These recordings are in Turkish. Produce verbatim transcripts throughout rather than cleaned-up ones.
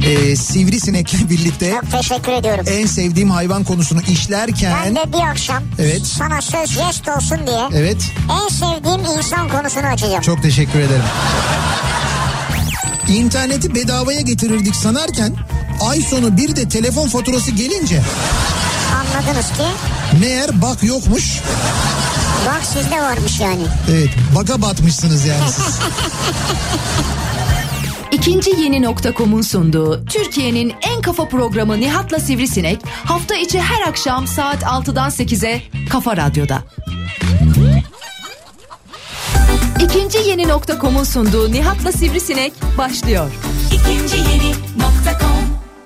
Ee, Sivrisinek'le birlikte. Çok teşekkür ediyorum. En sevdiğim hayvan konusunu işlerken. Ben de bir akşam evet. sana söz jest olsun diye. Evet. En sevdiğim insan konusunu açacağım. Çok teşekkür ederim. İnterneti bedavaya getirirdik sanarken ay sonu bir de telefon faturası gelince. Anladınız ki. Meğer bak yokmuş. Bak sizde varmış yani. Evet, baka batmışsınız yani siz. İkinci Yeni nokta com'un sunduğu Türkiye'nin en kafa programı Nihat'la Sivrisinek hafta içi her akşam saat altıdan sekize Kafa Radyo'da. İkinci Yeni nokta com'un sunduğu Nihat'la Sivrisinek başlıyor. İkinci Yeni nokta com.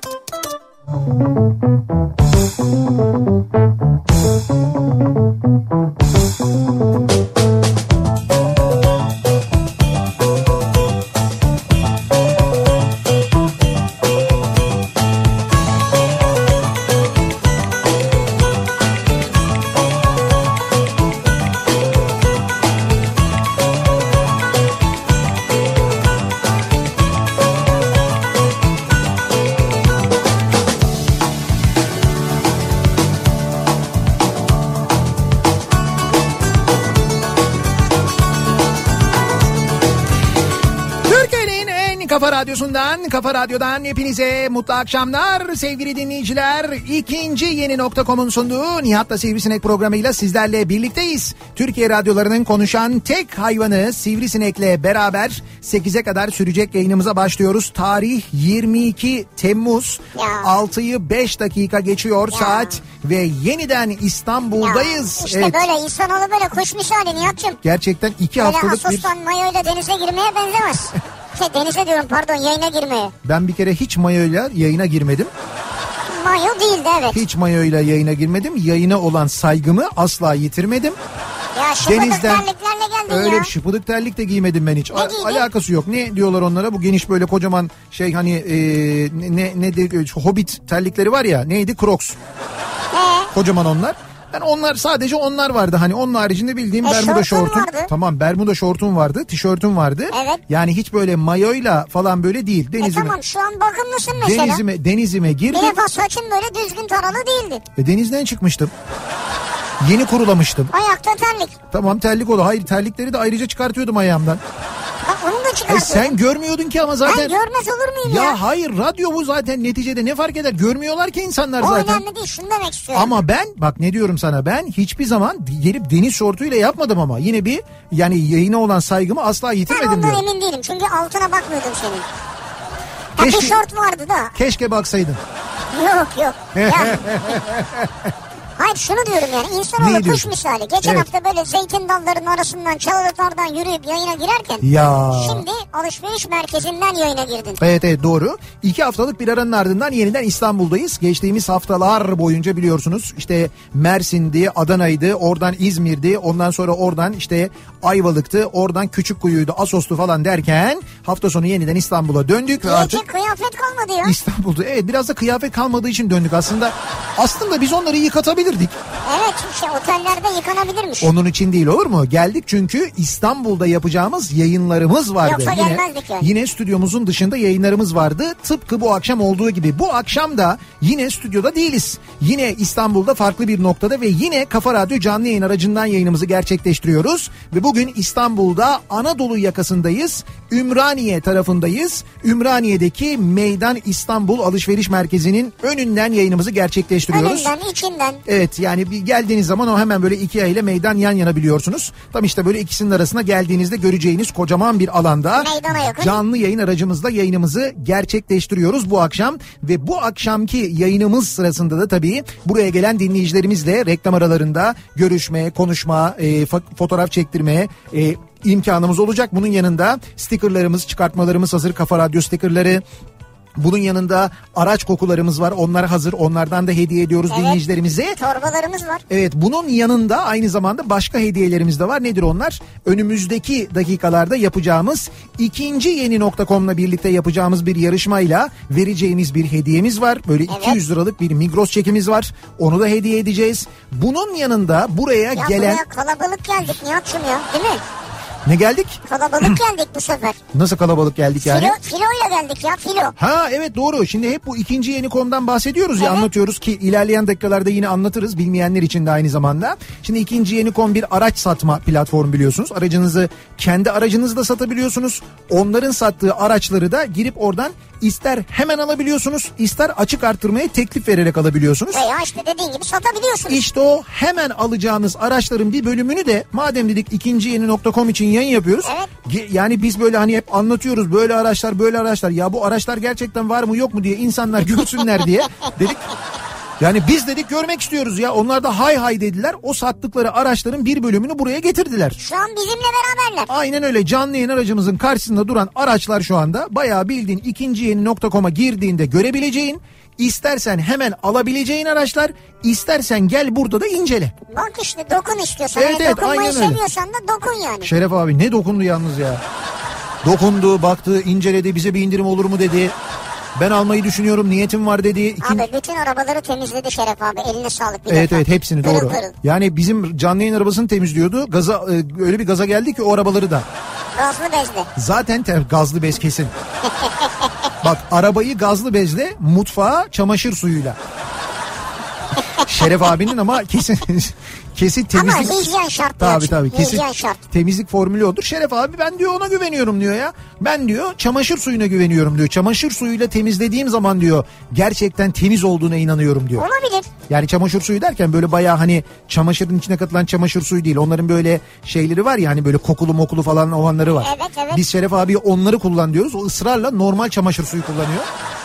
Kafa Radyosu'ndan, Kafa Radyo'dan hepinize mutlu akşamlar sevgili dinleyiciler. İkinci Yeni nokta com'un sunduğu Nihat'la Sivrisinek programıyla sizlerle birlikteyiz. Türkiye radyolarının konuşan tek hayvanı Sivrisinek'le beraber sekize kadar sürecek yayınımıza başlıyoruz. Tarih yirmi iki Temmuz, ya. altıyı beş dakika geçiyor ya. Saat ve yeniden İstanbul'dayız. Ya. İşte evet. Böyle insanoğlu böyle kuş misali Nihat'cığım. Gerçekten iki böyle haftalık bir... Asus'tan mayoyla denize girmeye benzemez. Şey denize diyorum pardon yayına girmeye. Ben bir kere hiç mayoyla yayına girmedim. Mayo değildi evet. Hiç mayoyla yayına girmedim. Yayına olan saygımı asla yitirmedim. Ya şıpıdık Denizden, terliklerle geldin öyle ya. Öyle şıpıdık terlik de giymedim ben hiç. Ne A- alakası yok. Ne diyorlar onlara? Bu geniş böyle kocaman şey hani e, ne ne de, Hobbit terlikleri var ya. Neydi? Crocs. Ee? Kocaman onlar. Ben onlar sadece onlar vardı hani onun haricinde bildiğim e, bermuda şortum. Vardı. Tamam bermuda şortum vardı, tişörtüm vardı. Evet. Yani hiç böyle mayoyla falan böyle değil. Denizime. E tamam şu an bakımlısın mesela. Denizime, denizime girdim. Bir defa saçın böyle düzgün taralı değildi. E, denizden çıkmıştım. Yeni kurulamıştım. Ayakta terlik. Tamam terlik oldu. Hayır terlikleri de ayrıca çıkartıyordum ayağımdan. Bak onu da çıkartıyordum. E, sen görmüyordun ki ama zaten. Ben görmez olur muyum ya? Ya hayır radyo bu zaten neticede ne fark eder? Görmüyorlar ki insanlar o zaten. O önemli değil şunu demek istiyorum. Ama ben bak ne diyorum sana ben hiçbir zaman gelip deniz şortuyla yapmadım ama. Yine bir yani yayına olan saygımı asla yitirmedim ben diyorum. Ben ondan emin değilim çünkü altına bakmıyordum senin. Ha, keşke, tişört vardı da. Keşke baksaydın. Yok yok. Ya. Hayır şunu diyorum yani insanoğlu kuş misali. Geçen evet. hafta böyle zeytin dallarının arasından çalılıklardan yürüyüp yayına girerken. Ya. Şimdi alışveriş merkezinden yayına girdin. Evet evet doğru. İki haftalık bir aranın ardından yeniden İstanbul'dayız. Geçtiğimiz haftalar boyunca biliyorsunuz işte Mersin'di, Adana'ydı, oradan İzmir'di, ondan sonra oradan işte Ayvalık'tı, oradan Küçükkuyu'ydu, Asos'tu falan derken hafta sonu yeniden İstanbul'a döndük. Ve artık kıyafet kalmadı ya. İstanbul'da evet biraz da kıyafet kalmadığı için döndük aslında. Aslında biz onları yıkatabilirdik. Evet işte otellerde yıkanabilirmiş. Onun için değil olur mu? Geldik çünkü İstanbul'da yapacağımız yayınlarımız vardı. Yoksa yine, gelmezdik yani. Yine stüdyomuzun dışında yayınlarımız vardı. Tıpkı bu akşam olduğu gibi. Bu akşam da yine stüdyoda değiliz. Yine İstanbul'da farklı bir noktada ve yine Kafa Radyo canlı yayın aracından yayınımızı gerçekleştiriyoruz. Ve bugün İstanbul'da Anadolu yakasındayız. Ümraniye tarafındayız. Ümraniye'deki Meydan İstanbul Alışveriş Merkezi'nin önünden yayınımızı gerçekleştiriyoruz. Önünden, içinden. Evet yani bir geldiğiniz zaman o hemen böyle IKEA ile meydan yan yana biliyorsunuz. Tam işte böyle ikisinin arasına geldiğinizde göreceğiniz kocaman bir alanda canlı yayın aracımızla yayınımızı gerçekleştiriyoruz bu akşam. Ve bu akşamki yayınımız sırasında da tabii buraya gelen dinleyicilerimizle reklam aralarında görüşme, konuşma, e, fotoğraf çektirme, e, imkanımız olacak. Bunun yanında stickerlarımız, çıkartmalarımız hazır, Kafa Radyo stickerları. Bunun yanında araç kokularımız var. Onlar hazır. Onlardan da hediye ediyoruz evet, dinleyicilerimize. Torbalarımız var. Evet bunun yanında aynı zamanda başka hediyelerimiz de var. Nedir onlar? Önümüzdeki dakikalarda yapacağımız ikinci yeni nokta com'la birlikte yapacağımız bir yarışmayla vereceğimiz bir hediyemiz var. Böyle evet, iki yüz liralık bir Migros çekimiz var. Onu da hediye edeceğiz. Bunun yanında buraya ya gelen... Ya buraya kalabalık geldik Nihat'cığım ya değil mi? Ne geldik? Kalabalık geldik bu sefer. Nasıl kalabalık geldik yani? Filo, filoyla geldik ya, filo. Ha evet doğru. Şimdi hep bu ikinci yeni konudan bahsediyoruz ya, evet. Anlatıyoruz ki ilerleyen dakikalarda yine anlatırız bilmeyenler için de aynı zamanda. Şimdi ikinci yeni kon bir araç satma platformu biliyorsunuz. Aracınızı kendi aracınızla satabiliyorsunuz. Onların sattığı araçları da girip oradan ister hemen alabiliyorsunuz, ister açık arttırmaya teklif vererek alabiliyorsunuz. Ya işte dediğin gibi satabiliyorsunuz. İşte o hemen alacağınız araçların bir bölümünü de madem dedik ikinci yeni nokta com için yayın yapıyoruz. Evet. Yani biz böyle hani hep anlatıyoruz böyle araçlar böyle araçlar. Ya bu araçlar gerçekten var mı yok mu diye insanlar görsünler diye dedik. Yani biz dedik görmek istiyoruz ya. Onlar da hay hay dediler. O sattıkları araçların bir bölümünü buraya getirdiler. Şu an bizimle beraberler. Aynen öyle. Canlı yayın aracımızın karşısında duran araçlar şu anda bayağı bildiğin ikinci yeni nokta com'a girdiğinde görebileceğin, istersen hemen alabileceğin araçlar, istersen gel burada da incele. Bak işte dokun istiyorsan. Evet, yani evet, dokunmayı aynen öyle. Seviyorsan da dokun yani. Şeref abi ne dokundu yalnız ya. Dokundu, baktı, inceledi, bize bir indirim olur mu dedi. Ben almayı düşünüyorum, niyetim var dedi. İkin... Abi bütün arabaları temizledi Şeref abi, eline sağlık bir Evet defa. evet hepsini Pırıl doğru. pırıl. Yani bizim canlı yayın arabasını temizliyordu. Gaza öyle bir gaza geldi ki o arabaları da. Gazlı bezle. Zaten te- gazlı bez kesin. Bak arabayı gazlı bezle, mutfağa çamaşır suyuyla. Şeref abinin ama kesin kesin temizlik. Ama hijyen şart. Tabii tabii kesin hijyen şart. Temizlik formülü odur. Şeref abi ben diyor ona güveniyorum diyor ya. Ben diyor çamaşır suyuna güveniyorum diyor. Çamaşır suyuyla temizlediğim zaman diyor gerçekten temiz olduğuna inanıyorum diyor. Olabilir. Yani çamaşır suyu derken böyle bayağı hani çamaşırın içine katılan çamaşır suyu değil. Onların böyle şeyleri var ya hani böyle kokulu mokulu falan olanları var. Evet evet. Biz Şeref abi onları kullan diyoruz. O ısrarla normal çamaşır suyu kullanıyor.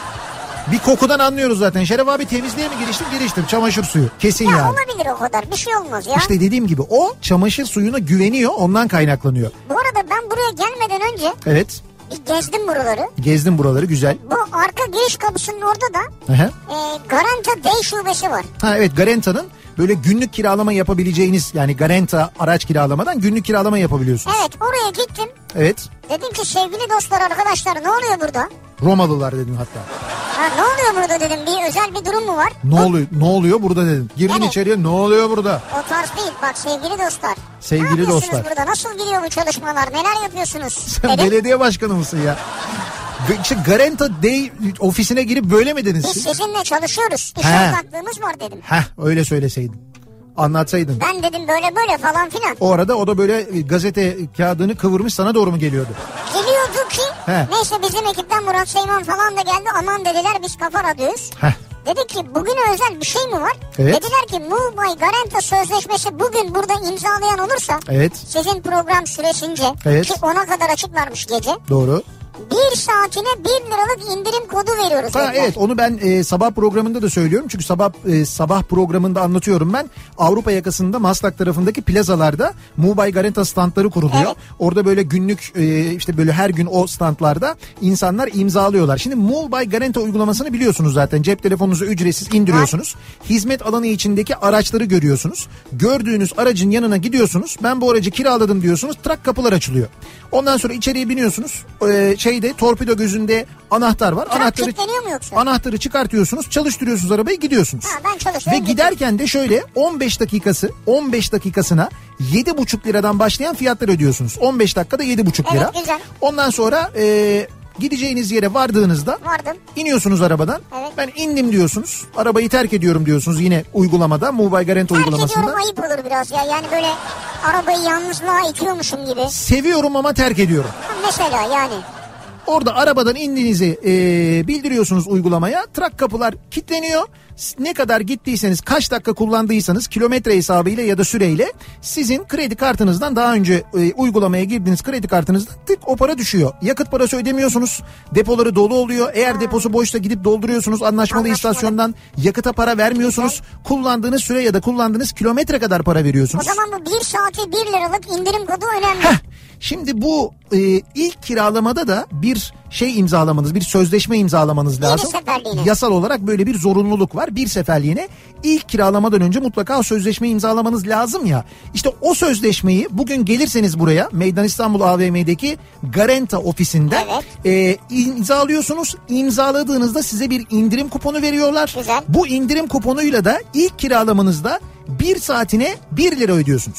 Bir kokudan anlıyoruz zaten. Şeref abi temizliğe mi giriştim? Giriştim. Çamaşır suyu. Kesin ya yani. Olabilir o kadar. Bir şey olmaz ya. İşte dediğim gibi o çamaşır suyuna güveniyor. Ondan kaynaklanıyor. Bu arada ben buraya gelmeden önce. Evet. Bir gezdim buraları. Gezdim buraları güzel. Bu arka giriş kapısının orada da Aha. e, Garanta Day şubesi var. Ha evet Garanta'nın böyle günlük kiralama yapabileceğiniz yani Garanta araç kiralamadan günlük kiralama yapabiliyorsunuz. Evet oraya gittim. Evet. Dedim ki sevgili dostlar arkadaşlar ne oluyor burada? Romalılar dedim hatta. Ha, ne oluyor burada dedim, bir özel bir durum mu var? Ne Bu... oluyor ne oluyor burada dedim. Girdin evet. içeriye ne oluyor burada? O tarz değil bak sevgili dostlar. Sevgili ne dostlar. burada nasıl gidiyor bu çalışmalar, neler yapıyorsunuz? Sen dedim. Belediye başkanı mısın ya? İşte Garanta Day ofisine girip böyle mi dediniz? Biz sizinle çalışıyoruz. İş ortaklığımız var dedim. Heh öyle söyleseydin. Anlatsaydın. Ben dedim böyle böyle falan filan. O arada o da böyle gazete kağıdını kıvırmış sana doğru mu geliyordu? Geliyordu ki He. neyse bizim ekipten Murat Seyman falan da geldi. Aman dediler biz kafa radyoyuz. Heh. Dedik ki bugüne özel bir şey mi var? Evet. Dediler ki Mubay Garanta Sözleşmesi bugün burada imzalayan olursa. Evet. Sizin program süresince. Evet. Ki ona kadar açıklarmış gece. Doğru. Bir saatine bir liralık indirim kodu veriyoruz. Ha, evet onu ben e, sabah programında da söylüyorum. Çünkü sabah e, sabah programında anlatıyorum ben. Avrupa yakasında Maslak tarafındaki plazalarda Mubay Garanta standları kuruluyor. Evet. Orada böyle günlük e, işte böyle her gün o standlarda insanlar imzalıyorlar. Şimdi Mubay Garanta uygulamasını biliyorsunuz zaten. Cep telefonunuzu ücretsiz indiriyorsunuz. Evet. Hizmet alanı içindeki araçları görüyorsunuz. Gördüğünüz aracın yanına gidiyorsunuz. Ben bu aracı kiraladım diyorsunuz. Trak kapılar açılıyor. Ondan sonra içeriye biniyorsunuz. E, şeyde torpido gözünde anahtar var. Trak Anahtarı kilitleniyor mu yoksa? Anahtarı çıkartıyorsunuz, çalıştırıyorsunuz arabayı, gidiyorsunuz. Ha, ben çalışıyorum. Ve giderken de şöyle on beş dakikası on beş dakikasına yedi buçuk liradan başlayan fiyatlar ödüyorsunuz. on beş dakikada yedi buçuk lira. Evet güzel. Ondan sonra e, gideceğiniz yere vardığınızda Vardım. iniyorsunuz arabadan. Evet. Ben indim diyorsunuz. Arabayı terk ediyorum diyorsunuz yine uygulamada. Mubay Garanta terk uygulamasında. Terk ediyorum ayıp olur biraz ya. Yani böyle arabayı yalnızlığa itiyormuşum gibi. Seviyorum ama terk ediyorum. Ha, mesela yani. Orada arabadan indiğinizi e, bildiriyorsunuz uygulamaya. Trak kapılar kilitleniyor. Ne kadar gittiyseniz, kaç dakika kullandıysanız kilometre hesabıyla ya da süreyle sizin kredi kartınızdan daha önce e, uygulamaya girdiğiniz kredi kartınızdan tık o para düşüyor. Yakıt parası ödemiyorsunuz. Depoları dolu oluyor. Eğer ha. deposu boşsa gidip dolduruyorsunuz. Anlaşmalı Anlaşmalı. istasyondan yakıta para vermiyorsunuz. Evet. Kullandığınız süre ya da kullandığınız kilometre kadar para veriyorsunuz. O zaman bu bir saati bir liralık indirim kodu önemli. Heh. Şimdi bu e, ilk kiralamada da bir şey imzalamanız, bir sözleşme imzalamanız lazım. Yasal olarak böyle bir zorunluluk var. Bir seferliğine ilk kiralamadan önce mutlaka sözleşme imzalamanız lazım ya. İşte o sözleşmeyi bugün gelirseniz buraya Meydan İstanbul A V M'deki Garanta ofisinden evet. e, imzalıyorsunuz. İmzaladığınızda size bir indirim kuponu veriyorlar. Güzel. Bu indirim kuponuyla da ilk kiralamanızda bir saatine bir lira ödüyorsunuz.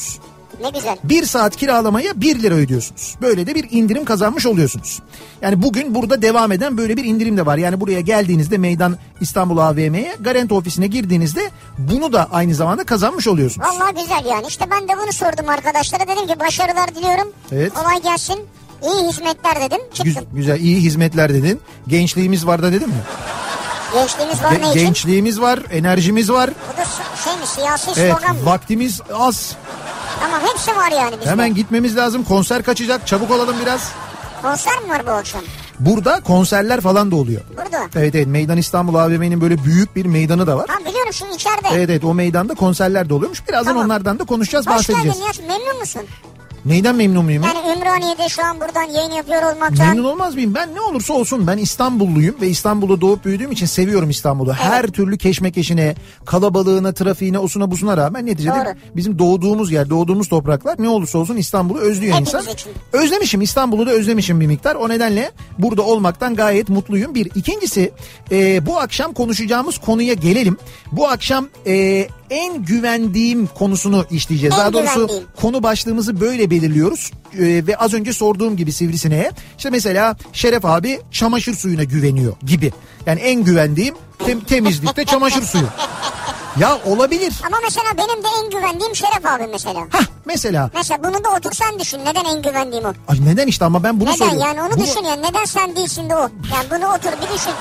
Ne güzel. Bir saat kiralamaya bir lira ödüyorsunuz. Böyle de bir indirim kazanmış oluyorsunuz. Yani bugün burada devam eden böyle bir indirim de var. Yani buraya geldiğinizde Meydan İstanbul A V M'ye Garanti ofisine girdiğinizde bunu da aynı zamanda kazanmış oluyorsunuz. Vallahi güzel yani. İşte ben de bunu sordum arkadaşlara. Dedim ki başarılar diliyorum. Evet. Kolay gelsin. İyi hizmetler dedim. Çıktım. Güzel, güzel iyi hizmetler dedin. Gençliğimiz var da dedin mi? Gençliğimiz var Ge- ne için? Gençliğimiz var, enerjimiz var. Bu da şey mi, siyasi Evet, slogan mı? vaktimiz az. Tamam, hepsi var yani bizde. Hemen gitmemiz lazım. Konser kaçacak. Çabuk olalım biraz. Konser mi var bu akşam? Burada konserler falan da oluyor. Burada? Evet evet, Meydan İstanbul A V M'nin böyle büyük bir meydanı da var. Ha, biliyorum, şu içeride. Evet evet, o meydanda konserler de oluyormuş. Birazdan Tamam. onlardan da konuşacağız, Hoş bahsedeceğiz. geldin ya, memnun musun? Neyden memnun muyum? Yani Ümraniye'de şu an buradan yayın yapıyor olmaktan. Memnun olmaz mıyım? Ben ne olursa olsun, ben İstanbulluyum ve İstanbul'da doğup büyüdüğüm için seviyorum İstanbul'u. Evet. Her türlü keşmekeşine, kalabalığına, trafiğine, osuna busuna rağmen neticede Doğru. bizim doğduğumuz yer, doğduğumuz topraklar ne olursa olsun İstanbul'u özlüyor Hepimiz insan. için. Özlemişim, İstanbul'u da özlemişim bir miktar. O nedenle burada olmaktan gayet mutluyum. Bir. İkincisi, e, bu akşam konuşacağımız konuya gelelim. Bu akşam e, en güvendiğim konusunu işleyeceğiz. En Daha doğrusu güvendiğim. konu başlığımızı böyle belirliyoruz. Ee, ve az önce sorduğum gibi Sivrisineğe, işte mesela Şeref abi çamaşır suyuna güveniyor gibi. Yani en güvendiğim tem- temizlikte çamaşır suyu. Ya olabilir. Ama mesela benim de en güvendiğim Şeref abi mesela. Hah mesela. Mesela bunu da otur sen düşün. Neden en güvendiğim o? Ay neden işte, ama ben bunu Neden söylüyorum. yani onu Bunu- düşün yani. Neden sen değilsin de o? Yani bunu otur bir düşün.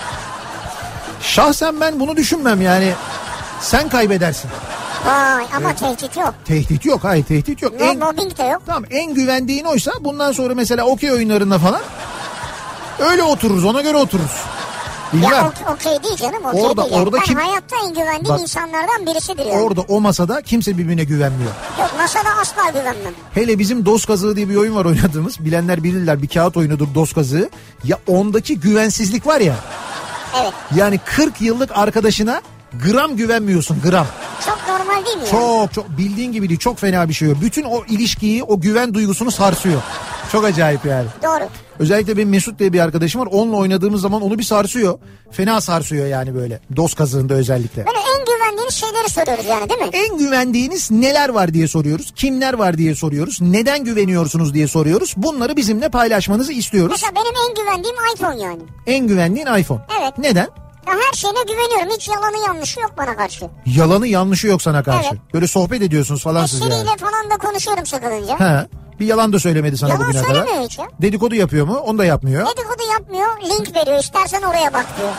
Şahsen ben bunu düşünmem yani. Sen kaybedersin. Vay ama tehdit yok. Tehdit yok, hayır tehdit yok. No, En, mobbing de yok. tamam, en güvendiğin oysa bundan sonra mesela okey oyunlarında falan öyle otururuz, ona göre otururuz. Bilmem. Ya o- okey değil canım, okey Orada- değil. Yani. orada Ben kim- hayatta en güvendiğim Bak, insanlardan birisidir yani. Orada o masada kimse birbirine güvenmiyor. Yok, masada asla güvenmem. Hele bizim Dost Kazığı diye bir oyun var oynadığımız. Bilenler bilirler, bir kağıt oyunudur Dost Kazığı. Ya ondaki güvensizlik var ya. Evet. Yani kırk yıllık arkadaşına gram güvenmiyorsun, gram. Çok normal değil mi yani? Çok çok bildiğin gibi değil, çok fena bir şey o. Bütün o ilişkiyi, o güven duygusunu sarsıyor. Çok acayip yani. Doğru. Özellikle benim Mesut diye bir arkadaşım var. Onunla oynadığımız zaman onu bir sarsıyor. Fena sarsıyor yani böyle. Dost Kazığı'nda özellikle. Böyle en güvendiğiniz şeyleri soruyoruz yani, değil mi? En güvendiğiniz neler var diye soruyoruz. Kimler var diye soruyoruz. Neden güveniyorsunuz diye soruyoruz. Bunları bizimle paylaşmanızı istiyoruz. Mesela benim en güvendiğim iPhone yani. En güvendiğin iPhone. Evet. Neden? Ya her şeyine güveniyorum. Hiç yalanı yanlışı yok bana karşı. Yalanı yanlışı yok sana karşı. Evet. Böyle sohbet ediyorsunuz falan siz yani. Esiriyle falan da konuşuyorum sıkılınca. He. Bir yalan da söylemedi sana Yalan bugüne kadar. söylemiyor hiç ya. Dedikodu yapıyor mu? Onu da yapmıyor. Dedikodu yapmıyor. Link veriyor. İstersen oraya bak diyor.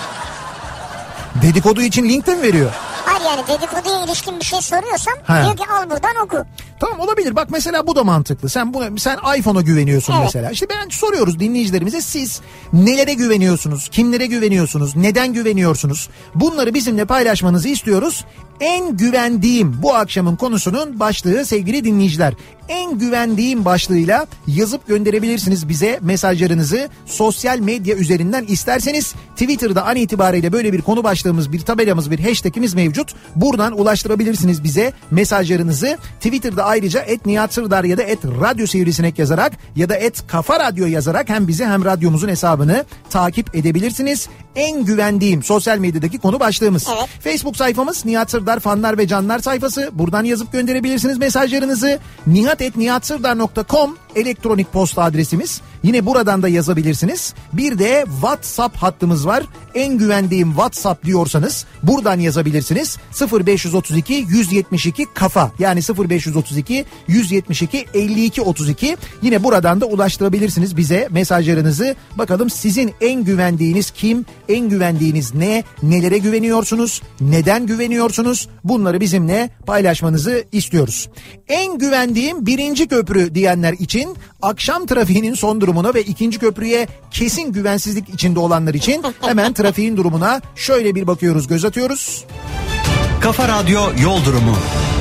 Dedikodu için link de mi veriyor? Hayır yani dedikoduya ilişkin bir şey soruyorsam He. diyor ki al buradan oku. Tamam, olabilir. Bak mesela bu da mantıklı. Sen buna, sen iPhone'a güveniyorsun Evet. mesela. İşte ben soruyoruz dinleyicilerimize, siz nelere güveniyorsunuz? Kimlere güveniyorsunuz? Neden güveniyorsunuz? Bunları bizimle paylaşmanızı istiyoruz. En güvendiğim bu akşamın konusunun başlığı sevgili dinleyiciler. En güvendiğim başlığıyla yazıp gönderebilirsiniz bize mesajlarınızı sosyal medya üzerinden. İsterseniz Twitter'da an itibariyle böyle bir konu başlığımız, bir tabelamız, bir hashtagimiz mevcut. Buradan ulaştırabilirsiniz bize mesajlarınızı. Twitter'da ayrıca et Nihat Sırdar ya da et Radyo Sivrisinek yazarak ya da et Kafa Radyo yazarak hem bizi hem radyomuzun hesabını takip edebilirsiniz. En güvendiğim sosyal medyadaki konu başlığımız. Evet. Facebook sayfamız Nihat Sırdar fanlar ve canlar sayfası. Buradan yazıp gönderebilirsiniz mesajlarınızı. nihat et nihat sırdar nokta com elektronik posta adresimiz. Yine buradan da yazabilirsiniz. Bir de WhatsApp hattımız var. En güvendiğim WhatsApp diyorsanız buradan yazabilirsiniz. sıfır beş otuz iki yüz yetmiş iki kafa, yani sıfır beş otuz iki yüz yetmiş iki elli iki otuz iki. Yine buradan da ulaştırabilirsiniz bize mesajlarınızı. Bakalım sizin en güvendiğiniz kim? En güvendiğiniz ne? Nelere güveniyorsunuz? Neden güveniyorsunuz? Bunları bizimle paylaşmanızı istiyoruz. En güvendiğim birinci köprü diyenler için, akşam trafiğinin son durumuna ve ikinci köprüye kesin güvensizlik içinde olanlar için hemen trafiğin durumuna şöyle bir bakıyoruz, göz atıyoruz. Kafa Radyo Yol Durumu.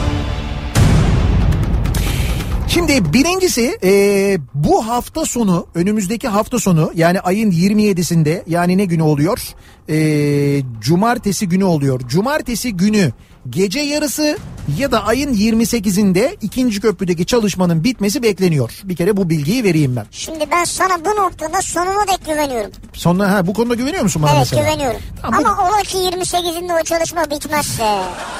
Şimdi birincisi e, bu hafta sonu, önümüzdeki hafta sonu, yani ayın yirmi yedisinde, yani ne günü oluyor? E, cumartesi günü oluyor. Cumartesi günü gece yarısı ya da ayın yirmi sekizinde ikinci köprüdeki çalışmanın bitmesi bekleniyor. Bir kere bu bilgiyi vereyim ben. Şimdi ben sana bu noktada sonuna dek güveniyorum. Sonra ha, bu konuda güveniyor musun bana Evet mesela? güveniyorum. Tamam, Ama ola ki yirmi sekizinde o çalışma bitmezse.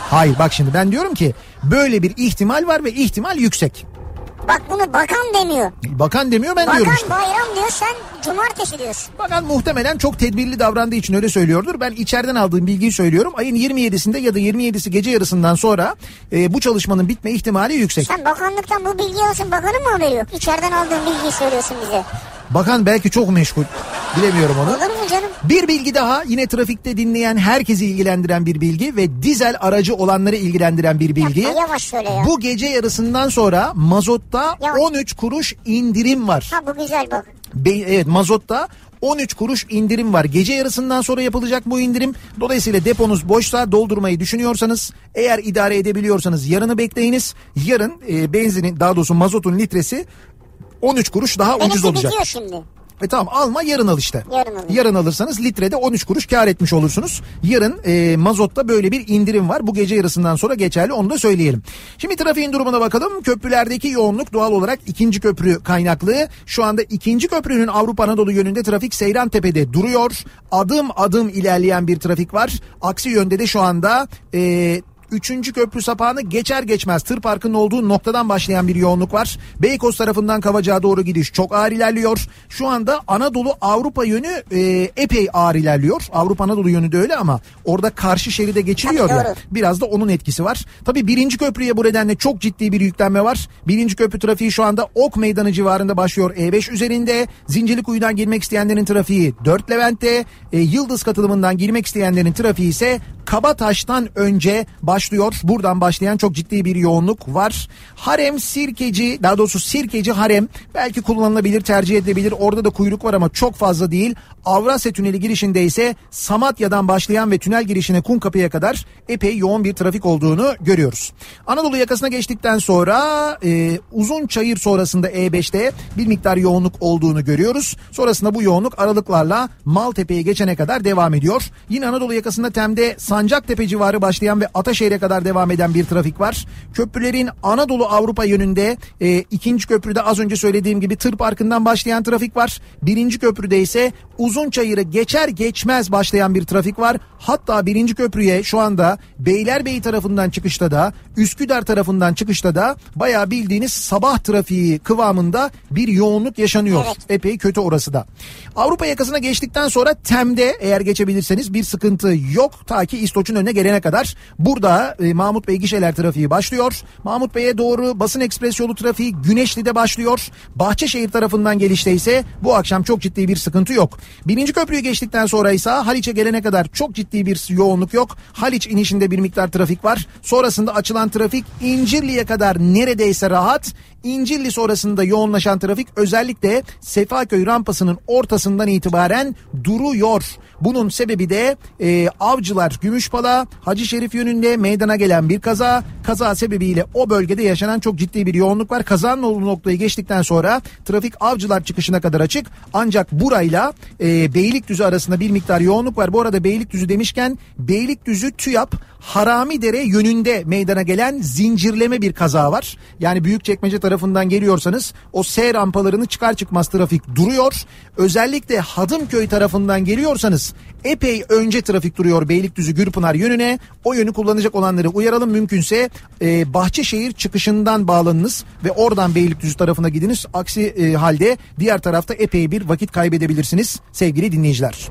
Hayır bak şimdi ben diyorum ki böyle bir ihtimal var ve ihtimal yüksek. Bak bunu bakan demiyor. Bakan demiyor ben bakan diyorum işte. Bakan bayram diyor, sen cumartesi diyorsun. Bakan muhtemelen çok tedbirli davrandığı için öyle söylüyordur. Ben içeriden aldığım bilgiyi söylüyorum. Ayın yirmi yedisinde ya da yirmi yedisi gece yarısından sonra e, bu çalışmanın bitme ihtimali yüksek. Sen bakanlıktan bu bilgiyi alsın, bakanın mı haberi yok? İçeriden aldığın bilgiyi söylüyorsun bize. Bakan belki çok meşgul. Bilemiyorum onu. Olur mu canım? Bir bilgi daha, yine trafikte dinleyen herkesi ilgilendiren bir bilgi ve dizel aracı olanları ilgilendiren bir bilgi. Ya, yavaş söyle ya. Bu gece yarısından sonra mazotta yavaş. on üç kuruş indirim var. Ha bu güzel bak. Be- evet mazotta on üç kuruş indirim var. Gece yarısından sonra yapılacak bu indirim. Dolayısıyla deponuz boşsa, doldurmayı düşünüyorsanız, eğer idare edebiliyorsanız yarını bekleyiniz. Yarın e, benzinin, daha doğrusu mazotun litresi on üç kuruş daha Benimki ucuz olacak. bitiyor şimdi. E tamam, alma yarın al işte. Yarın, yarın alırsanız litrede on üç kuruş kar etmiş olursunuz. Yarın e, mazotta böyle bir indirim var. Bu gece yarısından sonra geçerli, onu da söyleyelim. Şimdi trafiğin durumuna bakalım. Köprülerdeki yoğunluk doğal olarak ikinci köprü kaynaklı. Şu anda ikinci köprünün Avrupa Anadolu yönünde trafik Seyrantepe'de duruyor. Adım adım ilerleyen bir trafik var. Aksi yönde de şu anda... E, Üçüncü köprü sapağını geçer geçmez tır parkının olduğu noktadan başlayan bir yoğunluk var. Beykoz tarafından Kavacık'a doğru gidiş çok ağır ilerliyor. Şu anda Anadolu Avrupa yönü e, epey ağır ilerliyor. Avrupa Anadolu yönü de öyle ama orada karşı şeride geçiliyor ya. Biraz da onun etkisi var. Tabii birinci köprüye bu nedenle çok ciddi bir yüklenme var. Birinci köprü trafiği şu anda Ok Meydanı civarında başlıyor E beş üzerinde. Zincirlikuyu'dan girmek isteyenlerin trafiği dört Levent'te. E, Yıldız katılımından girmek isteyenlerin trafiği ise Kabataş'tan önce başlıyor. Buradan başlayan çok ciddi bir yoğunluk var. Harem Sirkeci, daha doğrusu Sirkeci Harem belki kullanılabilir, tercih edilebilir. Orada da kuyruk var ama çok fazla değil. Avrasya Tüneli girişinde ise Samatya'dan başlayan ve tünel girişine Kumkapı'ya kadar epey yoğun bir trafik olduğunu görüyoruz. Anadolu yakasına geçtikten sonra e, Uzunçayır sonrasında E beşte bir miktar yoğunluk olduğunu görüyoruz. Sonrasında bu yoğunluk aralıklarla Maltepe'ye geçene kadar devam ediyor. Yine Anadolu yakasında Tem'de Sancaktepe civarı başlayan ve Ataşehir'e kadar devam eden bir trafik var. Köprülerin Anadolu Avrupa yönünde e, ikinci köprüde az önce söylediğim gibi tır parkından başlayan trafik var. Birinci köprüde ise Uzunçayır'ı geçer geçmez başlayan bir trafik var. Hatta birinci köprüye şu anda Beylerbeyi tarafından çıkışta da Üsküdar tarafından çıkışta da bayağı bildiğiniz sabah trafiği kıvamında bir yoğunluk yaşanıyor. Evet. Epey kötü orası da. Avrupa yakasına geçtikten sonra Tem'de eğer geçebilirseniz bir sıkıntı yok. Ta ki İstoç'un önüne gelene kadar. Burada e, Mahmut Bey gişeler trafiği başlıyor. Mahmut Bey'e doğru Basın Ekspres yolu trafiği Güneşli'de başlıyor. Bahçeşehir tarafından gelişte ise bu akşam çok ciddi bir sıkıntı yok. Birinci köprüyü geçtikten sonra ise Haliç'e gelene kadar çok ciddi bir yoğunluk yok. Haliç inişinde bir miktar trafik var. Sonrasında açılan trafik İncirli'ye kadar neredeyse rahat. İncirli sonrasında yoğunlaşan trafik özellikle Sefaköy rampasının ortasından itibaren duruyor. Bunun sebebi de e, Avcılar Gümüşpala Hacı Şerif yönünde meydana gelen bir kaza. Kaza sebebiyle o bölgede yaşanan çok ciddi bir yoğunluk var. Kazanın olduğu noktayı geçtikten sonra trafik Avcılar çıkışına kadar açık. Ancak burayla e, Beylikdüzü arasında bir miktar yoğunluk var. Bu arada Beylikdüzü demişken Beylikdüzü TÜYAP Haramidere yönünde meydana gelen zincirleme bir kaza var. Yani Büyükçekmece tarafından geliyorsanız o S rampalarını çıkar çıkmaz trafik duruyor. Özellikle Hadımköy tarafından geliyorsanız epey önce trafik duruyor Beylikdüzü Gürpınar yönüne. O yönü kullanacak olanları uyaralım, mümkünse e, Bahçeşehir çıkışından bağlanınız ve oradan Beylikdüzü tarafına gidiniz. Aksi e, halde diğer tarafta epey bir vakit kaybedebilirsiniz sevgili dinleyiciler.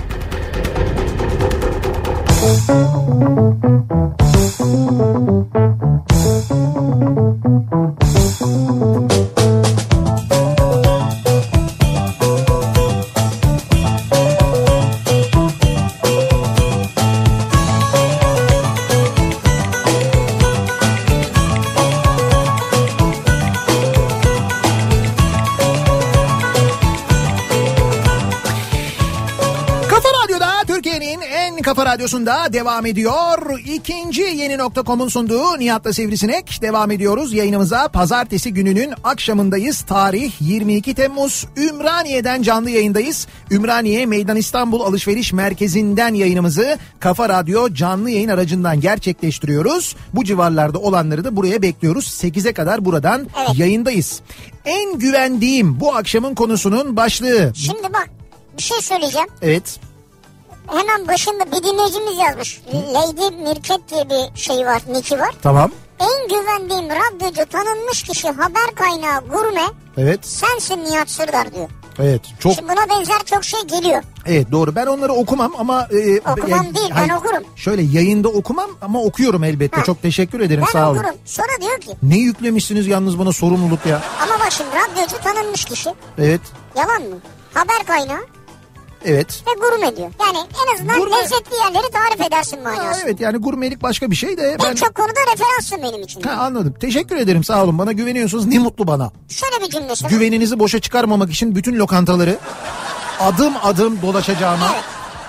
Kafa Radyosu'nda devam ediyor. İkinci yeni nokta com'un sunduğu Nihat'la Sivrisinek devam ediyoruz. Yayınımıza pazartesi gününün akşamındayız. Tarih yirmi iki Temmuz. Ümraniye'den canlı yayındayız. Ümraniye Meydan İstanbul Alışveriş Merkezi'nden yayınımızı Kafa Radyo canlı yayın aracından gerçekleştiriyoruz. Bu civarlarda olanları da buraya bekliyoruz. sekize kadar buradan evet. yayındayız. En güvendiğim bu akşamın konusunun başlığı. Şimdi bak bir şey söyleyeceğim. Evet. hemen başında bir dinleyicimiz yazmış. Lady Mirket diye bir şey var, nick'i var. Tamam. En güvendiğim radyocu tanınmış kişi haber kaynağı gurme. Evet. Sensin Nihat Sırdar diyor. Evet. Çok... Şimdi buna benzer çok şey geliyor. Evet doğru. Ben onları okumam ama... E, okumam e, değil hayır, ben okurum. Şöyle yayında okumam ama okuyorum elbette. Ha. Çok teşekkür ederim ben sağ olun. Ben okurum. Sonra diyor ki... Ne yüklemişsiniz yalnız bana sorumluluk ya. Ama bak şimdi radyocu tanınmış kişi. Evet. Yalan mı? Haber kaynağı. Evet. Ve gurme diyor. Yani en azından gurme... lezzetli yerleri tarif edersin manası. Evet yani gurmelik başka bir şey de. Ben... En çok konuda referanssın benim için. Ha, anladım. Teşekkür ederim sağ olun. Bana güveniyorsunuz. Ne mutlu bana. Şöyle bir cümlesi. Güveninizi boşa çıkarmamak için bütün lokantaları adım adım dolaşacağıma. Evet.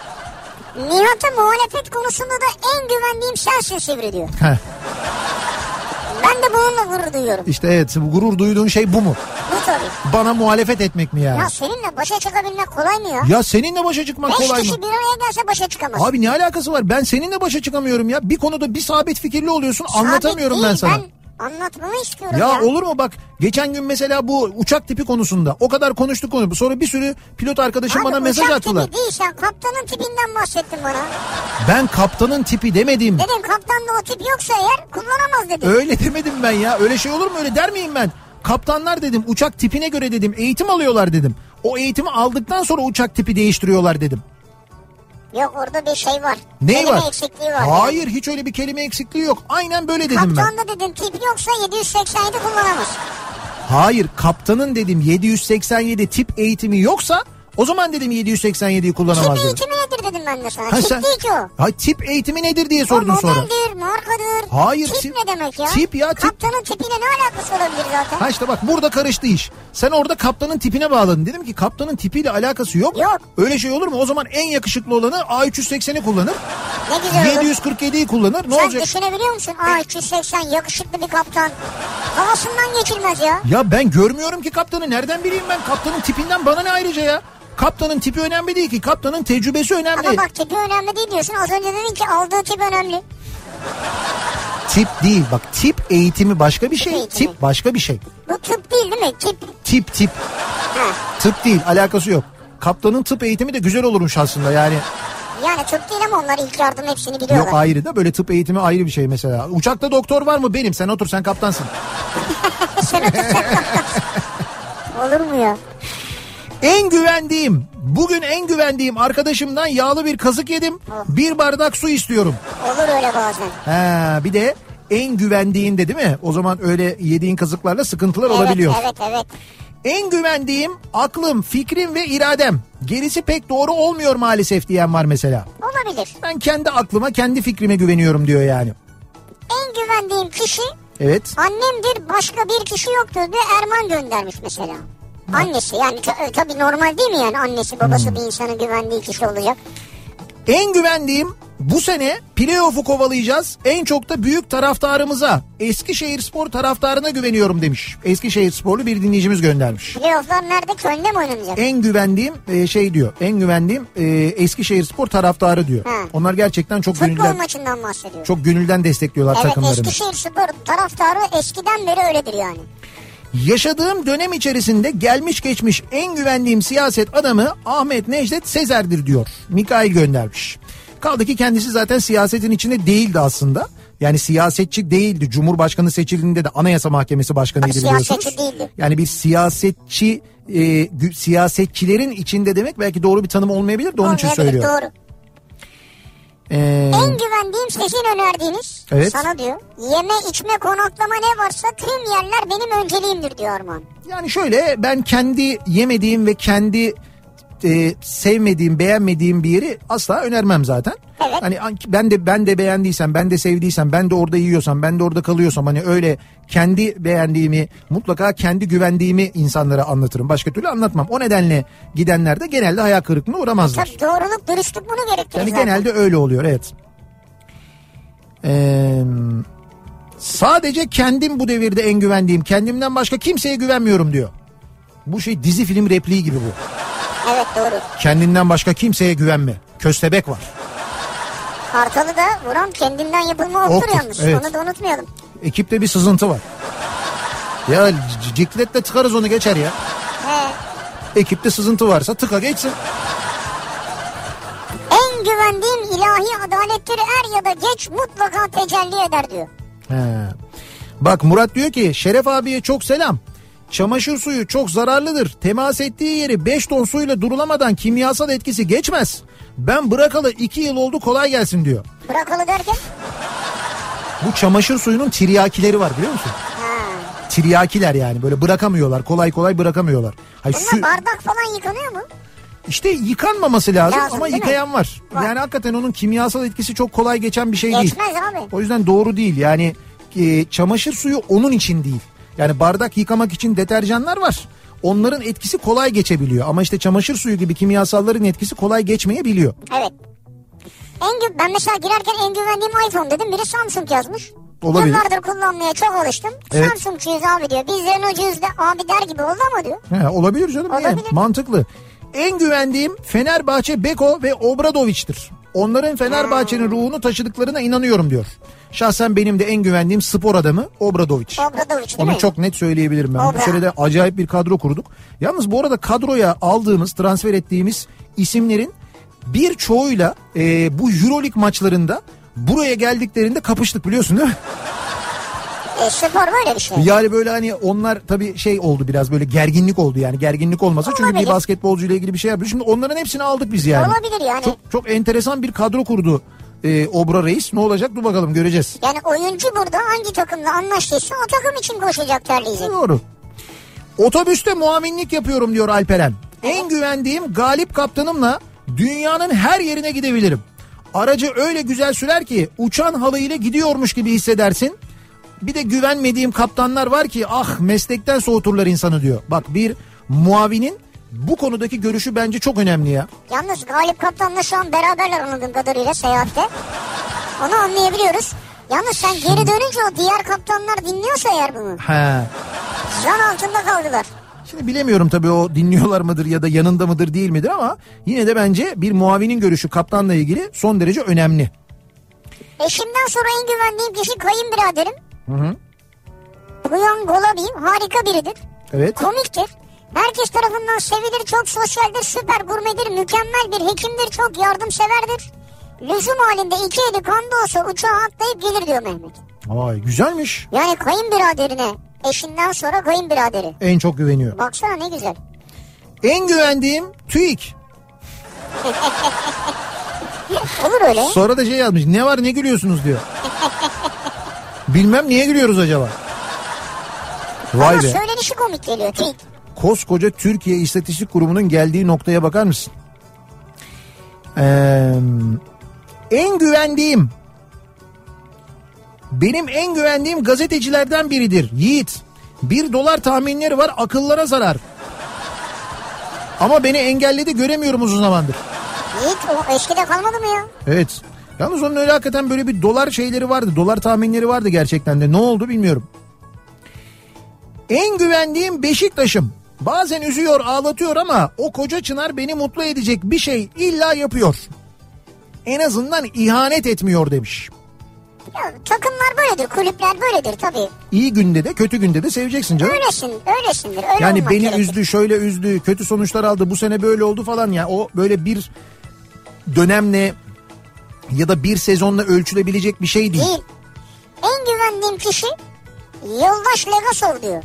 Nihat'a muhalefet konusunda da en güvendiğim sensin Sivri diyor. Heh. Ben de bununla gurur duyuyorum. İşte evet, gurur duyduğun şey bu mu? Bu tabii. Bana muhalefet etmek mi yani? Ya seninle başa çıkabilmek kolay mı ya? Ya seninle başa çıkmak Beş kolay mı? Beş kişi bir araya gelse başa çıkamaz. Abi ne alakası var? Ben seninle başa çıkamıyorum ya. Bir konuda bir sabit fikirli oluyorsun. Sabit anlatamıyorum değil, ben sana. Ben anlatmanı istiyorum ya. Ya olur mu bak, geçen gün mesela bu uçak tipi konusunda o kadar konuştuk konu. Sonra bir sürü pilot arkadaşım Abi, bana mesaj attılar. Uçak tipi değil, sen kaptanın tipinden bahsettin bana. Ben kaptanın tipi demedim. Dedin kaptanda o tip yoksa eğer kullanamaz dedin. Öyle demedim ben ya. Öyle şey olur mu, öyle der miyim ben? Kaptanlar dedim uçak tipine göre dedim eğitim alıyorlar dedim. O eğitimi aldıktan sonra uçak tipi değiştiriyorlar dedim. Yok orada bir şey var. Ne kelime var? eksikliği var. Hayır yani. Hiç öyle bir kelime eksikliği yok. Aynen böyle dedim ben. Kaptanda dedin tip yoksa yedi yüz seksen yedi kullanamaz. Hayır, kaptanın dedim yedi yüz seksen yedi tip eğitimi yoksa o zaman dedim yedi yüz seksen yediyi kullanamaz tip dedim. eğitimi nedir dedim ben de sana. Ha, tip sen... değil ki o. Hayır, tip eğitimi nedir diye sordun o sonra. modeldir, markadır. Hayır. Tip, tip ne demek ya? Tip ya. Tip. Kaptanın tipine ne alakası olabilir zaten? Ha işte bak burada karıştı iş. Sen orada kaptanın tipine bağladın. Dedim ki kaptanın tipiyle alakası yok. Yok. Öyle şey olur mu? O zaman en yakışıklı olanı A üç yüz sekseni kullanır. Ne güzel olur. yedi yüz kırk yediyi kullanır. Ne Sen olacak? düşünebiliyor musun? A üç yüz seksen yakışıklı bir kaptan. Havasından geçilmez ya. Ya ben görmüyorum ki kaptanı. Nereden bileyim ben? Kaptanın tipinden bana ne ayrıca ya? Kaptanın tipi önemli değil ki. Kaptanın tecrübesi önemli. Ama bak tipi önemli değil diyorsun. Az önce dedin ki aldığı tip önemli. Tip değil. Bak tip eğitimi başka bir şey. Eğitimi. Tip başka bir şey. Bu tıp değil değil mi? Tip. Tip tip. Ha. Tıp değil. Alakası yok. Kaptanın tıp eğitimi de güzel olurmuş aslında yani. Yani tıp değil ama onlar ilk yardım hepsini biliyorlar. Yok ayrı da, böyle tıp eğitimi ayrı bir şey mesela. Uçakta doktor var mı? Benim. Sen otur, sen kaptansın. Sen otur, sen kaptansın. Olur mu ya? En güvendiğim, bugün en güvendiğim arkadaşımdan yağlı bir kazık yedim. Oh. Bir bardak su istiyorum. Olur öyle bazen. Ha, bir de en güvendiğinde değil mi? O zaman öyle yediğin kazıklarla sıkıntılar evet, olabiliyor. Evet evet. En güvendiğim aklım, fikrim ve iradem. Gerisi pek doğru olmuyor maalesef diyen var mesela. Olabilir. Ben kendi aklıma, kendi fikrime güveniyorum diyor yani. En güvendiğim kişi evet. Annemdir, başka bir kişi yoktur diye Erman göndermiş mesela. Annesi yani t- tabii normal değil mi yani annesi babası hmm. bir insanın güvendiği kişi olacak. En güvendiğim bu sene playoff'u kovalayacağız. En çok da büyük taraftarımıza, Eskişehirspor taraftarına güveniyorum demiş. Eskişehirsporlu bir dinleyicimiz göndermiş. Playoff'lar nerede, Köln'de mi oynanacak? En güvendiğim e, şey diyor. En güvendiğim e, Eskişehirspor taraftarı diyor. Ha. Onlar gerçekten çok futbol gönülden. Futbol maçından bahsediyor. Çok gönülden destekliyorlar evet, takımlarını. Evet, Eskişehirspor taraftarı eskiden beri öyledir yani. Yaşadığım dönem içerisinde gelmiş geçmiş en güvendiğim siyaset adamı Ahmet Necdet Sezer'dir diyor. Mikail göndermiş. Kaldı ki kendisi zaten siyasetin içinde değildi aslında. Yani siyasetçi değildi. Cumhurbaşkanı seçildiğinde de Anayasa Mahkemesi başkanıydı biliyorsunuz. Siyasetçi değildi. Yani bir siyasetçi, e, siyasetçilerin içinde demek belki doğru bir tanım olmayabilir de onun için söylüyorum. Doğru. Ee, en güvendiğim sizin önerdiğiniz evet. Sana diyor. Yeme içme konaklama ne varsa tüm yerler benim önceliğimdir diyor Arman. Yani şöyle, ben kendi yemediğim ve kendi e, sevmediğim, beğenmediğim bir yeri asla önermem zaten. Evet. Hani ben de ben de beğendiysem, ben de sevdiysem, ben de orada yiyorsam, ben de orada kalıyorsam, hani öyle kendi beğendiğimi, mutlaka kendi güvendiğimi insanlara anlatırım. Başka türlü anlatmam. O nedenle gidenler de genelde hayal kırıklığına uğramazlar. Tabii doğruluk, dürüstlük bunu gerektirir yani zaten. Genelde öyle oluyor, evet. Ee, sadece kendim bu devirde en güvendiğim, kendimden başka kimseye güvenmiyorum diyor. Bu şey dizi film repliği gibi bu. Evet doğru. Kendinden başka kimseye güvenme. Köstebek var. Kartalı da vuran kendinden yapılma oktur yalnız. Evet. Onu da unutmayalım. Ekipte bir sızıntı var. Ya cikletle tıkarız onu, geçer ya. He. Ekipte sızıntı varsa tıka geçsin. En En güvendiğim ilahi adalettir, er ya da geç mutlaka tecelli eder diyor. He. Bak Murat diyor ki Şeref abiye çok selam. Çamaşır suyu çok zararlıdır. Temas ettiği yeri beş ton suyla durulamadan kimyasal etkisi geçmez. Ben bırakalı iki yıl oldu, kolay gelsin diyor. Bırakalı derken? Bu çamaşır suyunun tiryakileri var, biliyor musun? Ha. Tiryakiler yani, böyle bırakamıyorlar, kolay kolay bırakamıyorlar. Hayır, Bunlar su... bardak falan yıkanıyor mu? İşte yıkanmaması lazım, lazım ama yıkayan var. var. Yani hakikaten onun kimyasal etkisi çok kolay geçen bir şey Geçmez değil. Geçmez abi. O yüzden doğru değil yani, e, çamaşır suyu onun için değil. Yani bardak yıkamak için deterjanlar var. Onların etkisi kolay geçebiliyor. Ama işte çamaşır suyu gibi kimyasalların etkisi kolay geçmeyebiliyor. Evet. En gü- ben mesela girerken en güvendiğim iPhone dedim. Biri Samsung yazmış. Olabilir. Yıllardır kullanmaya çok alıştım. Evet. Samsung'cuyuz abi diyor. Biz Renault'cuyuz da abi der gibi oldu ama diyor. He, olabilir canım. Olabilir. Yani, mantıklı. En güvendiğim Fenerbahçe, Beko ve Obradoviç'tir. Onların Fenerbahçe'nin hmm. ruhunu taşıdıklarına inanıyorum diyor. Şahsen benim de en güvendiğim spor adamı Obradoviç. Obradoviç değil Onu mi? çok net söyleyebilirim ben. Obra. Bu sene de acayip bir kadro kurduk. Yalnız bu arada kadroya aldığımız, transfer ettiğimiz isimlerin birçoğuyla e, bu Euroleague maçlarında buraya geldiklerinde kapıştık, biliyorsun değil mi? E, spor böyle bir şey. Yani böyle hani onlar tabii şey oldu, biraz böyle gerginlik oldu yani, gerginlik olmasa çünkü bir basketbolcuyla ilgili bir şey yapıyor. Şimdi onların hepsini aldık biz yani. Olabilir yani. Çok, çok enteresan bir kadro kurdu e, Obra Reis. Ne olacak dur bakalım, göreceğiz. Yani oyuncu burada hangi takımla anlaştıysa o takım için koşacak, terleyecek. Doğru. Otobüste muavinlik yapıyorum diyor Alperen. Evet. En güvendiğim Galip kaptanımla dünyanın her yerine gidebilirim. Aracı öyle güzel sürer ki uçan halıyla gidiyormuş gibi hissedersin. Bir de güvenmediğim kaptanlar var ki ah meslekten soğuturlar insanı diyor. Bak, bir muavinin bu konudaki görüşü bence çok önemli ya. Yalnız Galip Kaptan'la şu an beraberler anladığım kadarıyla seyahatte. Onu anlayabiliyoruz. Yalnız sen geri dönünce o diğer kaptanlar dinliyorsa eğer bunu. He. Zan altında kaldılar. Şimdi bilemiyorum tabii o dinliyorlar mıdır ya da yanında mıdır değil midir, ama yine de bence bir muavinin görüşü kaptanla ilgili son derece önemli. Eşimden sonra en güvendiğim kişi kayınbiraderim. Hı hı. Kuyan Golabi harika biridir. Evet. Komiktir. Herkes tarafından sevilir, çok sosyaldir, süper gurmedir, mükemmel bir hekimdir, çok yardımseverdir. Lüzum halinde iki eli kanda olsa uçağa atlayıp gelir diyor Mehmet. Vay, güzelmiş. Yani kayınbiraderine, eşinden sonra kayınbiraderi. En çok güveniyor. Baksana ne güzel. En güvendiğim TÜİK. Olur öyle. Sonra da şey yazmış, ne var ne gülüyorsunuz diyor. Bilmem niye gülüyoruz acaba. Vay Ama be. söylenişi komik geliyor TÜİK. Koskoca Türkiye İstatistik Kurumu'nun geldiği noktaya bakar mısın? Ee, en güvendiğim, benim en güvendiğim gazetecilerden biridir Yiğit. Bir dolar tahminleri var, akıllara zarar. Ama beni engelledi, göremiyorum uzun zamandır. Yiğit o eskide kalmadı mı ya? Evet. Yalnız onun öyle hakikaten böyle bir dolar şeyleri vardı. Dolar tahminleri vardı gerçekten de. Ne oldu bilmiyorum. En güvendiğim Beşiktaş'ım. Bazen üzüyor, ağlatıyor ama o koca çınar beni mutlu edecek bir şey illa yapıyor. En azından ihanet etmiyor demiş. Ya, takımlar böyledir, kulüpler böyledir tabii. İyi günde de kötü günde de seveceksin canım. Öylesin, öylesindir. Öyle yani beni gerekir. üzdü, şöyle üzdü, kötü sonuçlar aldı, bu sene böyle oldu falan ya. O böyle bir dönemle ya da bir sezonla ölçülebilecek bir şey değil. Değil. En güvendiğim kişi Yoldaş Legasov diyor.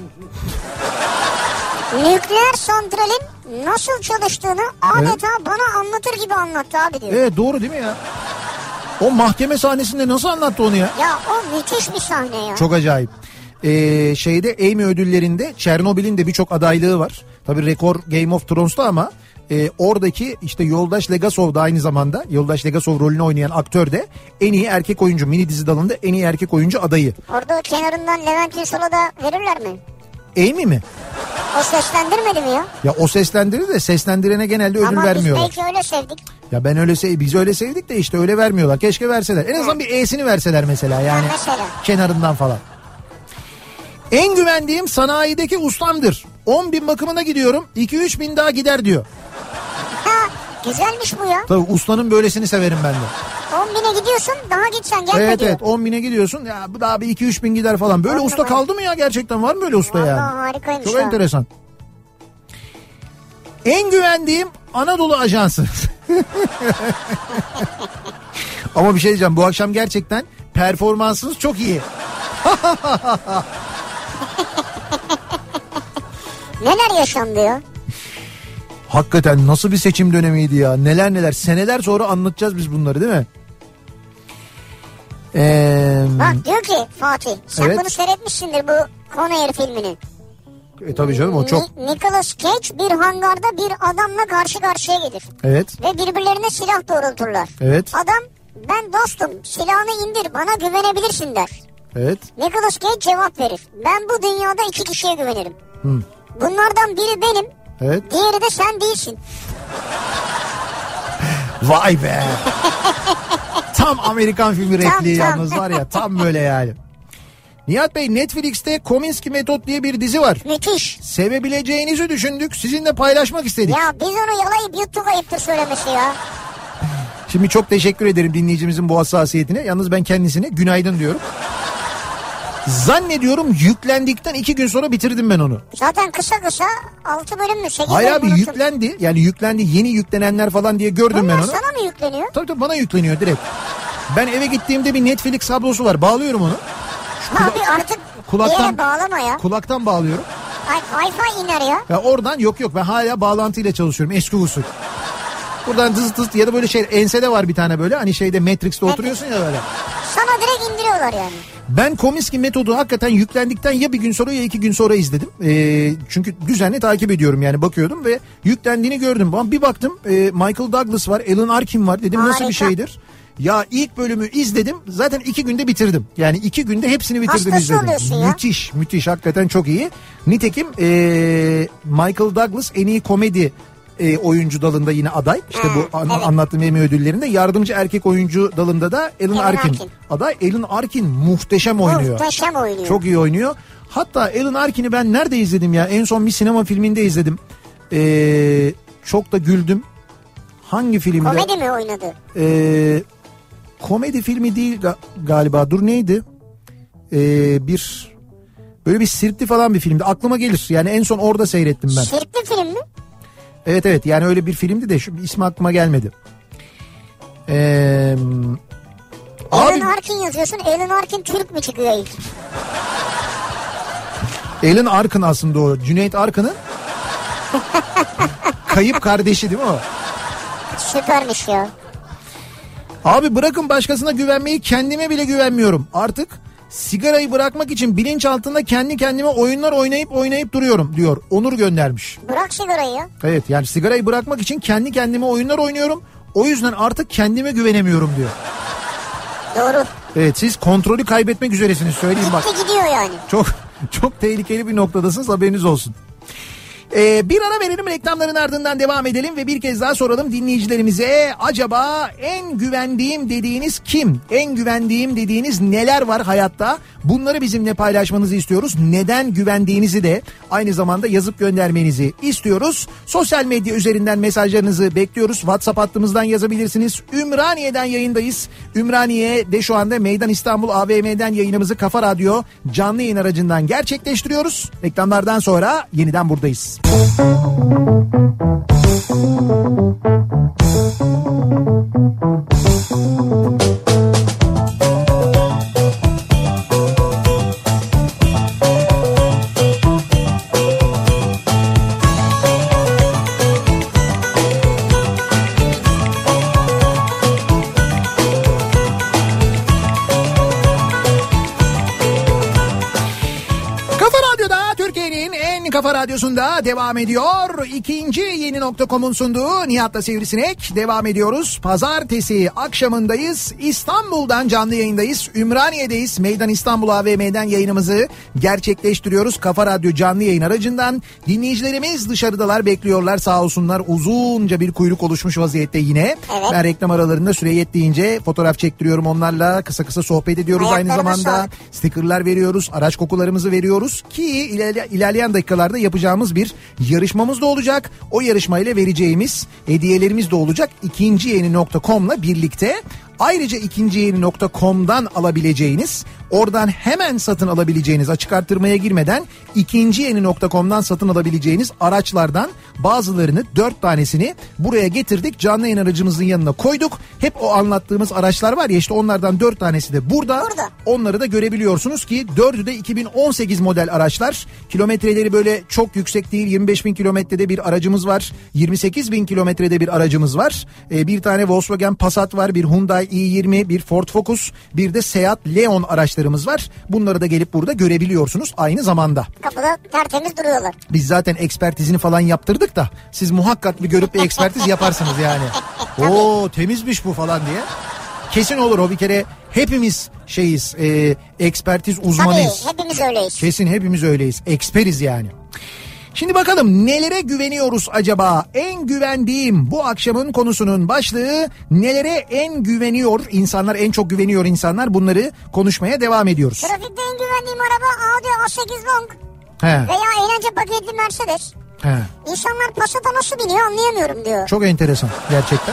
Nükleer santralin nasıl çalıştığını adeta evet. bana anlatır gibi anlattı abi diyor. Evet, doğru değil mi ya? O mahkeme sahnesinde nasıl anlattı onu ya? Ya o müthiş bir sahne ya. Çok acayip. Ee, şeyde Emmy ödüllerinde Çernobil'in de birçok adaylığı var. Tabii rekor Game of Thrones'ta ama e, oradaki işte Yoldaş Legasov da aynı zamanda, Yoldaş Legasov rolünü oynayan aktör de en iyi erkek oyuncu, mini dizi dalında en iyi erkek oyuncu adayı. Orada kenarından Levent Yusuf'a da verirler mi? Emmy mi? O seslendirmedi mi ya? Ya o seslendirir de seslendirene genelde ödül ama vermiyorlar. Ama biz belki öyle sevdik. Ya ben öyle sev, biz öyle sevdik de işte öyle vermiyorlar. Keşke verseler. En azından bir E'sini verseler mesela yani. Ha, mesela. Kenarından falan. En güvendiğim sanayideki ustamdır. on bin bakımına gidiyorum, iki üç bin daha gider diyor. Ha, güzelmiş bu ya. Tabii ustanın böylesini severim ben de. on bine gidiyorsun, daha gitsen gelme evet, diyor. Evet on bine gidiyorsun, ya bu daha bir iki üç bin gider falan. Böyle usta kaldı mı ya gerçekten, var mı böyle usta? Vallahi yani? Harikaymış. Çok ya. enteresan. En güvendiğim Anadolu Ajansı. Ama bir şey diyeceğim, bu akşam gerçekten performansınız çok iyi. Neler yaşandı ya? Hakikaten nasıl bir seçim dönemiydi ya. Neler neler. Seneler sonra anlatacağız biz bunları, değil mi? Ee, Bak diyor ki Fatih, sen evet. bunu seyretmişsindir, bu Conair filmini. E tabii canım, o çok. Ni- Nicolas Cage bir hangarda bir adamla karşı karşıya gelir. Evet. Ve birbirlerine silah doğrulturlar. Evet. Adam, ben dostum, silahını indir, bana güvenebilirsin der. Evet. Nicolas Cage cevap verir. Ben bu dünyada iki kişiye güvenirim. Hı. Bunlardan biri benim. Evet. Diğeri de sen değilsin. Vay be. Tam Amerikan filmi repliği tam. yalnız var ya, tam böyle yani. Nihat Bey, Netflix'te Kominsky Metot diye bir dizi var. Müthiş. Sevebileceğinizi düşündük, sizinle paylaşmak istedik. Ya biz onu yalayıp yuttuk, ayıptır söylemesi ya. Şimdi çok teşekkür ederim dinleyicimizin bu hassasiyetine. Yalnız ben kendisine günaydın diyorum. Zannediyorum yüklendikten iki gün sonra bitirdim ben onu. Zaten kısa kısa altı bölüm mü? sekiz Hayır bölüm abi, unuttum. yüklendi. Yani yüklendi, yeni yüklenenler falan diye gördüm Bunlar ben onu. sana mı yükleniyor? Tabii tabii, bana yükleniyor direkt. Ben eve gittiğimde bir Netflix kablosu var, bağlıyorum onu. Abi artık kulaktan, bir yere bağlama ya. Kulaktan bağlıyorum. Ay, Wi-Fi iner ya. Ya oradan yok yok, ben hala bağlantıyla çalışıyorum eski usul. Buradan dız dız ya da böyle şey, ensede var bir tane böyle, hani şeyde Matrix'te Matrix. oturuyorsun ya böyle. Sana direkt indiriyorlar yani. Ben Kominsky Metodu hakikaten yüklendikten ya bir gün sonra ya iki gün sonra izledim. Ee, çünkü düzenli takip ediyorum yani, bakıyordum ve yüklendiğini gördüm. Ama bir baktım e, Michael Douglas var, Alan Arkin var, dedim Harika. nasıl bir şeydir? Ya ilk bölümü izledim, zaten iki günde bitirdim. Yani iki günde hepsini bitirdim, Hastası izledim. oluyorsun ya. Müthiş müthiş, hakikaten çok iyi. Nitekim e, Michael Douglas en iyi komedi e, oyuncu dalında yine aday. İşte ha, bu an, evet. anlattığım Emmy ödüllerinde. Yardımcı erkek oyuncu dalında da Alan, Alan Arkin. Arkin. Aday. Alan Arkin muhteşem oynuyor. Muhteşem oynuyor. Çok iyi oynuyor. Hatta Alan Arkin'i ben nerede izledim ya? En son bir sinema filminde izledim. Ee, çok da güldüm. Hangi filmde? Komedi mi oynadı? Ee, komedi filmi değil ga- galiba. Dur neydi? Ee, bir böyle bir sirkli falan bir filmdi. Aklıma gelir. Yani en son orada seyrettim ben. Sirkli film mi? Evet evet, yani öyle bir filmdi de şu ismi aklıma gelmedi. Ee, Alan abi Arkin yazıyorsun. Alan Arkin Türk mü çıkıyor ilk? Alan Arkin aslında o. Cüneyt Arkın'ın kayıp kardeşi değil mi o? Süpermiş ya. Abi bırakın başkasına güvenmeyi, kendime bile güvenmiyorum. Artık sigarayı bırakmak için bilinç altında kendi kendime oyunlar oynayıp oynayıp duruyorum diyor. Onur göndermiş. Bırak sigarayı ya. Evet, yani sigarayı bırakmak için kendi kendime oyunlar oynuyorum. O yüzden artık kendime güvenemiyorum diyor. Doğru. Evet, siz kontrolü kaybetmek üzeresiniz, söyleyeyim bak. Gitti gidiyor yani. Çok çok tehlikeli bir noktadasınız, haberiniz olsun. Ee, bir ara verelim, reklamların ardından devam edelim ve bir kez daha soralım dinleyicilerimize. Acaba en güvendiğim dediğiniz kim? En güvendiğim dediğiniz neler var hayatta? Bunları bizimle paylaşmanızı istiyoruz. Neden güvendiğinizi de aynı zamanda yazıp göndermenizi istiyoruz. Sosyal medya üzerinden mesajlarınızı bekliyoruz. WhatsApp hattımızdan yazabilirsiniz. Ümraniye'den yayındayız. Ümraniye'de şu anda Meydan İstanbul A V M'den yayınımızı Kafa Radyo canlı yayın aracından gerçekleştiriyoruz. Reklamlardan sonra yeniden buradayız. Kafa Radyosu'nda devam ediyor. İkinci yeni nokta com'un sunduğu Nihat'la Sivrisinek devam ediyoruz. Pazartesi akşamındayız. İstanbul'dan canlı yayındayız. Ümraniye'deyiz. Meydan İstanbul A V M'den yayınımızı gerçekleştiriyoruz. Kafa Radyo canlı yayın aracından. Dinleyicilerimiz dışarıdalar, bekliyorlar sağ olsunlar. Uzunca bir kuyruk oluşmuş vaziyette yine. Evet. Ben reklam aralarında süre yettiğince fotoğraf çektiriyorum onlarla. Kısa kısa sohbet ediyoruz. Ayaklarına aynı zamanda. sağlık. Stickerlar veriyoruz. Araç kokularımızı veriyoruz. Ki ilerle, ilerleyen dakikalarda yapacağımız bir yarışmamız da olacak. O yarışmayla vereceğimiz hediyelerimiz de olacak. ikinci yeni nokta com'la birlikte. Ayrıca ikinci yeni nokta com'dan alabileceğiniz Oradan hemen satın alabileceğiniz, açık arttırmaya girmeden ikinci yeni nokta com'dan satın alabileceğiniz araçlardan bazılarını, dört tanesini buraya getirdik. Canlı yayın aracımızın yanına koyduk. Hep o anlattığımız araçlar var ya, işte onlardan dört tanesi de burada. Burada. Onları da görebiliyorsunuz ki dördü de iki bin on sekiz model araçlar. Kilometreleri böyle çok yüksek değil. yirmi beş bin kilometrede bir aracımız var. yirmi sekiz bin kilometrede bir aracımız var. Ee, bir tane Volkswagen Passat var. Bir Hyundai i yirmi, bir Ford Focus, bir de Seat Leon araçlarımız var. Bunları da gelip burada görebiliyorsunuz aynı zamanda. Kapıda tertemiz duruyorlar. Biz zaten ekspertizini falan yaptırdık da siz muhakkak bir görüp bir ekspertiz yaparsınız yani. Oo temizmiş bu falan diye. Kesin olur o, bir kere hepimiz şeyiz, e, ekspertiz uzmanıyız. Tabii hepimiz öyleyiz. Kesin hepimiz öyleyiz, eksperiz yani. Şimdi bakalım nelere güveniyoruz acaba? En güvendiğim, bu akşamın konusunun başlığı, nelere en güveniyor insanlar, en çok güveniyor insanlar, bunları konuşmaya devam ediyoruz. Trafikte en güvendiğim araba Audi A sekiz Long He. veya eğlence paketli Mercedes. He. İnsanlar Passat'a nasıl biniyor anlayamıyorum diyor. Çok enteresan gerçekten.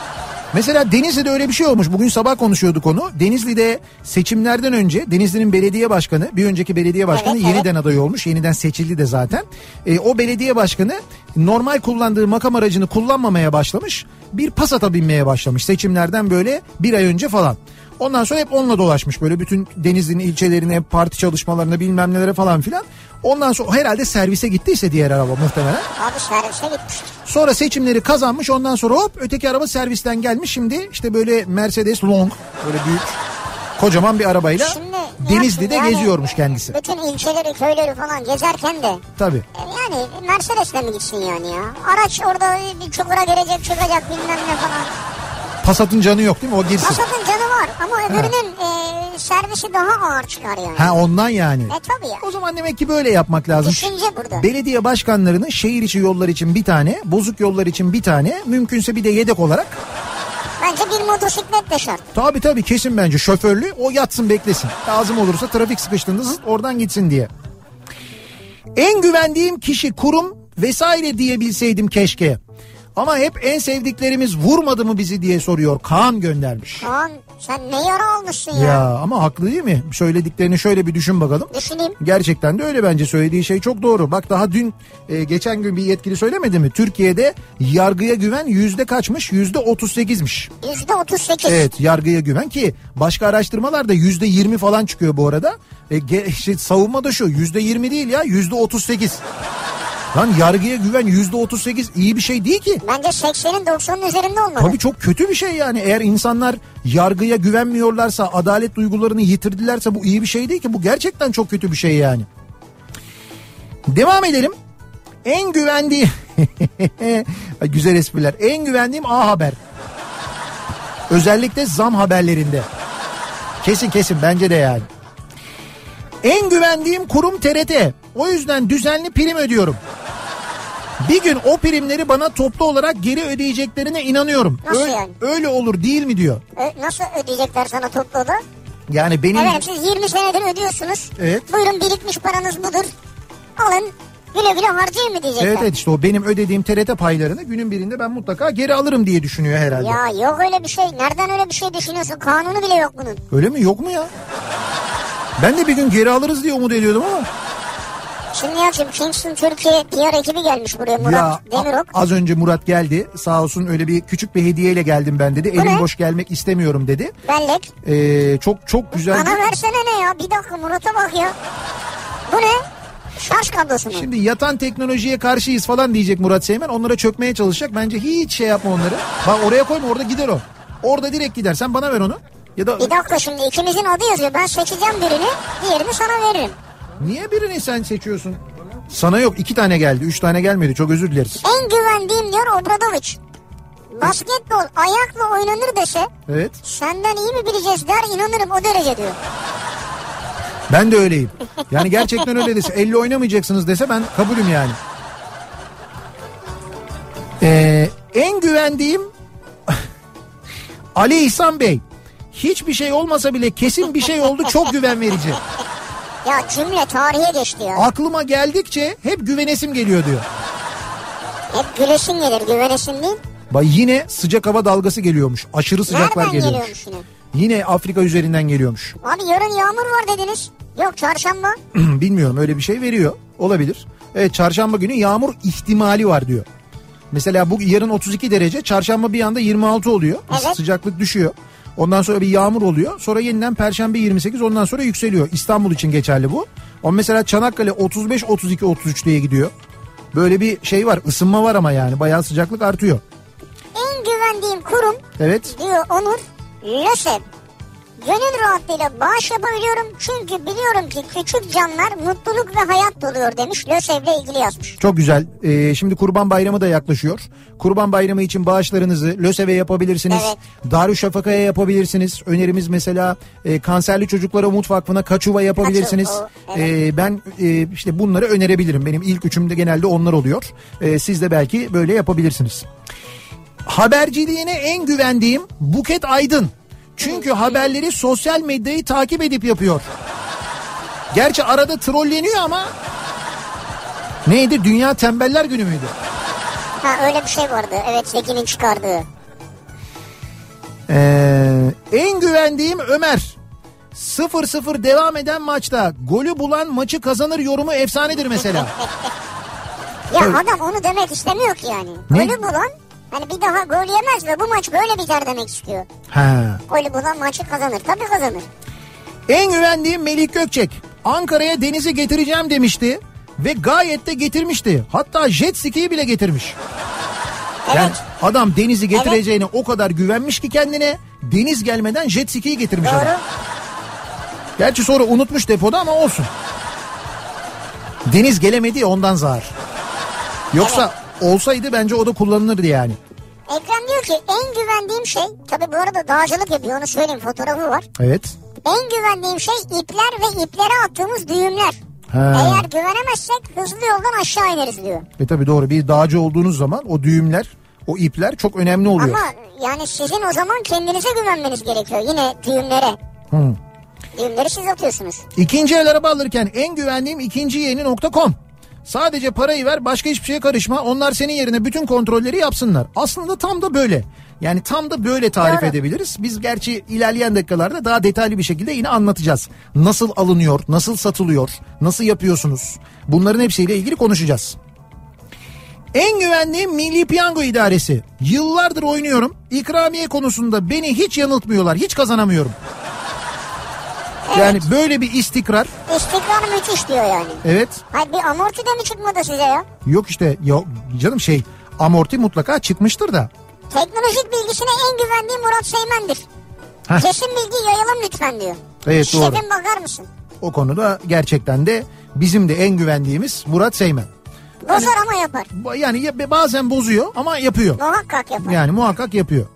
Mesela Denizli'de öyle bir şey olmuş. Bugün sabah konuşuyorduk onu. Denizli'de seçimlerden önce Denizli'nin belediye başkanı, bir önceki belediye başkanı evet, yeniden evet. aday olmuş. Yeniden seçildi de zaten. E, o belediye başkanı normal kullandığı makam aracını kullanmamaya başlamış. Bir Passat'a binmeye başlamış. Seçimlerden böyle bir ay önce falan. Ondan sonra hep onunla dolaşmış böyle bütün Denizli'nin ilçelerine, parti çalışmalarına, bilmem nelere falan filan. Ondan sonra herhalde servise gittiyse diğer araba muhtemelen. Abi servise gitmiş. Sonra seçimleri kazanmış, ondan sonra hop öteki araba servisten gelmiş. Şimdi işte böyle Mercedes Long, böyle büyük kocaman bir arabayla şimdi Denizli'de yani geziyormuş kendisi. Bütün ilçeleri, köyleri falan gezerken de. Tabii. Yani Mercedes'le mi gitsin yani ya? Araç orada bir çukura gelecek, çıkacak bilmem ne falan. Passat'ın canı yok değil mi? O girsin. Passat'ın canı var ama öbürünün e, servisi daha ağır çıkar yani. Ha ondan yani. E tabii ya. O zaman demek ki böyle yapmak lazım. Düşünce burada. Belediye başkanlarının şehir içi yollar için bir tane, bozuk yollar için bir tane, mümkünse bir de yedek olarak. Bence bir motosiklet de şart. Tabii tabii kesin bence şoförlü, o yatsın beklesin. Lazım olursa trafik sıkıştığında zıt oradan gitsin diye. En güvendiğim kişi, kurum vesaire diyebilseydim keşke. Ama hep en sevdiklerimiz vurmadı mı bizi diye soruyor. Kaan göndermiş. Kaan sen ne yara almışsın ya. Ya ama haklı değil mi? Söylediklerini şöyle bir düşün bakalım. Düşüneyim. Gerçekten de öyle, bence söylediği şey çok doğru. Bak daha dün e, geçen gün bir yetkili söylemedi mi? Türkiye'de yargıya güven yüzde kaçmış? Yüzde otuz sekizmiş. Yüzde otuz sekiz. Evet, yargıya güven, ki başka araştırmalarda yüzde yirmi falan çıkıyor bu arada. E, ge, işte, savunma da şu, yüzde yirmi değil ya, yüzde otuz sekiz. Lan yargıya güven yüzde otuz sekiz iyi bir şey değil ki. Bence seksenin doksanın üzerinde olmalı. Tabii çok kötü bir şey yani. Eğer insanlar yargıya güvenmiyorlarsa, adalet duygularını yitirdilerse bu iyi bir şey değil ki. Bu gerçekten çok kötü bir şey yani. Devam edelim. En güvendiğim... Güzel espriler. En güvendiğim A Haber. Özellikle zam haberlerinde. Kesin kesin bence de yani. En güvendiğim kurum T R T. O yüzden düzenli prim ödüyorum. Bir gün o primleri bana toplu olarak geri ödeyeceklerine inanıyorum. Nasıl öyle, yani? Öyle olur değil mi diyor. E, nasıl ödeyecekler sana toplu da? Yani benim... Evet, siz yirmi senedir ödüyorsunuz. Evet. Buyurun birikmiş paranız budur. Alın güle güle harcayın mı diyecekler. Evet evet, işte o benim ödediğim T R T paylarını günün birinde ben mutlaka geri alırım diye düşünüyor herhalde. Ya yok öyle bir şey. Nereden öyle bir şey düşünüyorsun? Kanunu bile yok bunun. Öyle mi, yok mu ya? Ben de bir gün geri alırız diye umut ediyordum ama. Şimdi Yalçın, Kingston Türkiye P R ekibi gelmiş buraya, Murat ya, Demirok. Az önce Murat geldi sağ olsun, öyle bir küçük bir hediyeyle geldim ben dedi. Elim boş gelmek istemiyorum dedi. Bellek. Ee, çok çok güzel. Bana versene ne ya, bir dakika Murat'a bak ya. Bu ne? Şarj kablosu mu? Şimdi yatan teknolojiye karşıyız falan diyecek Murat Seymen. Onlara çökmeye çalışacak. Bence hiç şey yapma onları. Bak oraya koyma, orada gider o. Orada direkt gider. Sen bana ver onu. Ya da... Bir dakika, şimdi ikimizin adı yazıyor. Ben seçeceğim birini, diğerini sana veririm. Niye birini sen seçiyorsun? Sana yok, iki tane geldi. Üç tane gelmedi. Çok özür dileriz. En güvendiğim diyor Obradoviç. Basketbol ayakla oynanır dese, evet, senden iyi mi bileceğiz der, inanırım o derece diyor. Ben de öyleyim. Yani gerçekten öyle dese, elle oynamayacaksınız dese ben kabulüm yani. Ee, en güvendiğim Ali İhsan Bey. Hiçbir şey olmasa bile kesin bir şey oldu, çok güven verici. Ya cümle tarihe geçti ya. Aklıma geldikçe hep güvenesim geliyor diyor. Hep gülesin gelir, güvenesin değil. Bak yine sıcak hava dalgası geliyormuş. Aşırı sıcaklar nereden geliyormuş. geliyormuş yine? Yine Afrika üzerinden geliyormuş. Abi yarın yağmur var dediniz. Yok çarşamba. Bilmiyorum, öyle bir şey veriyor. Olabilir. Evet, çarşamba günü yağmur ihtimali var diyor. Mesela bu yarın otuz iki derece, çarşamba bir anda yirmi altı oluyor. Evet. Sıcaklık düşüyor. Ondan sonra bir yağmur oluyor. Sonra yeniden perşembe yirmi sekiz, ondan sonra yükseliyor. İstanbul için geçerli bu. O mesela Çanakkale otuz beş otuz iki otuz üç diye gidiyor. Böyle bir şey var, ısınma var ama yani bayağı sıcaklık artıyor. En güvendiğim kurum, evet, diyor Onur, LÖSEV. Gönül rahatlığıyla bağış yapabiliyorum çünkü biliyorum ki küçük canlar mutluluk ve hayat doluyor demiş. LÖSEV'le ilgili yazmış. Çok güzel. Ee, şimdi Kurban Bayramı da yaklaşıyor. Kurban Bayramı için bağışlarınızı LÖSEV'e yapabilirsiniz. Evet. Darüşşafaka'ya yapabilirsiniz. Önerimiz mesela e, Kanserli Çocuklara Umut Vakfı'na Kaçuva yapabilirsiniz. Kaçu, o, evet. ee, ben e, işte bunları önerebilirim. Benim ilk üçümde genelde onlar oluyor. Ee, siz de belki böyle yapabilirsiniz. Haberciliğine en güvendiğim Buket Aydın. Çünkü haberleri sosyal medyayı takip edip yapıyor. Gerçi arada trolleniyor ama... Neydi? Dünya Tembeller Günü müydü? Ha, öyle bir şey vardı. Evet, Zeki'nin çıkardığı. Ee, en güvendiğim Ömer. sıfır sıfır devam eden maçta golü bulan maçı kazanır yorumu efsanedir mesela. Ya evet. Adam onu demek istemiyor ki yani. Ne? Golü bulan hani bir daha gol yemez ve bu maç böyle biter demek istiyor. Ha. Golü bulan maçı kazanır. Tabii kazanır. En güvendiğim Melih Gökçek. Ankara'ya denizi getireceğim demişti ve gayet de getirmişti. Hatta jet ski'yi bile getirmiş. Evet. Yani adam denizi getireceğine evet. o kadar güvenmiş ki kendine, deniz gelmeden jet ski'yi getirmiş. Doğru. Adam. Gerçi sonra unutmuş depoda ama olsun. Deniz gelemedi ya, ondan zar. Yoksa evet. olsaydı bence o da kullanılırdı yani. Ekrem diyor ki en güvendiğim şey, tabii bu arada dağcılık yapıyor, onu söyleyeyim, fotoğrafı var. Evet. En güvendiğim şey ipler ve iplere attığımız düğümler. Ha. Eğer güvenemezsek hızlı yoldan aşağı ineriz diyor. E tabii doğru, bir dağcı olduğunuz zaman o düğümler, o ipler çok önemli oluyor. Ama yani sizin o zaman kendinize güvenmeniz gerekiyor yine düğümlere. Hı. Düğümleri siz atıyorsunuz. İkinci el araba alırken en güvendiğim ikinci yeni nokta com. Sadece parayı ver, başka hiçbir şeye karışma. Onlar senin yerine bütün kontrolleri yapsınlar. Aslında tam da böyle. Yani tam da böyle tarif Doğru. edebiliriz. Biz gerçi ilerleyen dakikalarda daha detaylı bir şekilde yine anlatacağız. Nasıl alınıyor, nasıl satılıyor, nasıl yapıyorsunuz? Bunların hepsiyle ilgili konuşacağız. En güvendiğim Milli Piyango İdaresi. Yıllardır oynuyorum. İkramiye konusunda beni hiç yanıltmıyorlar. Hiç kazanamıyorum. Evet. Yani böyle bir istikrar. İstikrar müthiş diyor yani. Evet. Hayır, bir amorti de mi çıkmadı size ya? Yok işte ya canım, şey amorti mutlaka çıkmıştır da. Teknolojik bilgisine en güvendiğim Murat Seymen'dir. Heh. Kesin bilgi yayalım lütfen diyor. Evet, doğru. Şefim bakar mısın? O konuda gerçekten de bizim de en güvendiğimiz Murat Seymen. Bozar yani, ama yapar. Yani bazen bozuyor ama yapıyor. Muhakkak yapar. Yani muhakkak yapıyor.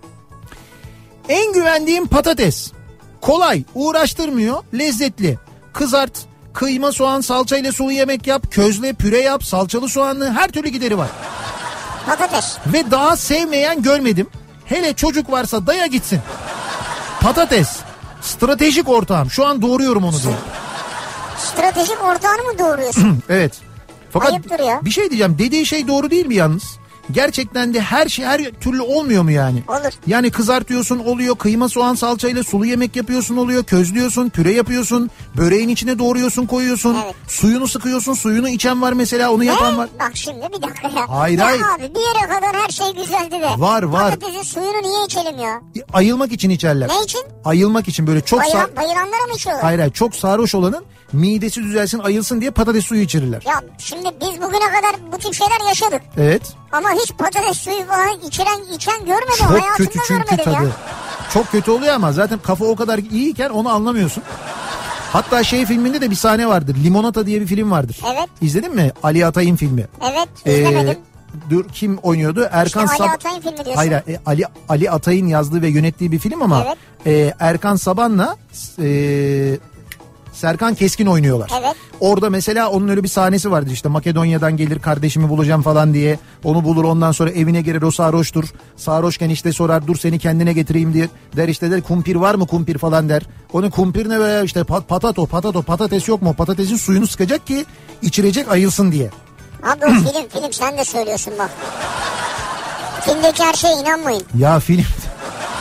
En güvendiğim patates. Kolay, uğraştırmıyor, lezzetli. Kızart, kıyma, soğan, salçayla sulu yemek yap, közle, püre yap, salçalı soğanlı, her türlü gideri var. Patates. Ve daha sevmeyen görmedim. Hele çocuk varsa daya gitsin. Patates. Stratejik ortağım. Şu an doğruyorum onu diyor. Stratejik ortağını mı doğruyorsun? Evet. Fakat ayıptır ya. Bir şey diyeceğim. Dediği şey doğru değil mi yalnız? Gerçekten de her şey her türlü olmuyor mu yani? Olur. Yani kızartıyorsun oluyor, kıyma soğan salçayla sulu yemek yapıyorsun oluyor, közlüyorsun, püre yapıyorsun, böreğin içine doğruyorsun, koyuyorsun, evet. Suyunu sıkıyorsun, suyunu içen var mesela, onu yapan ne? var. Bak şimdi bir dakika ya. Hayır ya hayır. Abi bir yere kadar her şey güzeldi de. Var var. Patatesin suyunu niye içelim ya? Ayılmak için içerler. Ne için? Ayılmak için, böyle çok Bayılan, sar... bayılanlara mı içiyorlar? Hayır hayır, çok sarhoş olanın midesi düzelsin, ayılsın diye patates suyu içirirler. Ya şimdi biz bugüne kadar bu tip şeyler yaşadık. Evet. Ama hiç patates suyu falan içiren, içen görmedim. Çok hayatımda kötü çünkü tadı. Ya. Çok kötü oluyor ama zaten kafa o kadar iyiyken onu anlamıyorsun. Hatta şey filminde de bir sahne vardır. Limonata diye bir film vardır. Evet. İzledin mi? Ali Atay'ın filmi. Evet, izlemedim. Ee, dur, kim oynuyordu? Erkan işte Sab... Ali Atay'ın filmi diyorsun. Hayır, e, Ali Ali Atay'ın yazdığı ve yönettiği bir film ama evet. e, Erkan Saban'la e, Serkan Keskin oynuyorlar. Evet. Orada mesela onun öyle bir sahnesi vardı, işte Makedonya'dan gelir kardeşimi bulacağım falan diye. Onu bulur, ondan sonra evine girer, o sarhoştur. Sarhoşken işte sorar, dur seni kendine getireyim diye. Der işte, der kumpir var mı kumpir falan der. Onu kumpir ne veya işte pat, patato patato patates yok mu? Patatesin suyunu sıkacak ki içirecek, ayılsın diye. Abi o film film sen de söylüyorsun bak. Filmdeki her şeye inanmayın. Ya film...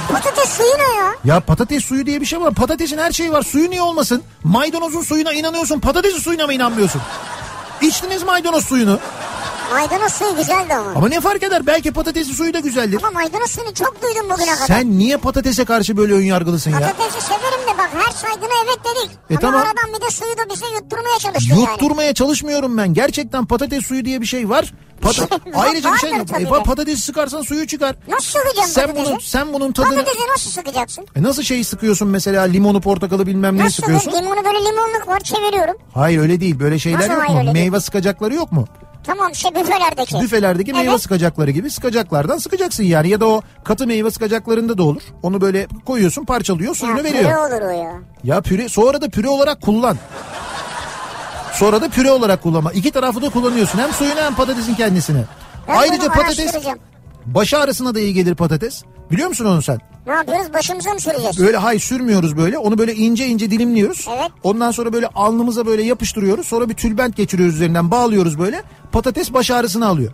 Patates suyu ne ya? Ya patates suyu diye bir şey var. Patatesin her şeyi var. Suyu niye olmasın? Maydanozun suyuna inanıyorsun. Patatesin suyuna mı inanmıyorsun? İçtiniz maydanoz suyunu. Maydanoz suyu güzeldi ama. Ama ne fark eder? Belki patatesin suyu da güzeldir. Ama maydanoz suyunu çok duydum bugüne kadar. Sen niye patatese karşı böyle önyargılısın ya? Patatesi severim de bak her saydığına evet dedik. E Ama tamam. aradan bir de suyu da bize yutturmaya çalıştın yani. Yutturmaya çalışmıyorum ben. Gerçekten patates suyu diye bir şey var. Pata- Ayrıca bir şey e, patatesi sıkarsan suyu çıkar. Nasıl sıkacaksın sen patatesi? Bunun, sen bunun tadını... Patatesi nasıl sıkacaksın? E nasıl şeyi sıkıyorsun mesela limonu portakalı bilmem neyi nasıl sıkıyorsun? Nasıl limonu böyle limonluk var çeviriyorum. Hayır öyle değil böyle şeyler nasıl yok mu? Meyve değil? Sıkacakları yok mu? Tamam şey büfelerdeki. Büfelerdeki evet. Meyve sıkacakları gibi sıkacaklardan sıkacaksın yani. Ya da o katı meyve sıkacaklarında da olur. Onu böyle koyuyorsun parçalıyor suyunu ya, veriyor. Püre olur o ya. Ya püre sonra da püre olarak kullan. Sonra da püre olarak kullanma. İki tarafı da kullanıyorsun. Hem suyunu hem patatesin kendisini. Ben ayrıca patates baş ağrısına da iyi gelir patates. Biliyor musun onu sen? Ne yapıyoruz? Başımıza mı süreceğiz? Böyle hayır sürmüyoruz böyle. Onu böyle ince ince dilimliyoruz. Evet. Ondan sonra böyle alnımıza böyle yapıştırıyoruz. Sonra bir tülbent geçiriyoruz üzerinden bağlıyoruz böyle. Patates baş ağrısını alıyor.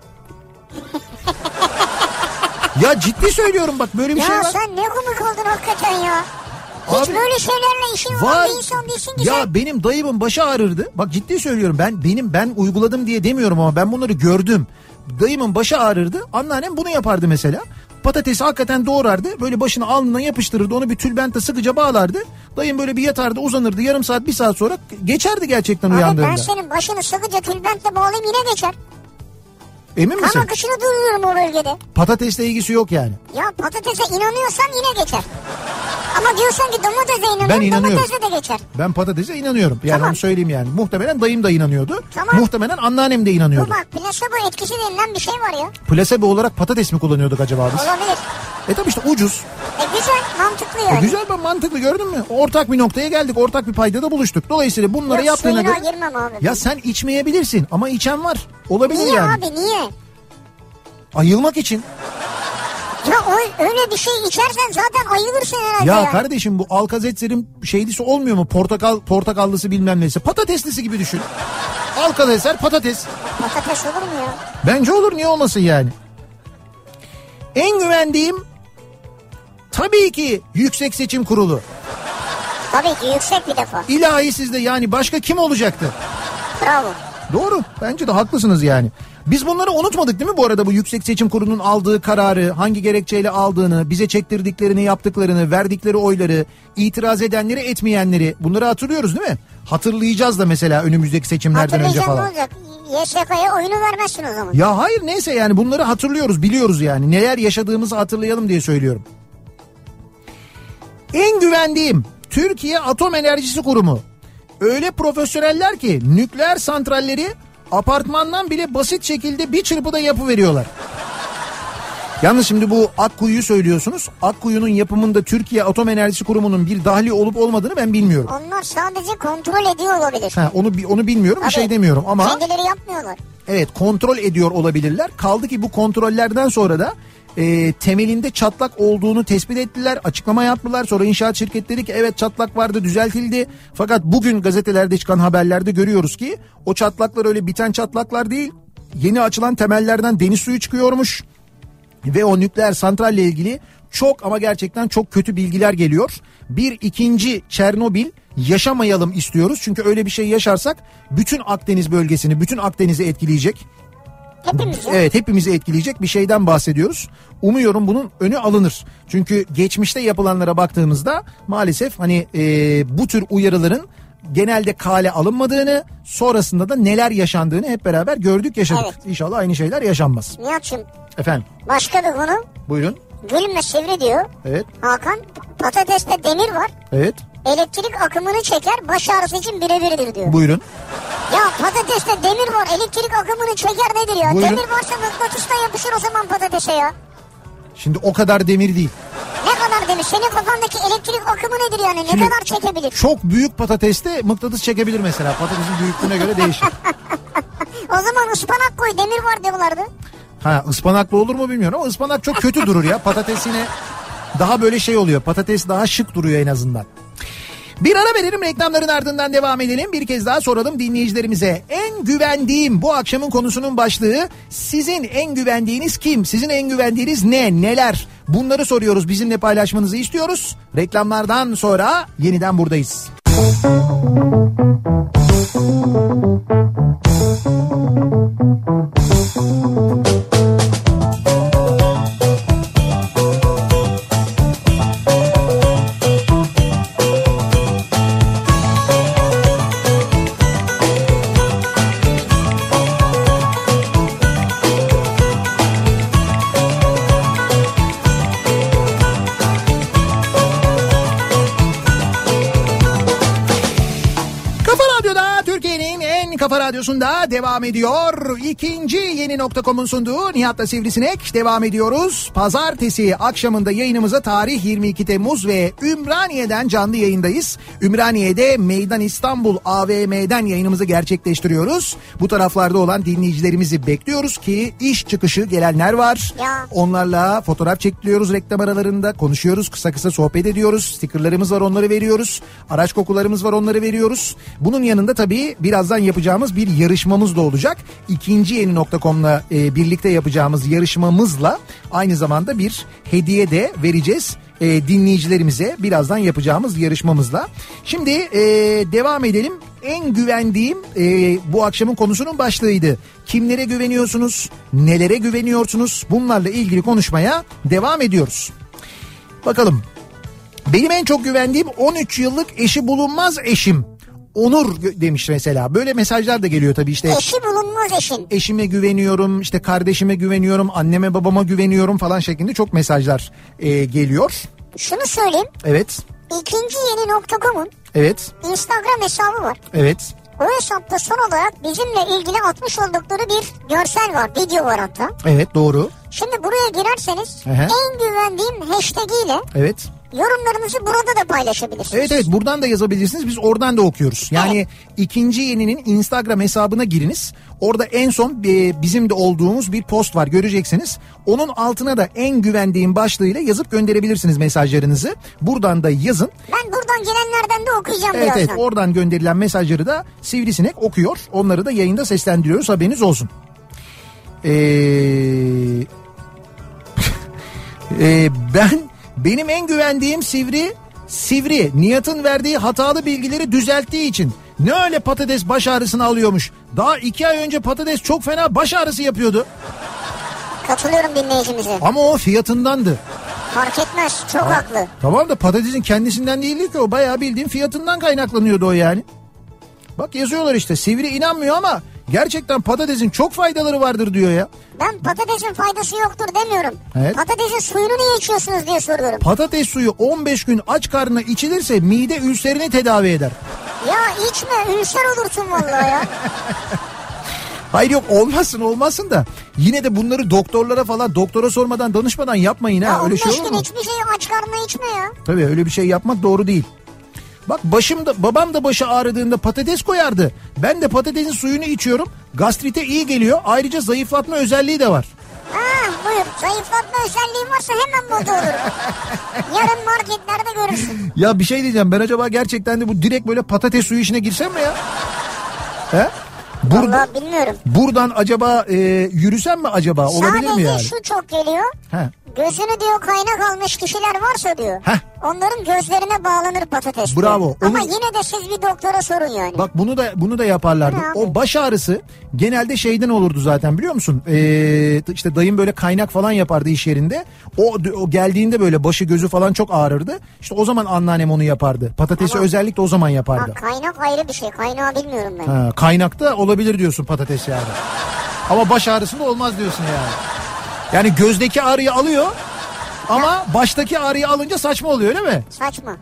Ya ciddi söylüyorum bak böyle bir ya şey var. Ya sen ne komik oldun hakikaten ya. Hiç abi, böyle şeylerle işin var. Olan bir insan değilsin ki ya sen. Benim dayımın başı ağrırdı. Bak ciddi söylüyorum ben benim ben uyguladım diye demiyorum ama ben bunları gördüm. Dayımın başı ağrırdı. Anneannem bunu yapardı mesela. Patatesi hakikaten doğrardı. Böyle başını alnından yapıştırırdı. Onu bir tülbente sıkıca bağlardı. Dayım böyle bir yatardı uzanırdı. Yarım saat bir saat sonra geçerdi gerçekten abi uyandığında. Ben senin başını sıkıca tülbentle bağlayayım yine geçer. Emin misin? Kan akışını duruyorum o bölgede. Patatesle ilgisi yok yani. Ya patatese inanıyorsan yine geçer. Ama diyorsan ki domatese inanıyorum, ben inanıyorum. Domatese de geçer. Ben patatese inanıyorum. Yani tamam. Onu söyleyeyim yani. Muhtemelen dayım da inanıyordu. Tamam. Muhtemelen anneannem de inanıyordu. Bu bak plasebo etkisi denilen bir şey var ya. Plasebo olarak patates mi kullanıyorduk acaba biz? Olabilir. E tabii işte ucuz. E güzel, mantıklı yani. E güzel ben mantıklı gördün mü? Ortak bir noktaya geldik. Ortak bir paydada buluştuk. Dolayısıyla bunları Yok, yaptığına göre... girmem abi. Ya sen içmeyebilirsin ama içen var. Olabilir niye yani. Niye abi niye? Ayılmak için. Ya o, öyle bir şey içersen zaten ayılırsın herhalde ya. Ya yani. kardeşim bu Alka-Seltzer'in şeylisi olmuyor mu? Portakal, portakallısı bilmem neyse. Patateslisi gibi düşün. Alka-Seltzer patates. Patates olur mu ya? Bence olur niye olmasın yani. En güvendiğim tabii ki Yüksek Seçim Kurulu. Tabii ki yüksek bir defa. İlahi sizde yani başka kim olacaktı? Bravo. Doğru bence de haklısınız yani. Biz bunları unutmadık değil mi bu arada bu Yüksek Seçim Kurulu'nun aldığı kararı, hangi gerekçeyle aldığını, bize çektirdiklerini, yaptıklarını, verdikleri oyları, itiraz edenleri, etmeyenleri bunları hatırlıyoruz değil mi? Hatırlayacağız da mesela önümüzdeki seçimlerden önce falan. Hatırlayacağım ne olacak? Y S K'ya oyunu vermezsin o zaman. Ya hayır neyse yani bunları hatırlıyoruz, biliyoruz yani. Neler yaşadığımızı hatırlayalım diye söylüyorum. En güvendiğim Türkiye Atom Enerjisi Kurumu. Öyle profesyoneller ki nükleer santralleri apartmandan bile basit şekilde bir çırpıda yapıveriyorlar. Yalnız şimdi bu Akkuyu'yu söylüyorsunuz. Akkuyu'nun yapımında Türkiye Atom Enerjisi Kurumu'nun bir dahli olup olmadığını ben bilmiyorum. Onlar sadece kontrol ediyor olabilir. Ha, onu onu bilmiyorum Tabii, bir şey demiyorum ama. Kendileri yapmıyorlar. Evet kontrol ediyor olabilirler. Kaldı ki bu kontrollerden sonra da e, temelinde çatlak olduğunu tespit ettiler. Açıklama yaptılar. Sonra inşaat şirketleri dedi ki evet çatlak vardı düzeltildi. Fakat bugün gazetelerde çıkan haberlerde görüyoruz ki o çatlaklar öyle biten çatlaklar değil. Yeni açılan temellerden deniz suyu çıkıyormuş. Ve o nükleer santralle ilgili çok ama gerçekten çok kötü bilgiler geliyor. Bir ikinci Çernobil yaşamayalım istiyoruz. Çünkü öyle bir şey yaşarsak bütün Akdeniz bölgesini, bütün Akdeniz'i etkileyecek. Hepimizi. Evet hepimizi etkileyecek bir şeyden bahsediyoruz. Umuyorum bunun önü alınır. Çünkü geçmişte yapılanlara baktığımızda maalesef hani e, bu tür uyarıların genelde kale alınmadığını, sonrasında da neler yaşandığını hep beraber gördük, yaşadık. Evet. İnşallah aynı şeyler yaşanmaz. Nihat'cığım. Efendim. Başka bir konu. Buyurun. Gülme sivri diyor. Evet. Hakan, patateste demir var. Evet. Elektrik akımını çeker, baş ağrısı için birebirdir diyor. Buyurun. Ya patateste demir var, elektrik akımını çeker nedir ya? Buyurun. Demir varsa mıknatısla yapışır o zaman patatese ya. Şimdi o kadar demir değil. Ne kadar demir? Senin kafandaki elektrik akımı nedir yani? Ne Şimdi kadar çekebilir? Çok büyük patateste mıknatıs çekebilir mesela. Patatesin büyüklüğüne göre değişir. O zaman ıspanak koy, demir var diyorlardı. Ha ıspanaklı olur mu bilmiyorum ama ıspanak çok kötü durur ya. Patates yine daha böyle şey oluyor. Patates daha şık duruyor en azından. Bir ara verelim, reklamların ardından devam edelim. Bir kez daha soralım dinleyicilerimize. En güvendiğim, bu akşamın konusunun başlığı, sizin en güvendiğiniz kim? Sizin en güvendiğiniz ne? Neler? Bunları soruyoruz, bizimle paylaşmanızı istiyoruz. Reklamlardan sonra yeniden buradayız. Kafa Radyosu'nda devam ediyor. İkinci yeni nokta com'un sunduğu Nihat'la Sivrisinek devam ediyoruz. Pazartesi akşamında yayınımıza tarih yirmi iki Temmuz ve Ümraniye'den canlı yayındayız. Ümraniye'de Meydan İstanbul A V M'den yayınımızı gerçekleştiriyoruz. Bu taraflarda olan dinleyicilerimizi bekliyoruz ki iş çıkışı gelenler var. Ya. Onlarla fotoğraf çektiriyoruz reklam aralarında, konuşuyoruz, kısa kısa sohbet ediyoruz. Stickerlarımız var, onları veriyoruz. Araç kokularımız var, onları veriyoruz. Bunun yanında tabii birazdan yapacağımız bir yarışmamız da olacak. İkinci yeni nokta com'la e, birlikte yapacağımız yarışmamızla aynı zamanda bir hediye de vereceğiz e, dinleyicilerimize birazdan yapacağımız yarışmamızla. Şimdi e, devam edelim. En güvendiğim e, bu akşamın konusunun başlığıydı. Kimlere güveniyorsunuz? Nelere güveniyorsunuz? Bunlarla ilgili konuşmaya devam ediyoruz. Bakalım. Benim en çok güvendiğim on üç yıllık eşi bulunmaz eşim. Onur demiş mesela. Böyle mesajlar da geliyor tabii işte. Eşi bulunmaz eşin. Eşime güveniyorum, işte kardeşime güveniyorum, anneme babama güveniyorum falan şeklinde çok mesajlar e, geliyor. Şunu söyleyeyim. Evet. İkinci yeni nokta com'un Evet. Instagram hesabı var. Evet. O hesapta son olarak bizimle ilgili atmış oldukları bir görsel var, video var hatta. Evet, doğru. Şimdi buraya girerseniz Hı-hı. en güvendiğim hashtag ile evet. yorumlarınızı burada da paylaşabilirsiniz. Evet evet, buradan da yazabilirsiniz, biz oradan da okuyoruz. Yani evet. İkinci Yeni'nin Instagram hesabına giriniz. Orada en son e, bizim de olduğumuz bir post var, göreceksiniz. Onun altına da en güvendiğim başlığıyla yazıp gönderebilirsiniz mesajlarınızı. Buradan da yazın. Ben buradan gelenlerden de okuyacağım evet, birazdan. Evet, oradan gönderilen mesajları da Sivrisinek okuyor. Onları da yayında seslendiriyoruz, haberiniz olsun. Eee... ee, ben benim en güvendiğim Sivri Sivri Nihat'ın verdiği hatalı bilgileri düzelttiği için. Ne öyle patates baş ağrısını alıyormuş. Daha iki ay önce patates çok fena baş ağrısı yapıyordu. Katılıyorum dinleyicimize. Ama o fiyatındandı. Fark etmez, çok ha, haklı. Tamam da patatesin kendisinden değildi ki o, bayağı bildiğin fiyatından kaynaklanıyordu o yani. Bak yazıyorlar işte, Sivri inanmıyor ama gerçekten patatesin çok faydaları vardır diyor ya. Ben patatesin faydası yoktur demiyorum. Evet. Patatesin suyunu niye içiyorsunuz diye soruyorum. Patates suyu on beş gün aç karnına içilirse mide ülserini tedavi eder. Ya içme, ülser olursun vallahi ya. Hayır yok, olmasın olmasın da yine de bunları doktorlara falan, doktora sormadan, danışmadan yapmayın ha. Ya öyle şey olur mu? on beş gün hiçbir şeyi aç karnına içme ya. Tabii öyle bir şey yapmak doğru değil. Bak başımda, babam da başı ağrıdığında patates koyardı. Ben de patatesin suyunu içiyorum. Gastrite iyi geliyor. Ayrıca zayıflatma özelliği de var. Ha buyur, zayıflatma özelliği varsa hemen moda olur. Yarın marketlerde görürsün. Ya bir şey diyeceğim, ben acaba gerçekten de bu direkt böyle patates suyu işine girsem mi ya? He? Burada, vallahi bilmiyorum. Buradan acaba e, yürüsem mi acaba? Olabilir sadece mi yani? Sadece şu çok geliyor. He. Gözünü diyor kaynak almış kişiler varsa diyor. Heh. Onların gözlerine bağlanır patates. Bravo. Onu... Ama yine de siz bir doktora sorun yani. Bak bunu da bunu da yaparlardı. O baş ağrısı genelde şeyden olurdu zaten, biliyor musun? Ee, işte dayım böyle kaynak falan yapardı iş yerinde. O, o geldiğinde böyle başı gözü falan çok ağrırdı. İşte o zaman anneannem onu yapardı. Patatesi ama özellikle o zaman yapardı. Ha, kaynak ayrı bir şey. Kaynağı bilmiyorum ben. Ha, kaynakta olabilir diyorsun patates yani. Ama baş ağrısında olmaz diyorsun yani. Yani gözdeki ağrıyı alıyor ama ya, baştaki ağrıyı alınca saçma oluyor değil mi? Saçma.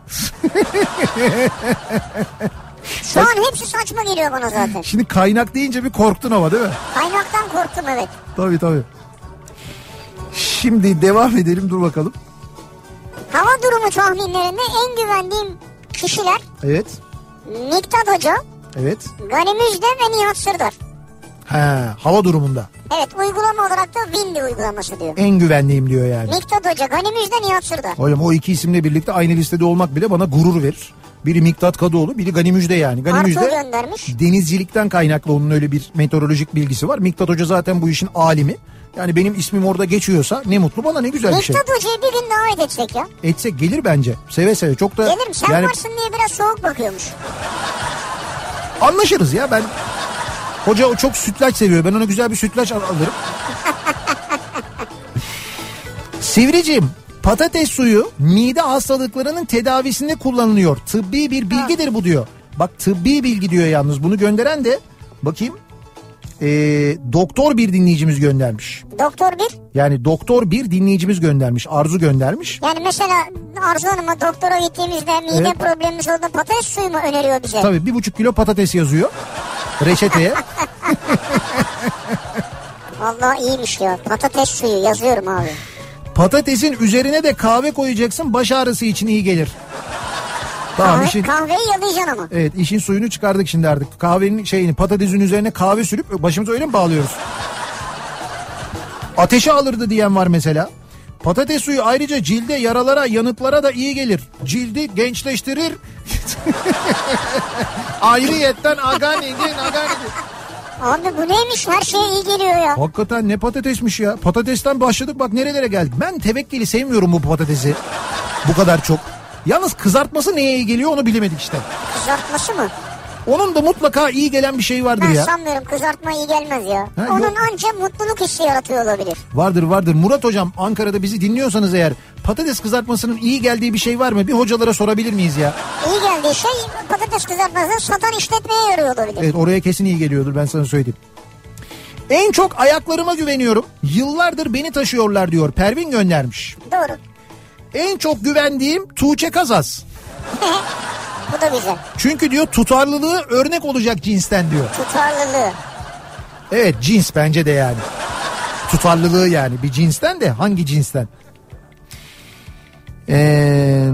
Şu an hepsi saçma geliyor bana zaten. Şimdi kaynak deyince bir korktun ama değil mi? Kaynaktan korktum, evet. Tabii tabii. Şimdi devam edelim, dur bakalım. Hava durumu tahminlerinde en güvendiğim kişiler. Evet. Miktat Hoca. Evet. Gani Müjde ve Nihat Sırdar. He, hava durumunda. Evet, uygulama olarak da Windy uygulaması diyor. En güvenliğim diyor yani. Miktat Hoca, Gani Müjde, Nihat Sırdar. Hocam o iki isimle birlikte aynı listede olmak bile bana gurur verir. Biri Miktat Kadıoğlu, biri Gani Müjde yani. Gani Artur Müjde göndermiş. Denizcilikten kaynaklı onun öyle bir meteorolojik bilgisi var. Miktat Hoca zaten bu işin alimi. Yani benim ismim orada geçiyorsa ne mutlu bana, ne güzel bir şey. Miktat Hoca'yı bir gün davet etsek ya. Etsek gelir bence. Seve seve. Çok da Gelirim, sen yani, varsın diye biraz soğuk bakıyormuş. Anlaşırız ya, ben hoca o çok sütlaç seviyor. Ben ona güzel bir sütlaç al- alırım. Sivriciğim, patates suyu mide hastalıklarının tedavisinde kullanılıyor. Tıbbi bir bilgidir bu diyor. Bak tıbbi bilgi diyor yalnız. Bunu gönderen de bakayım. Ee, doktor bir dinleyicimiz göndermiş. Doktor bir? Yani doktor bir dinleyicimiz göndermiş. Arzu göndermiş. Yani mesela Arzu Hanım'a doktora gittiğimizde mide Evet. problemimiz oldu, patates suyu mu öneriyor bize? Tabii bir buçuk kilo patates yazıyor reçeteye. Vallahi iyiymiş ya, patates suyu yazıyorum abi. Patatesin üzerine de kahve koyacaksın, baş ağrısı için iyi gelir. Tamam, Kahve, işin, kahveyi yalayacaksın ama. evet işin suyunu çıkardık şimdi artık. Kahvenin şeyini, patatesin üzerine kahve sürüp başımıza öyle mi bağlıyoruz? Ateşe alırdı diyen var mesela. Patates suyu ayrıca cilde, yaralara, yanıklara da iyi gelir. Cildi gençleştirir. Ayrıyetten aganidin aganidin. Abi bu neymiş, her şeye iyi geliyor ya. Hakikaten ne patatesmiş ya. Patatesten başladık, bak nerelere geldik. Ben tevekkeli sevmiyorum bu patatesi. Bu kadar çok. Yalnız kızartması neye iyi geliyor onu bilemedik işte. Kızartması mı? Onun da mutlaka iyi gelen bir şey vardır Ben ya. sanmıyorum, kızartma iyi gelmez ya. Ha, Onun yok. ancak mutluluk hissi yaratıyor olabilir. Vardır vardır. Murat hocam, Ankara'da bizi dinliyorsanız eğer, patates kızartmasının iyi geldiği bir şey var mı? Bir hocalara sorabilir miyiz ya? İyi geldiği şey patates kızartmasını satan işletmeye yarıyor olabilir. Evet, oraya kesin iyi geliyordur, ben sana söyleyeyim. En çok ayaklarıma güveniyorum. Yıllardır beni taşıyorlar diyor. Pervin göndermiş. Doğru. En çok güvendiğim Tuğçe Kazas. Bu da güzel. Çünkü diyor tutarlılığı örnek olacak cinsten diyor. Tutarlılığı. Evet, cins bence de yani. Tutarlılığı yani bir cinsten, de hangi cinsten? Ee,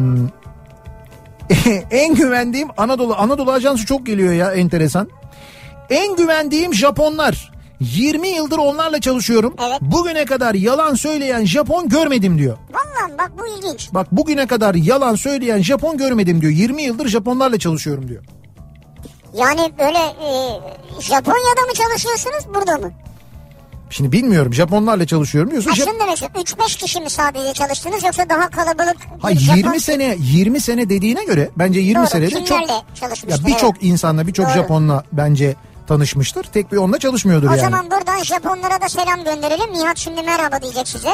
en güvendiğim Anadolu. Anadolu Ajansı çok geliyor ya, enteresan. En güvendiğim Japonlar. yirmi yıldır onlarla çalışıyorum. Evet. Bugüne kadar yalan söyleyen Japon görmedim diyor. Vallahi bak bu ilginç. Bak bugüne kadar yalan söyleyen Japon görmedim diyor. yirmi yıldır Japonlarla çalışıyorum diyor. Yani böyle e, Japonya'da mı çalışıyorsunuz, burada mı? Şimdi bilmiyorum, Japonlarla çalışıyorum diyorsun. Ha, Jap- şunu demek istiyorum. üç beş kişi mi sadece çalıştınız, yoksa daha kalabalık? Ha, bir Japon- yirmi sene yirmi sene dediğine göre bence yirmi Doğru, senede çok kimlerle ya çalışmıştır, birçok evet. insanla, birçok Doğru. Japonla bence tanışmıştır. Tek bir onunla çalışmıyordur O yani. zaman buradan Japonlara da selam gönderelim. Nihat şimdi merhaba diyecek size.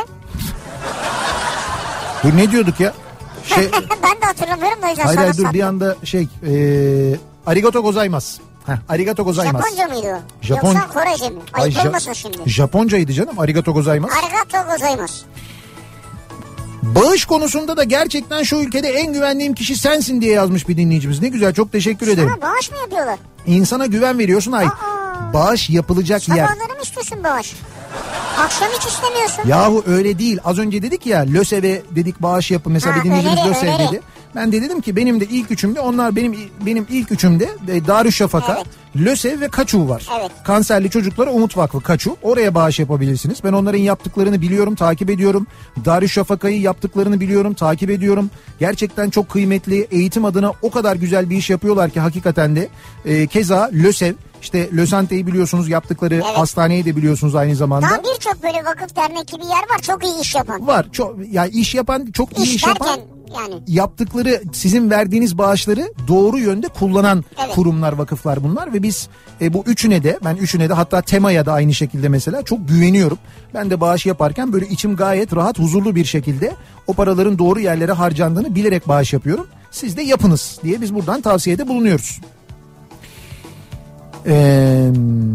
Dur, ne diyorduk ya? Şey, Ben de hatırlamıyorum da o yüzden hayır sana hayır dur, sattım. bir anda şey e, arigato gozaimasu. Heh, arigato gozaimasu. Japonca mıydı o? Japon- Yoksa Korece mi? Ay, Ayıp Ja- olmasın şimdi. Japoncaydı canım, arigato gozaimasu. Arigato gozaimasu. Bağış konusunda da gerçekten şu ülkede en güvendiğim kişi sensin diye yazmış bir dinleyicimiz. Ne güzel, çok teşekkür ederim. Sana bağış mı yapıyorlar? İnsana güven veriyorsun, ay. Aa. Bağış yapılacak yer. Sabahları mı istiyorsun bağış? Akşam hiç istemiyorsun. Yahu öyle değil. Az önce dedik ya, LÖSEV'e dedik bağış yapın. Mesela Ha, bir dinleyicimiz öneri, LÖSEV öneri. dedi. Ben de dedim ki benim de ilk üçümde, onlar benim benim ilk üçümde e, Darüşşafaka, Evet. LÖSEV ve Kaçu var. Evet. Kanserli çocuklara Umut Vakfı Kaçu. Oraya bağış yapabilirsiniz. Ben onların yaptıklarını biliyorum, takip ediyorum. Darüşşafaka'yı yaptıklarını biliyorum, takip ediyorum. Gerçekten çok kıymetli, eğitim adına o kadar güzel bir iş yapıyorlar ki hakikaten de. E, keza LÖSEV, işte Lösante'yi biliyorsunuz, yaptıkları Evet. hastaneyi de biliyorsunuz aynı zamanda. Daha birçok böyle vakıf dernek gibi yer var, çok iyi iş yapan. Var. Çok, ya iş yapan, çok iyi İş iş yapan, derken yani. yaptıkları, sizin verdiğiniz bağışları doğru yönde kullanan Evet. kurumlar, vakıflar bunlar ve biz e, bu üçüne de, ben üçüne de, hatta Tema'ya da aynı şekilde mesela çok güveniyorum. Ben de bağış yaparken böyle içim gayet rahat, huzurlu bir şekilde o paraların doğru yerlere harcandığını bilerek bağış yapıyorum. Siz de yapınız diye biz buradan tavsiyede bulunuyoruz. Ee,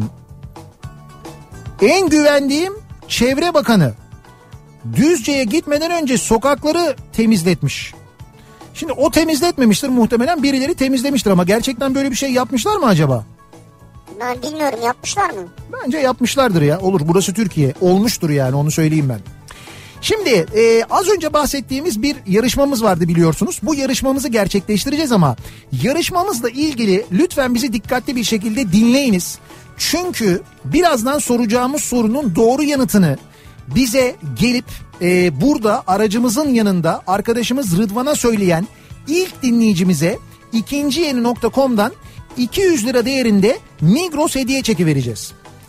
en güvendiğim Çevre Bakanı Düzce'ye gitmeden önce sokakları temizletmiş. Şimdi o temizletmemiştir muhtemelen, birileri temizlemiştir ama gerçekten böyle bir şey yapmışlar mı acaba? Ben bilmiyorum, yapmışlar mı? Bence yapmışlardır ya, olur, burası Türkiye, olmuştur yani, onu söyleyeyim ben. Şimdi e, az önce bahsettiğimiz bir yarışmamız vardı biliyorsunuz. Bu yarışmamızı gerçekleştireceğiz ama yarışmamızla ilgili lütfen bizi dikkatli bir şekilde dinleyiniz. Çünkü birazdan soracağımız sorunun doğru yanıtını bize gelip e, burada aracımızın yanında arkadaşımız Rıdvan'a söyleyen ilk dinleyicimize ikinci yeni nokta com'dan iki yüz lira değerinde Migros hediye çeki vereceğiz.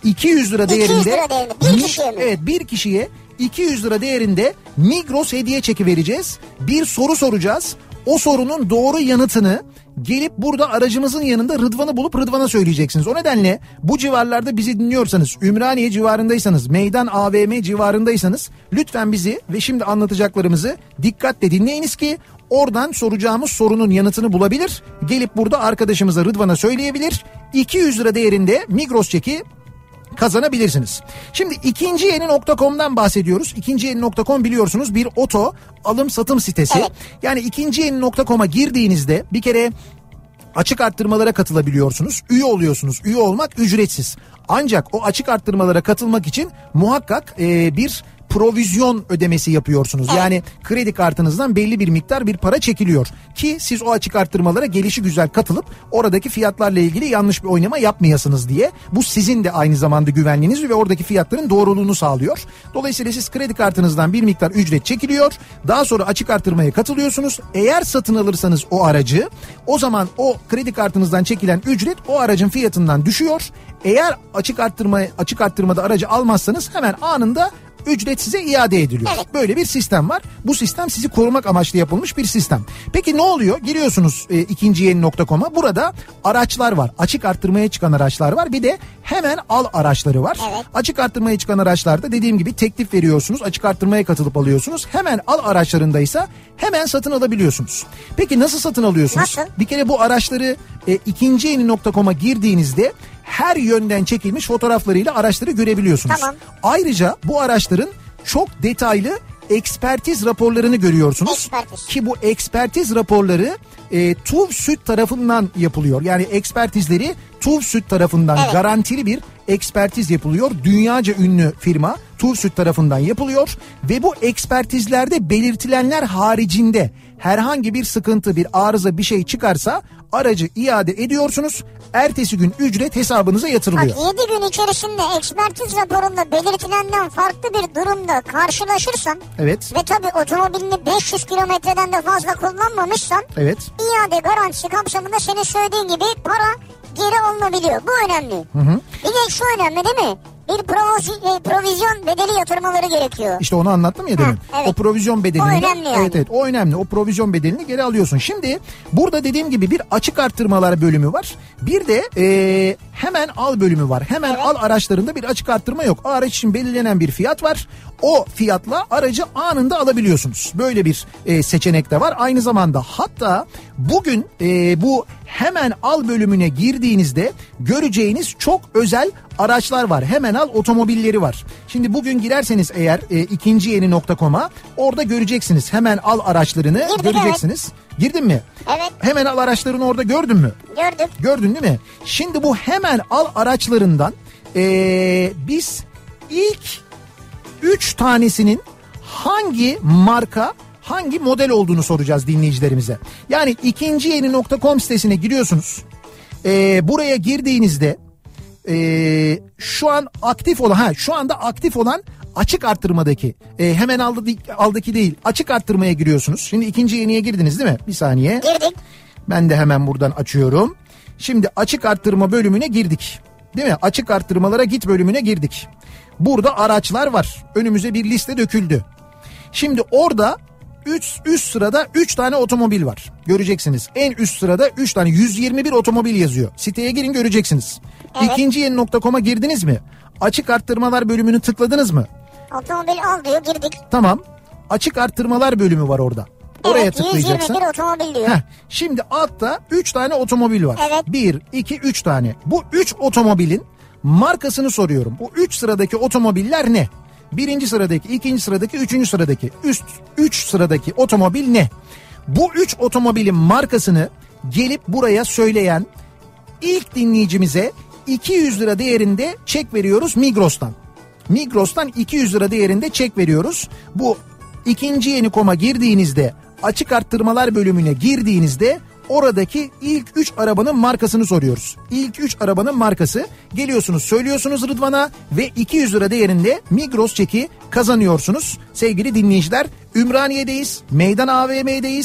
iki yüz lira değerinde. iki yüz lira değerinde. Bir kişiye mi? Evet, bir kişiye iki yüz lira değerinde Migros hediye çeki vereceğiz. Bir soru soracağız. O sorunun doğru yanıtını gelip burada aracımızın yanında Rıdvan'ı bulup Rıdvan'a söyleyeceksiniz. O nedenle bu civarlarda bizi dinliyorsanız, Ümraniye civarındaysanız, Meydan A V M civarındaysanız lütfen bizi ve şimdi anlatacaklarımızı dikkatle dinleyiniz ki oradan soracağımız sorunun yanıtını bulabilir. Gelip burada arkadaşımıza Rıdvan'a söyleyebilir. iki yüz lira değerinde Migros çeki kazanabilirsiniz. Şimdi ikinciyeni nokta com'dan bahsediyoruz. ikinciyeni nokta com biliyorsunuz bir oto alım satım sitesi. Evet. Yani ikinciyeni nokta com'a girdiğinizde bir kere açık arttırmalara katılabiliyorsunuz. Üye oluyorsunuz. Üye olmak ücretsiz. Ancak o açık arttırmalara katılmak için muhakkak e, bir provizyon ödemesi yapıyorsunuz. Evet. Yani kredi kartınızdan belli bir miktar bir para çekiliyor. Ki siz o açık arttırmalara gelişi güzel katılıp oradaki fiyatlarla ilgili yanlış bir oynama yapmayasınız diye. Bu sizin de aynı zamanda güvenliğiniz ve oradaki fiyatların doğruluğunu sağlıyor. Dolayısıyla siz kredi kartınızdan bir miktar ücret çekiliyor. Daha sonra açık arttırmaya katılıyorsunuz. Eğer satın alırsanız o aracı, o zaman o kredi kartınızdan çekilen ücret o aracın fiyatından düşüyor. Eğer açık arttırma açık arttırmada aracı almazsanız hemen anında ücret size iade ediliyor. Evet. Böyle bir sistem var. Bu sistem sizi korumak amaçlı yapılmış bir sistem. Peki ne oluyor? Giriyorsunuz e, ikinciyeni nokta com'a. Burada araçlar var. Açık arttırmaya çıkan araçlar var. Bir de hemen al araçları var. Evet. Açık arttırmaya çıkan araçlarda dediğim gibi teklif veriyorsunuz. Açık arttırmaya katılıp alıyorsunuz. Hemen al araçlarındaysa hemen satın alabiliyorsunuz. Peki nasıl satın alıyorsunuz? Nasıl? Bir kere bu araçları e, ikinciyeni nokta com'a girdiğinizde her yönden çekilmiş fotoğraflarıyla araçları görebiliyorsunuz. Tamam. Ayrıca bu araçların çok detaylı ekspertiz raporlarını görüyorsunuz. Ekspertiz. Ki bu ekspertiz raporları e, TÜVSÜD tarafından yapılıyor. Yani ekspertizleri TÜVSÜD tarafından Evet. garantili bir ekspertiz yapılıyor. Dünyaca ünlü firma TÜVSÜD tarafından yapılıyor. Ve bu ekspertizlerde belirtilenler haricinde herhangi bir sıkıntı, bir arıza, bir şey çıkarsa aracı iade ediyorsunuz. Ertesi gün ücret hesabınıza yatırılıyor. Bak yedi gün içerisinde ekspertiz raporunda belirtilenden farklı bir durumda karşılaşırsan Evet. ve tabii otomobilini beş yüz kilometreden de fazla kullanmamışsan Evet. iade garantisi kapsamında senin söylediğin gibi para geri alınabiliyor. Bu önemli. Hı hı. Bir de şu önemli değil mi? Bir proviz- e, provizyon bedeli yatırmaları gerekiyor. İşte onu anlattım ya demin. Ha, evet. O provizyon bedelini. O önemli yani. Evet evet o önemli. O provizyon bedelini geri alıyorsun. Şimdi burada dediğim gibi bir açık arttırmalar bölümü var. Bir de e, hemen al bölümü var. Hemen Evet. al araçlarında bir açık arttırma yok. O araç için belirlenen bir fiyat var. O fiyatla aracı anında alabiliyorsunuz. Böyle bir e, seçenek de var. Aynı zamanda hatta bugün e, bu hemen al bölümüne girdiğinizde göreceğiniz çok özel araçlar var. Hemen al otomobilleri var. Şimdi bugün girerseniz eğer e, ikinciyeni nokta com'a orada göreceksiniz. Hemen al araçlarını Girdik, göreceksiniz. Girdin mi? Evet. Hemen al araçlarını orada gördün mü? Gördük. Gördün değil mi? Şimdi bu hemen al araçlarından e, biz ilk üç tanesinin hangi marka, hangi model olduğunu soracağız dinleyicilerimize. Yani ikinciyeni nokta com sitesine giriyorsunuz. Ee, buraya girdiğinizde e, şu an aktif olan, ha şu anda aktif olan açık arttırmadaki, e, hemen aldı, aldaki değil, açık arttırmaya giriyorsunuz. Şimdi ikinci yeniye girdiniz değil mi? Bir saniye. Girdik. Ben de hemen buradan açıyorum. Şimdi açık arttırma bölümüne girdik. Değil mi? Açık arttırmalara git bölümüne girdik. Burada araçlar var. Önümüze bir liste döküldü. Şimdi orada üç, üst sırada üç tane otomobil var. Göreceksiniz. En üst sırada üç tane yüz yirmi bir otomobil yazıyor. Siteye girin göreceksiniz. Evet. ikinciyeni nokta com'a girdiniz mi? Açık arttırmalar bölümünü tıkladınız mı? Otomobil al diyor, girdik. Tamam. Açık arttırmalar bölümü var orada. Oraya Evet, tıklayacaksın. yüz yirmi bir otomobil diyor. Heh, şimdi altta üç tane otomobil var. Evet. bir, iki, üç tane. Bu üç otomobilin markasını soruyorum. Bu üç sıradaki otomobiller ne? Birinci sıradaki, ikinci sıradaki, üçüncü sıradaki. Üst üç sıradaki otomobil ne? Bu üç otomobilin markasını gelip buraya söyleyen ilk dinleyicimize iki yüz lira değerinde çek veriyoruz Migros'tan. Migros'tan iki yüz lira değerinde çek veriyoruz. Bu ikinciyeni nokta com'a girdiğinizde, açık arttırmalar bölümüne girdiğinizde oradaki ilk üç arabanın markasını soruyoruz. İlk üç arabanın markası, geliyorsunuz söylüyorsunuz Rıdvan'a ve iki yüz lira değerinde Migros çeki kazanıyorsunuz. Sevgili dinleyiciler, Ümraniye'deyiz, Meydan A V M'deyiz,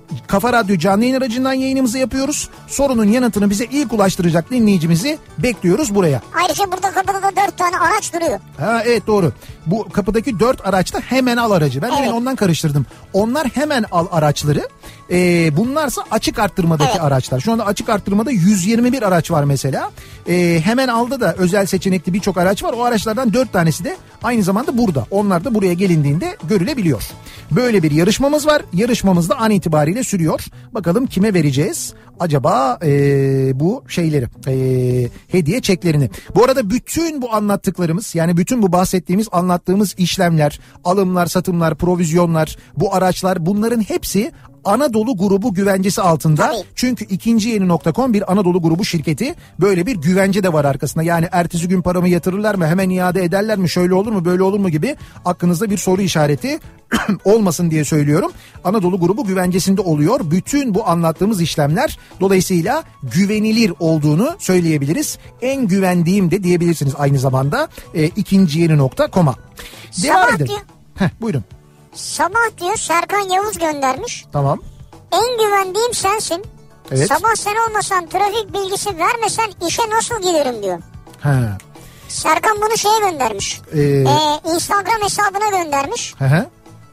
Kafa Radyo canlı yayın aracından yayınımızı yapıyoruz. Sorunun yanıtını bize ilk ulaştıracak dinleyicimizi bekliyoruz buraya. Ayrıca burada kapıda da dört tane araç duruyor. Ha evet doğru. Bu kapıdaki dört araçta hemen al aracı. Ben evet. ondan karıştırdım. Onlar hemen al araçları. Ee, bunlarsa açık arttırmadaki evet. araçlar. Şu anda açık arttırmada yüz yirmi bir araç var mesela. Ee, hemen alda da özel seçenekli birçok araç var. O araçlardan dört tanesi de aynı zamanda burada. Onlar da buraya gelindiğinde görülebiliyor. Böyle bir yarışmamız var. Yarışmamız da an itibariyle sürüyor. Bakalım kime vereceğiz acaba ee, bu şeyleri, ee, hediye çeklerini. Bu arada bütün bu anlattıklarımız, yani bütün bu bahsettiğimiz anlattığımız işlemler, alımlar, satımlar, provizyonlar, bu araçlar, bunların hepsi Anadolu Grubu güvencesi altında. Tabii. Çünkü ikinci yeni nokta com bir Anadolu Grubu şirketi. Böyle bir güvence de var arkasında. Yani ertesi gün paramı yatırırlar mı, hemen iade ederler mi, şöyle olur mu, böyle olur mu gibi aklınızda bir soru işareti olmasın diye söylüyorum. Anadolu Grubu güvencesinde oluyor bütün bu anlattığımız işlemler. Dolayısıyla güvenilir olduğunu söyleyebiliriz. En güvendiğim de diyebilirsiniz aynı zamanda e, ikinci yeni nokta com'a. Devam edelim. Heh, buyurun. Sabah diyor Serkan Yavuz göndermiş. Tamam. En güvendiğim sensin. Evet. Sabah sen olmasan, trafik bilgisi vermesen işe nasıl giderim diyor. Ha. Serkan bunu şeye göndermiş. Ee... Ee, Instagram hesabına göndermiş. Hı hı.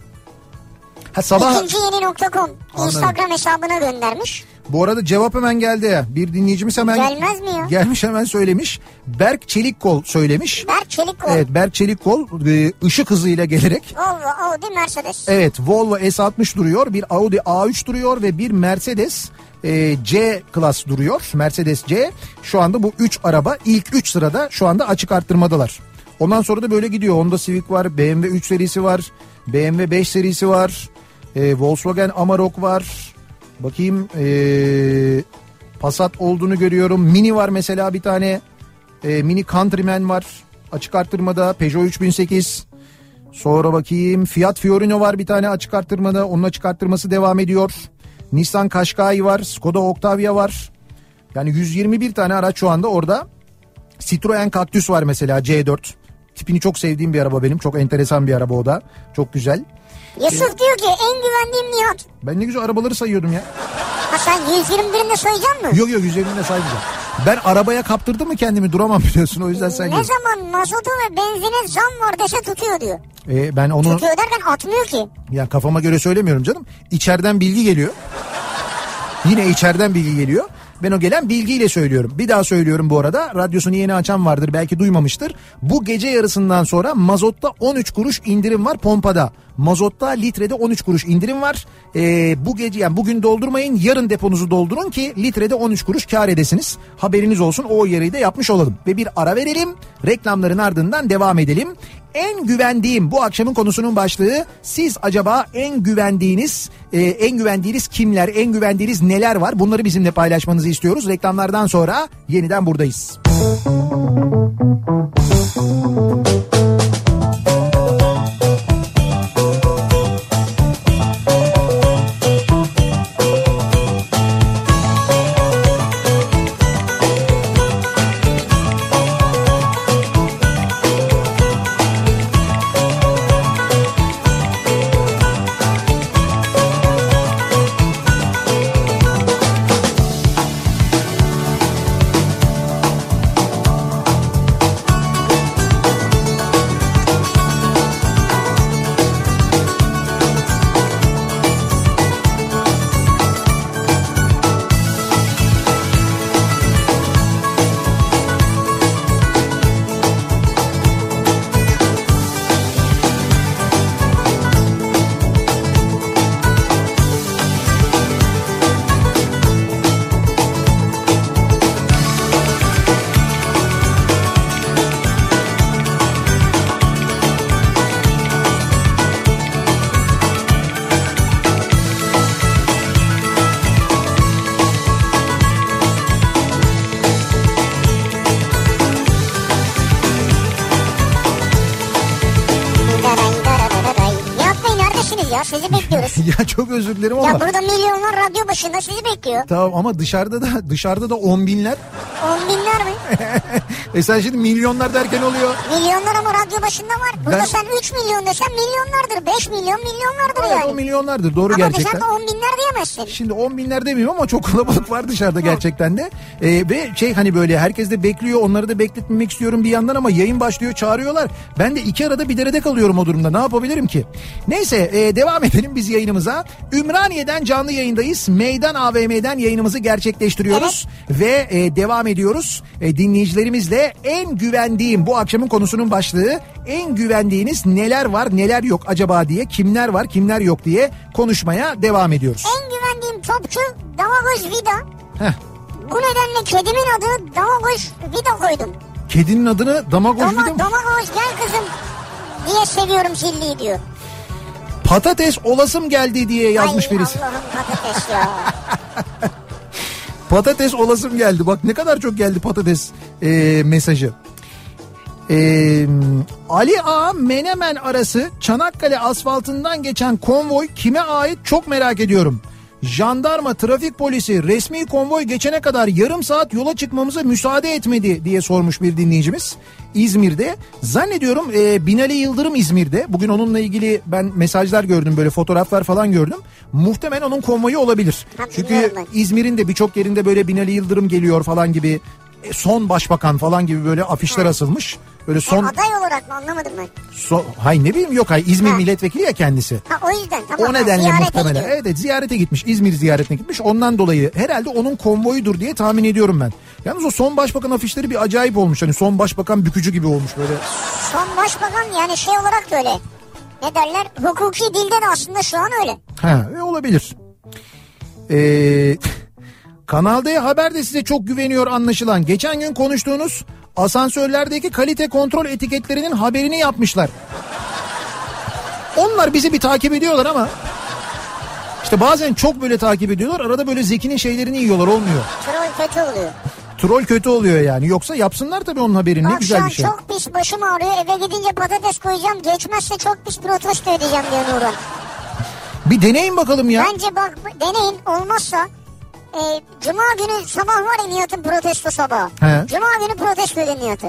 Ha, sabah... ikinci yeni nokta com Instagram hesabına göndermiş. Bu arada cevap hemen geldi ya. Bir dinleyicimiz hemen... Gelmez mi ya? Gelmiş hemen söylemiş. Berk Çelikkol söylemiş. Berk Çelikkol. Evet, Berk Çelikkol ışık hızıyla gelerek. Volvo, Audi, Mercedes. Evet, Volvo S altmış duruyor. Bir Audi A üç duruyor ve bir Mercedes e, C klas duruyor. Mercedes C. Şu anda bu üç araba ilk üç sırada şu anda açık arttırmadalar. Ondan sonra da böyle gidiyor. Honda Civic var, B M W üç serisi var, B M W beş serisi var, e, Volkswagen Amarok var. Bakayım ee, Passat olduğunu görüyorum. Mini var mesela bir tane. E, Mini Countryman var. Açık arttırmada. Peugeot üç bin sekiz. Sonra bakayım Fiat Fiorino var bir tane açık arttırmada. Onun açık arttırması devam ediyor. Nissan Qashqai var. Skoda Octavia var. Yani yüz yirmi bir tane araç şu anda orada. Citroen Cactus var mesela C dört. Tipini çok sevdiğim bir araba benim. Çok enteresan bir araba o da. Çok güzel. Yusuf diyor ki en güvendiğim Nihat. Ben ne güzel arabaları sayıyordum ya. Ha sen yüz yirmi birini sayacaksın mı? Yok yok yüz yirmini de saymayacağım. Ben arabaya kaptırdım mı kendimi duramam biliyorsun, o yüzden sayıyorum. Ne zaman mazotu ve benzine zam var dese tutuyor diyor. Ee, ben onu... Tutuyor derken atmıyor ki. Ya kafama göre söylemiyorum canım. İçeriden bilgi geliyor. Yine içeriden bilgi geliyor. Ben o gelen bilgiyle söylüyorum. Bir daha söylüyorum bu arada. Radyosunu yeni açan vardır, belki duymamıştır. Bu gece yarısından sonra mazotta on üç kuruş indirim var pompada. Mazotta litrede on üç kuruş indirim var. Ee, bu gece yani bugün doldurmayın, yarın deponuzu doldurun ki litrede on üç kuruş kar edesiniz. Haberiniz olsun, o uyarıyı da yapmış olalım. Ve bir ara verelim. Reklamların ardından devam edelim. En güvendiğim bu akşamın konusunun başlığı. Siz acaba en güvendiğiniz e, en güvendiğiniz kimler, en güvendiğiniz neler var? Bunları bizimle paylaşmanızı istiyoruz. Reklamlardan sonra yeniden buradayız. Sizi bekliyoruz. Ya çok özür dilerim ama. Ya burada milyonlar radyo başında sizi bekliyor. Tamam ama dışarıda da dışarıda da on binler. On binler mi? E sen şimdi milyonlar derken oluyor. Milyonlar ama radyo başında var. Burada ben... sen üç milyon desen milyonlardır. beş milyon milyonlardır evet, yani. O milyonlardır doğru ama gerçekten. Ama dışarıda on binler bilemezsin. Şimdi on binler demiyorum ama çok kalabalık var dışarıda gerçekten de. Ee, ve şey hani böyle herkes de bekliyor, onları da bekletmemek istiyorum bir yandan ama yayın başlıyor, çağırıyorlar. Ben de iki arada bir derede kalıyorum o durumda, ne yapabilirim ki? Neyse e, devam edelim biz yayınımıza. Ümraniye'den canlı yayındayız. Meydan A V M'den yayınımızı gerçekleştiriyoruz. Evet. Ve e, devam ediyoruz. E, dinleyicilerimizle en güvendiğim, bu akşamın konusunun başlığı, en güvendiğiniz neler var neler yok acaba diye, kimler var kimler yok diye konuşmaya devam ediyoruz. En güvendiğim topçu Domagoj Vida. Heh. Bu nedenle kedimin adını Domagoj Vida koydum. Kedinin adını Domagoj Doma, Vida mı? Domagoj gel kızım diye seviyorum zilliyi diyor. Patates olasım geldi diye yazmış Ay birisi. Allah'ım patates ya. Patates olasım geldi. Bak ne kadar çok geldi patates e, mesajı. E, Ali Ağa Menemen arası Çanakkale asfaltından geçen konvoy kime ait çok merak ediyorum. Jandarma, trafik polisi resmi konvoy geçene kadar yarım saat yola çıkmamıza müsaade etmedi diye sormuş bir dinleyicimiz. İzmir'de zannediyorum e, Binali Yıldırım İzmir'de. Bugün onunla ilgili ben mesajlar gördüm, böyle fotoğraflar falan gördüm. Muhtemelen onun konvoyu olabilir. Ha, çünkü İzmir'in de birçok yerinde böyle Binali Yıldırım geliyor falan gibi, e, son başbakan falan gibi böyle afişler ha. asılmış. Böyle son... E, aday olarak mı, anlamadım ben. So... Hay ne bileyim, yok hay İzmir ha. milletvekili ya kendisi. Ha o yüzden tamam. O nedenle muhtemelen. Evet, evet ziyarete gitmiş, İzmir ziyaretine gitmiş, ondan dolayı herhalde onun konvoyudur diye tahmin ediyorum ben. Yalnız o son başbakan afişleri bir acayip olmuş, hani son başbakan bükücü gibi olmuş böyle. Son başbakan yani şey olarak da öyle. Ne derler, hukuki dilde de aslında şu an öyle. Ha e, olabilir. Eee... Kanal D Haber de size çok güveniyor anlaşılan. Geçen gün konuştuğunuz asansörlerdeki kalite kontrol etiketlerinin haberini yapmışlar. Onlar bizi bir takip ediyorlar ama işte bazen çok böyle takip ediyorlar. Arada böyle Zeki'nin şeylerini yiyorlar, olmuyor. Troll kötü oluyor. Troll kötü oluyor yani. Yoksa yapsınlar tabii onun haberini. Ne güzel bir şey. Çok pis başım ağrıyor. Eve gidince patates koyacağım. Geçmezse çok pis protesto edeceğim diyor Nurhan. Bir deneyin bakalım ya. Bence bak deneyin, olmazsa e, Cuma günü sabah var ya Nihat'ın protesto sabahı. He. Cuma günü protesto edin Nihat'ı.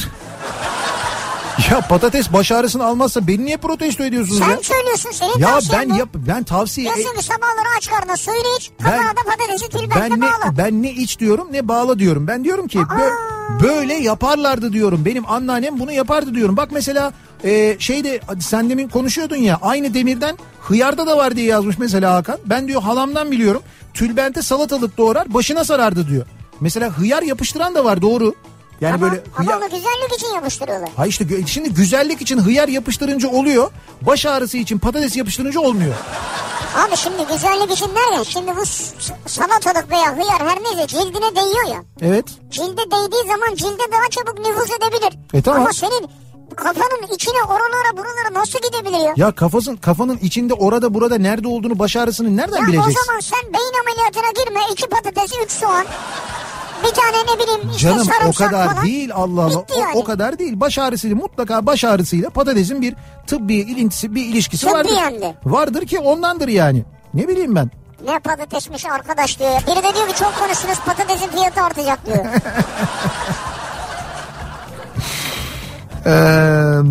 Ya patates baş ağrısını almazsa beni niye protesto ediyorsunuz Sen ya? Sen söylüyorsun, senin ya tavsiyen ben bu. yap ben tavsiye diyorsun ki sabahları aç karnına suyunu iç, kafana da patatesi tülbentle ben bağla. Ne, ben ne iç diyorum ne bağla diyorum. Ben diyorum ki bö, böyle yaparlardı diyorum. Benim anneannem bunu yapardı diyorum. Bak mesela e, şeyde sen demin konuşuyordun ya, aynı demirden hıyarda da var diye yazmış mesela Hakan. Ben diyor halamdan biliyorum, tülbente salatalık doğrar başına sarardı diyor. Mesela hıyar yapıştıran da var, doğru. Yani ama, böyle ama hıyar... onu güzellik için yapıştırıyorlar. Ha işte şimdi güzellik için hıyar yapıştırınca oluyor. Baş ağrısı için patates yapıştırınca olmuyor. Abi şimdi güzellik için derken şimdi bu salatalık veya hıyar her neyse cildine değiyor ya. Evet. Cilde değdiği zaman cilde daha çabuk nüfuz edebilir. E tamam. Ama senin kafanın içine oralara buralara nasıl gidebilir ya? Ya kafasın, kafanın içinde orada burada nerede olduğunu, baş ağrısını nereden ya bileceksin? Ya o zaman sen beyin ameliyatına girme. İki patates, üç soğan. Bir tane ne bileyim işte canım, sarımsak o kadar falan. değil Allah Allah. O, yani. o kadar değil. Baş ağrısıyla, mutlaka baş ağrısıyla patatesin bir tıbbi ilintisi, bir ilişkisi tıbbi vardır. Yani. Vardır ki ondandır yani. Ne bileyim ben. Ne patatesmiş arkadaş diyor ya. Biri de diyor ki çok konuştunuz, patatesin fiyatı artacak diyor. Eee...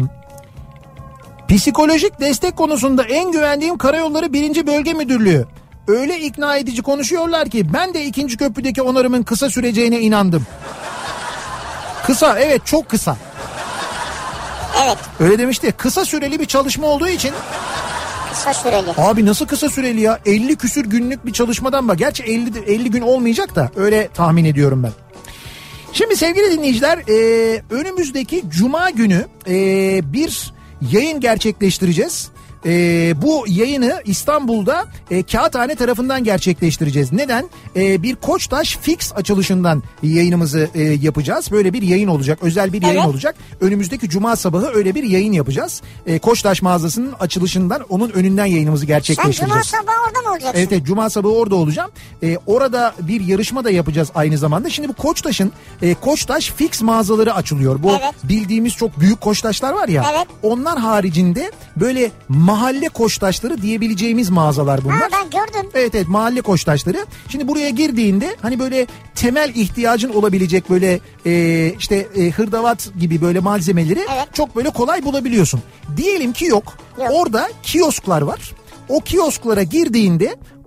Psikolojik destek konusunda en güvendiğim Karayolları birinci Bölge Müdürlüğü. Öyle ikna edici konuşuyorlar ki ben de ikinci köprüdeki onarımın kısa süreceğine inandım. Kısa, evet, çok kısa. Evet. Öyle demişti. Kısa süreli bir çalışma olduğu için. Kısa süreli. Abi nasıl kısa süreli ya? elli küsür günlük bir çalışmadan bak. Gerçi elli, elli gün olmayacak da öyle tahmin ediyorum ben. Şimdi sevgili dinleyiciler, e, önümüzdeki Cuma günü e, bir yayın gerçekleştireceğiz. Ee, bu yayını İstanbul'da e, Kağıthane tarafından gerçekleştireceğiz. Neden? Ee, bir Koçtaş Fix açılışından yayınımızı e, yapacağız. Böyle bir yayın olacak. Özel bir yayın evet. olacak. Önümüzdeki Cuma sabahı öyle bir yayın yapacağız. E, Koçtaş mağazasının açılışından, onun önünden yayınımızı gerçekleştireceğiz. Sen Cuma sabahı orada mı olacaksın? Evet, evet, Cuma sabahı orada olacağım. E, orada bir yarışma da yapacağız aynı zamanda. Şimdi bu Koçtaş'ın e, Koçtaş Fix mağazaları açılıyor. Bu evet. bildiğimiz çok büyük Koçtaşlar var ya. Evet. Onlar haricinde böyle mahalle Koçtaşları diyebileceğimiz mağazalar bunlar. Ha, ben gördüm. Evet evet, mahalle Koçtaşları. Şimdi buraya girdiğinde hani böyle temel ihtiyacın olabilecek böyle e, işte e, hırdavat gibi böyle malzemeleri evet. çok böyle kolay bulabiliyorsun. Diyelim ki yok. yok. Orada kiosklar var. O kiosklara girdiğinde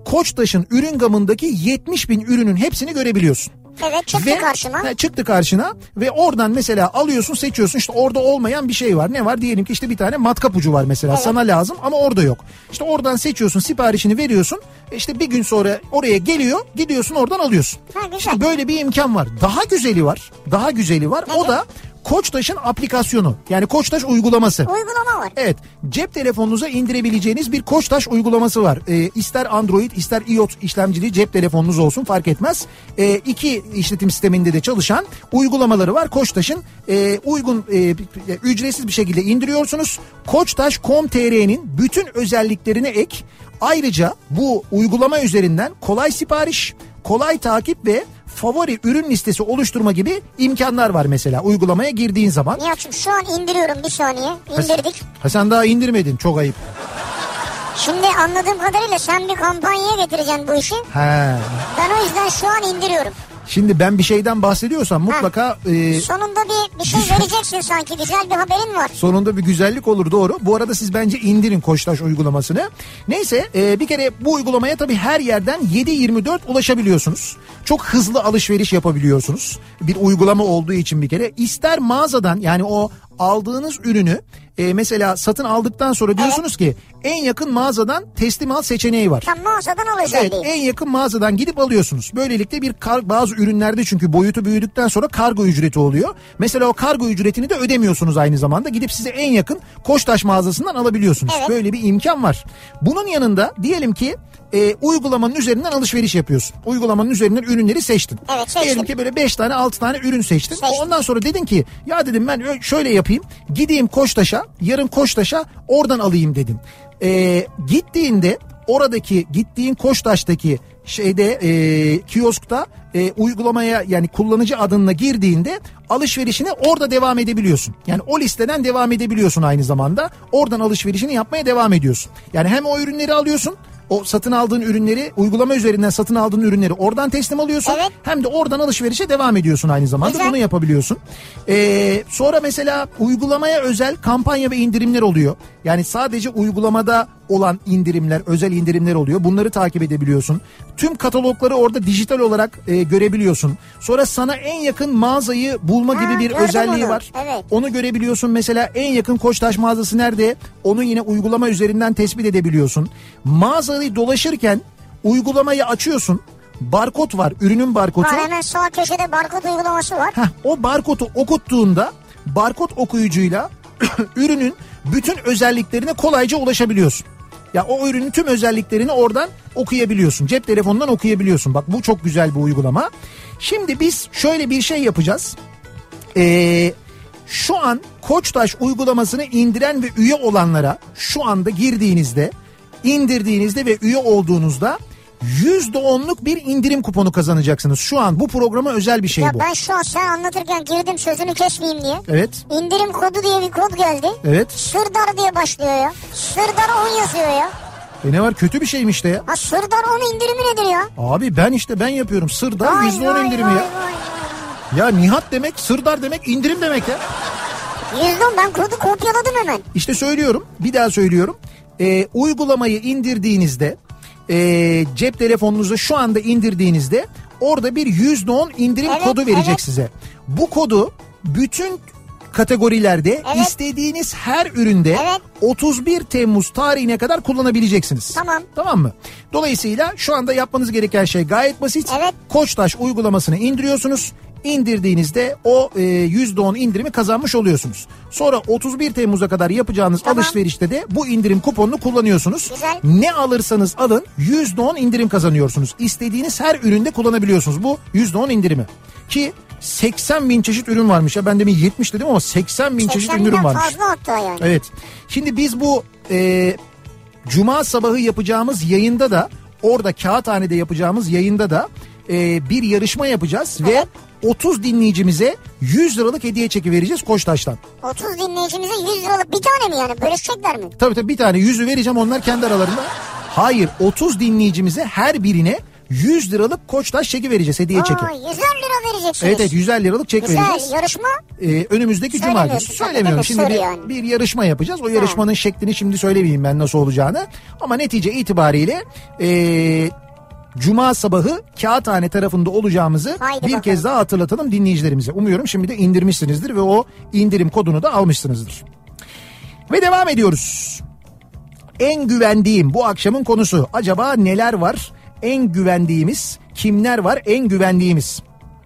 Koçtaş'ın ürün gamındaki yetmiş bin ürünün hepsini görebiliyorsun. Evet, çıktı ve, karşıma. He, çıktı karşına ve oradan mesela alıyorsun, seçiyorsun. İşte orada olmayan bir şey var. Ne var? Diyelim ki işte bir tane matkap ucu var mesela. Evet. Sana lazım ama orada yok. İşte oradan seçiyorsun, siparişini veriyorsun. İşte bir gün sonra oraya geliyor, gidiyorsun oradan alıyorsun. Ha, güzel. İşte böyle bir imkan var. Daha güzeli var. Daha güzeli var. Nedir? O da Koçtaş'ın aplikasyonu, yani Koçtaş uygulaması. Uygulama var. Evet, cep telefonunuza indirebileceğiniz bir Koçtaş uygulaması var. Ee, ister Android ister iOS işlemcili cep telefonunuz olsun, fark etmez. Ee, iki işletim sisteminde de çalışan uygulamaları var Koçtaş'ın. E, uygun e, ücretsiz bir şekilde indiriyorsunuz. Koçtaş nokta com nokta tr'nin bütün özelliklerine ek. Ayrıca bu uygulama üzerinden kolay sipariş, kolay takip ve favori ürün listesi oluşturma gibi imkanlar var mesela uygulamaya girdiğin zaman. Nihat'cığım şu an indiriyorum, bir saniye. İndirdik. Ha, sen daha indirmedin, çok ayıp. Şimdi anladığım kadarıyla sen bir kampanyaya getireceksin bu işi. He. Ben o yüzden şu an indiriyorum. Şimdi ben bir şeyden bahsediyorsam mutlaka... E, sonunda bir, bir şey vereceksin sanki, güzel bir haberin var. Sonunda bir güzellik olur, doğru. Bu arada siz bence indirin Koçtaş uygulamasını. Neyse e, bir kere bu uygulamaya tabii her yerden yedi yirmi dört ulaşabiliyorsunuz. Çok hızlı alışveriş yapabiliyorsunuz. Bir uygulama olduğu için bir kere. İster mağazadan, yani o aldığınız ürünü e, mesela satın aldıktan sonra diyorsunuz evet. ki en yakın mağazadan teslim al seçeneği var. Tam mağazadan alacağım evet, değil. En yakın mağazadan gidip alıyorsunuz. Böylelikle bir kar, bazı ürünlerde çünkü boyutu büyüdükten sonra kargo ücreti oluyor. Mesela o kargo ücretini de ödemiyorsunuz aynı zamanda. Gidip size en yakın Koçtaş mağazasından alabiliyorsunuz. Evet. Böyle bir imkan var. Bunun yanında diyelim ki e, uygulamanın üzerinden alışveriş yapıyorsun. Uygulamanın üzerinden ürünleri seçtin. Evet, seçtim. Diyelim ki böyle beş tane altı tane ürün seçtin. Seçtim. Ondan sonra dedin ki ya dedim ben şöyle yapayım. Gideyim Koçtaş'a, yarın Koçtaş'a oradan alayım dedim. E, gittiğinde oradaki gittiğin Koçtaş'taki şeyde e, kioskta e, uygulamaya, yani kullanıcı adınla girdiğinde alışverişine orada devam edebiliyorsun. Yani o listeden devam edebiliyorsun aynı zamanda. Oradan alışverişini yapmaya devam ediyorsun. Yani hem o ürünleri alıyorsun, o satın aldığın ürünleri, uygulama üzerinden satın aldığın ürünleri oradan teslim alıyorsun. Evet. Hem de oradan alışverişe devam ediyorsun aynı zamanda. Güzel. Bunu yapabiliyorsun. Ee, sonra mesela uygulamaya özel kampanya ve indirimler oluyor. Yani sadece uygulamada olan indirimler, özel indirimler oluyor. Bunları takip edebiliyorsun. Tüm katalogları orada dijital olarak e, görebiliyorsun. Sonra sana en yakın mağazayı bulma ha, gibi bir özelliği onu. var. Evet. Onu görebiliyorsun. Mesela en yakın Koçtaş mağazası nerede? Onu yine uygulama üzerinden tespit edebiliyorsun. Mağazayı dolaşırken uygulamayı açıyorsun. Barkod var, ürünün barkodu. Var, hemen sağ köşede barkod uygulaması var. Heh, o barkodu okuttuğunda barkod okuyucuyla ürünün bütün özelliklerine kolayca ulaşabiliyorsun. Ya o ürünün tüm özelliklerini oradan okuyabiliyorsun. Cep telefonundan okuyabiliyorsun. Bak bu çok güzel bir uygulama. Şimdi biz şöyle bir şey yapacağız. Eee... Şu an Koçtaş uygulamasını indiren ve üye olanlara şu anda girdiğinizde, indirdiğinizde ve üye olduğunuzda yüzde onluk bir indirim kuponu kazanacaksınız. Şu an bu programa özel bir şey ya bu. Ya ben şu an sen anlatırken girdim sözünü kesmeyeyim diye. Evet. İndirim kodu diye bir kod geldi. Evet. Sırdar diye başlıyor ya. Sırdar on yazıyor ya. E ne var, kötü bir şeymiş işte ya. Ha, Sırdar on indirimi nedir ya? Abi ben işte ben yapıyorum. Sırdar yüzde on indirimi ya. Vay, vay, vay. Ya Nihat demek, Sırdar demek, indirim demek ya. yüzde on, ben kodu kopyaladım hemen. İşte söylüyorum, bir daha söylüyorum. Ee, uygulamayı indirdiğinizde, e, cep telefonunuza şu anda indirdiğinizde orada bir yüzde on indirim evet, kodu verecek evet. size. Bu kodu bütün kategorilerde evet. istediğiniz her üründe evet. otuz bir Temmuz tarihine kadar kullanabileceksiniz. Tamam. Tamam mı? Dolayısıyla şu anda yapmanız gereken şey gayet basit. Evet. Koçtaş uygulamasını indiriyorsunuz. İndirdiğinizde o e, yüzde on indirimi kazanmış oluyorsunuz. Sonra otuz bir Temmuz'a kadar yapacağınız tamam. alışverişte de bu indirim kuponunu kullanıyorsunuz. Güzel. Ne alırsanız alın yüzde on indirim kazanıyorsunuz. İstediğiniz her üründe kullanabiliyorsunuz bu yüzde on indirimi. Ki seksen bin çeşit ürün varmış ya, ben demin yetmiş dedim ama seksen bin çeşit ürün varmış. Fazla hatta yani. Evet. Şimdi biz bu e, Cuma sabahı yapacağımız yayında da, orada Kağıthane'de yapacağımız yayında da e, bir yarışma yapacağız evet. ve otuz dinleyicimize yüz liralık hediye çeki vereceğiz Koçtaş'tan. otuz dinleyicimize yüz liralık bir tane mi yani? Bölüşecekler mi? Tabii tabii, bir tane yüzü vereceğim, onlar kendi aralarında. Hayır, otuz dinleyicimize her birine yüz liralık Koçtaş çeki vereceğiz, hediye çeki. Aa, yüzer lira vereceksiniz. Evet evet yüzer liralık çek Güzel, vereceğiz. Güzel yarışma. Ee, önümüzdeki cumartesi. Söylemiyorum şimdi bir, yani. bir yarışma yapacağız. O yarışmanın ha. şeklini şimdi söylemeyeyim ben nasıl olacağını. Ama netice itibariyle ee, Cuma sabahı Kağıthane tarafında olacağımızı Haydi bir bakalım. kez daha hatırlatalım dinleyicilerimize. Umuyorum şimdi de indirmişsinizdir ve o indirim kodunu da almışsınızdır. Ve devam ediyoruz. En güvendiğim bu akşamın konusu. Acaba neler var? En güvendiğimiz kimler var? En güvendiğimiz.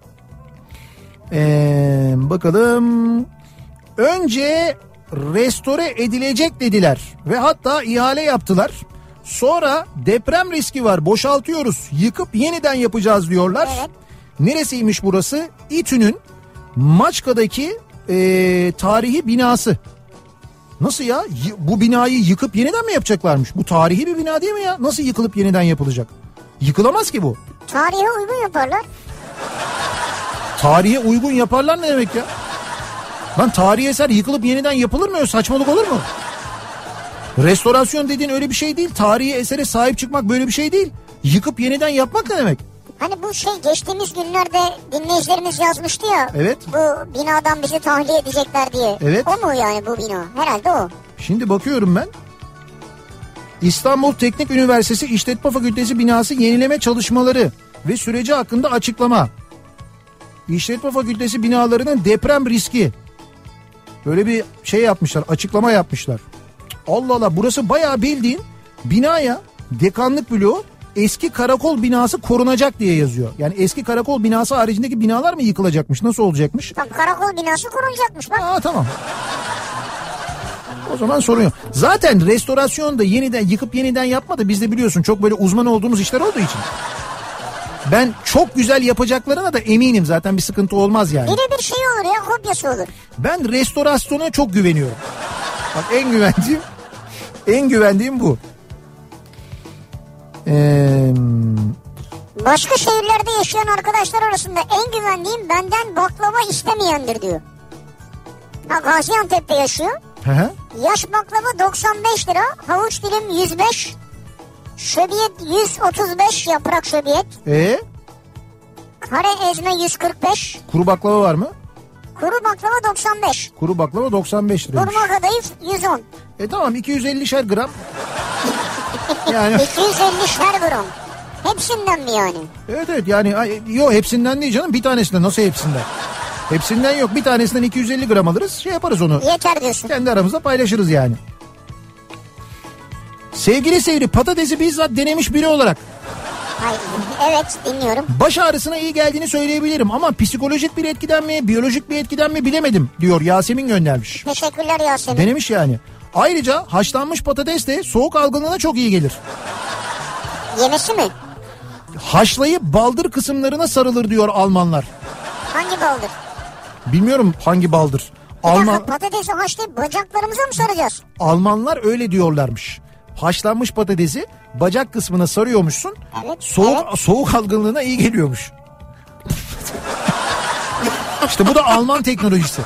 Ee, bakalım. Önce restore edilecek dediler ve hatta ihale yaptılar. Sonra deprem riski var, boşaltıyoruz, yıkıp yeniden yapacağız diyorlar. Evet. Neresiymiş burası? İTÜ'nün Maçka'daki e, tarihi binası. Nasıl ya? Bu binayı yıkıp yeniden mi yapacaklarmış? Bu tarihi bir bina değil mi ya? Nasıl yıkılıp yeniden yapılacak? Yıkılamaz ki bu. Tarihe uygun yaparlar. Tarihe uygun yaparlar ne demek ya? Lan tarihi eser yıkılıp yeniden yapılır mı? Saçmalık olur mu? Restorasyon dediğin öyle bir şey değil. Tarihi esere sahip çıkmak böyle bir şey değil. Yıkıp yeniden yapmak ne demek? Hani bu şey geçtiğimiz günlerde dinleyicilerimiz yazmıştı ya. Evet. Bu binadan bizi tahliye edecekler diye. Evet. O mu yani bu bina? Herhalde o. Şimdi bakıyorum ben. İstanbul Teknik Üniversitesi İşletme Fakültesi binası yenileme çalışmaları ve süreci hakkında açıklama. İşletme Fakültesi binalarının deprem riski. Böyle bir şey yapmışlar, açıklama yapmışlar. Allah Allah, burası bayağı bildiğin bina ya. Dekanlık bloğu, eski karakol binası korunacak diye yazıyor. Yani eski karakol binası haricindeki binalar mı yıkılacakmış? Nasıl olacakmış? Tam karakol binası korunacakmış bak. Aa tamam. O zaman sorun yok. Zaten restorasyonda yeniden yıkıp yeniden yapma da biz de biliyorsun çok böyle uzman olduğumuz işler olduğu için. Ben çok güzel yapacaklarına da eminim, zaten bir sıkıntı olmaz yani. Birebir şey olur ya, kopyası olur. Ben restorasyona çok güveniyorum. Bak en güvendiğim, en güvendiğim bu. Ee... Başka şehirlerde yaşayan arkadaşlar arasında en güvendiğim benden baklava istemeyendir diyor. Ha, Gaziantep'te yaşıyor. Hı hı. Yaş baklava doksan beş lira, havuç dilim yüz beş, şöbiyet yüz otuz beş, yaprak şöbiyet. Ee? Kare ezme yüz kırk beş. Kuru baklava var mı? Kuru baklava doksan beş. Kuru baklava doksan beş liraymış. Burma kadayıf yüz on. E tamam, iki yüz ellişer gram. Yani. iki yüz ellişer gram. Hepsinden mi yani? Evet evet yani yok hepsinden değil canım, bir tanesinden. Nasıl hepsinden? Hepsinden yok, bir tanesinden iki yüz elli gram alırız, şey yaparız onu. Yeter diyorsun. Kendi aramızda paylaşırız yani. Sevgili Sevri, patatesi bizzat denemiş biri olarak. Hayır, evet dinliyorum. Baş ağrısına iyi geldiğini söyleyebilirim ama psikolojik bir etkiden mi, biyolojik bir etkiden mi bilemedim diyor, Yasemin göndermiş. Teşekkürler Yasemin. Denemiş yani. Ayrıca haşlanmış patates de soğuk algınlığına çok iyi gelir. Yemesi mi? Haşlayıp baldır kısımlarına sarılır diyor Almanlar. Hangi baldır? Bilmiyorum hangi baldır. Bir Alman... dakika, patatesi haşlayıp bacaklarımıza mı saracağız? Almanlar öyle diyorlarmış. Haşlanmış patatesi bacak kısmına sarıyormuşsun. Evet, soğuk evet. soğuk algınlığına iyi geliyormuş. İşte bu da Alman teknolojisi.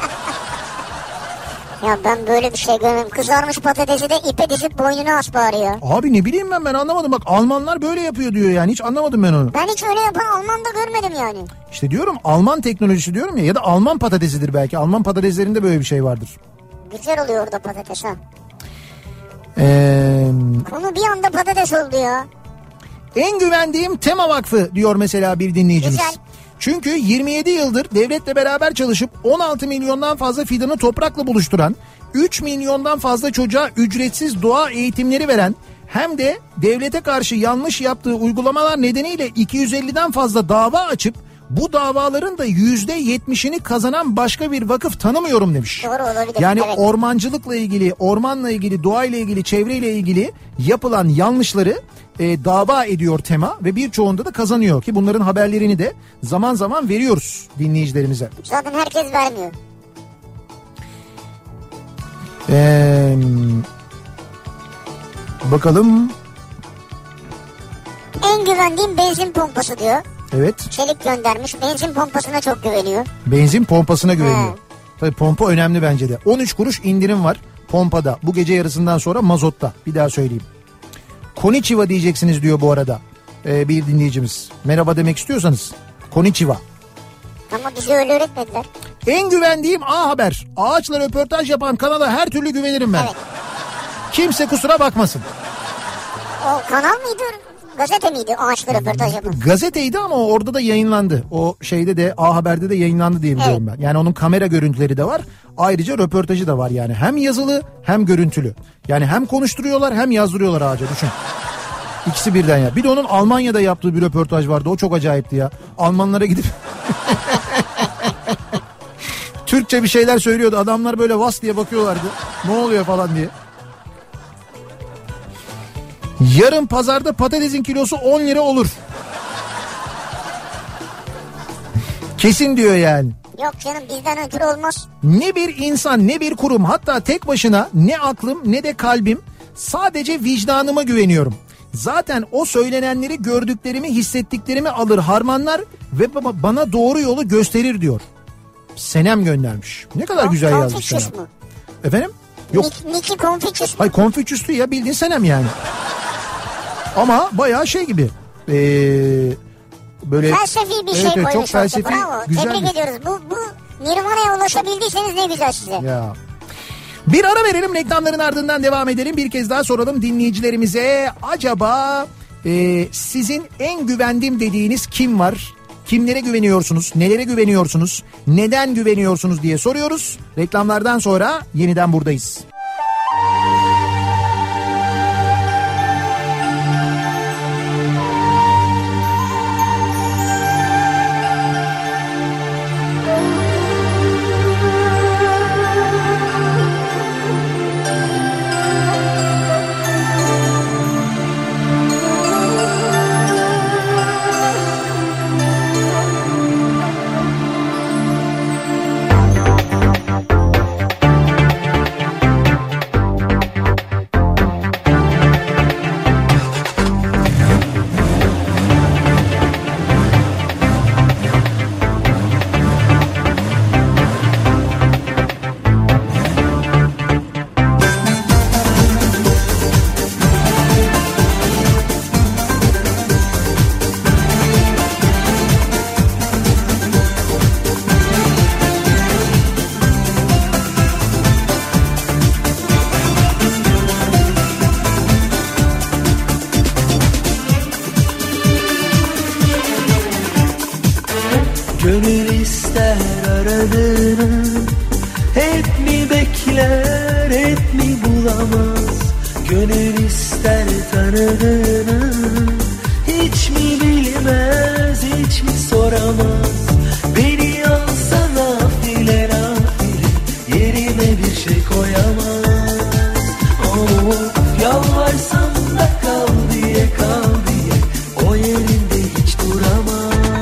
Ya ben böyle bir şey görmedim. Kızarmış patatesi de ipe dizip boynuna as bari ya. Abi ne bileyim ben ben anlamadım. Bak Almanlar böyle yapıyor diyor yani. Hiç anlamadım ben onu. Ben hiç öyle yapan Alman'da görmedim yani. İşte diyorum Alman teknolojisi diyorum ya. Ya da Alman patatesidir belki. Alman patateslerinde böyle bir şey vardır. Güzel oluyor orada patates ha. Ee, Konu bir anda patates oldu ya. En güvendiğim Tema Vakfı diyor mesela bir dinleyicimiz. Güzel. Çünkü yirmi yedi yıldır devletle beraber çalışıp on altı milyondan fazla fidanı toprakla buluşturan, üç milyondan fazla çocuğa ücretsiz doğa eğitimleri veren, hem de devlete karşı yanlış yaptığı uygulamalar nedeniyle iki yüz elliden fazla dava açıp bu davaların da yüzde yetmişini kazanan başka bir vakıf tanımıyorum demiş. Doğru olabilir. Yani evet. Ormancılıkla ilgili, ormanla ilgili, doğayla ilgili, çevreyle ilgili yapılan yanlışları e, dava ediyor Tema ve birçoğunda da kazanıyor ki bunların haberlerini de zaman zaman veriyoruz dinleyicilerimize. Zaten herkes vermiyor. Ee, bakalım. En güvendiğim benzin pompası diyor. Evet. Çelik göndermiş. Benzin pompasına çok güveniyor. Benzin pompasına güveniyor. He. Tabii pompa önemli bence de. on üç kuruş indirim var pompada. Bu gece yarısından sonra mazotta. Bir daha söyleyeyim. Konichiwa diyeceksiniz diyor bu arada. e, bir dinleyicimiz. Merhaba demek istiyorsanız. Konnichiwa. Ama bize öyle öğretmediler. En güvendiğim A Haber. Ağaçla röportaj yapan kanala her türlü güvenirim ben. Evet. Kimse kusura bakmasın. O kanal mıydı? Gazete miydi ağaçla röportaj yapan? Gazeteydi ama orada da yayınlandı. O şeyde de A Haber'de de yayınlandı diye biliyorum evet. ben. Yani onun kamera görüntüleri de var. Ayrıca röportajı da var yani. Hem yazılı hem görüntülü. Yani hem konuşturuyorlar hem yazdırıyorlar ağaca, düşün. İkisi birden ya. Bir de onun Almanya'da yaptığı bir röportaj vardı. O çok acayipti ya. Almanlara gidip Türkçe bir şeyler söylüyordu. Adamlar böyle vas diye bakıyorlardı. Ne oluyor falan diye. Yarın pazarda patatesin kilosu on lira olur. Kesin diyor yani. Yok canım, bizden ötürü olmaz. Ne bir insan, ne bir kurum, hatta tek başına ne aklım ne de kalbim, sadece vicdanıma güveniyorum. Zaten o söylenenleri gördüklerimi, hissettiklerimi alır harmanlar ve bana doğru yolu gösterir diyor. Senem göndermiş. Ne kadar o, güzel yazmış Senem. Mu? Efendim? Yok. Niki Confucius mu? Hayır, Confucius'tu ya, bildiğin Senem yani. Ama bayağı şey gibi. Ee, böyle felsefi bir şey evet, koymuş. Çok felsefi, bravo. güzel. Tebrik bir... ediyoruz. Bu, bu Nirvana'ya ulaşabildiyseniz ne güzel size. Ya. Bir ara verelim, reklamların ardından devam edelim. Bir kez daha soralım dinleyicilerimize. Acaba e, sizin en güvendiğim dediğiniz kim var? Kimlere güveniyorsunuz? Nelere güveniyorsunuz? Neden güveniyorsunuz diye soruyoruz. Reklamlardan sonra yeniden buradayız. Gönül ister aradığını, hep mi bekler, hep mi bulamaz? Gönül ister tanıdığını, hiç mi bilmez, hiç mi soramaz? Beni alsa nafile nafile, yerime bir şey koyamaz. Oh, yalvarsam da kal diye, kal diye, o yerinde hiç duramaz.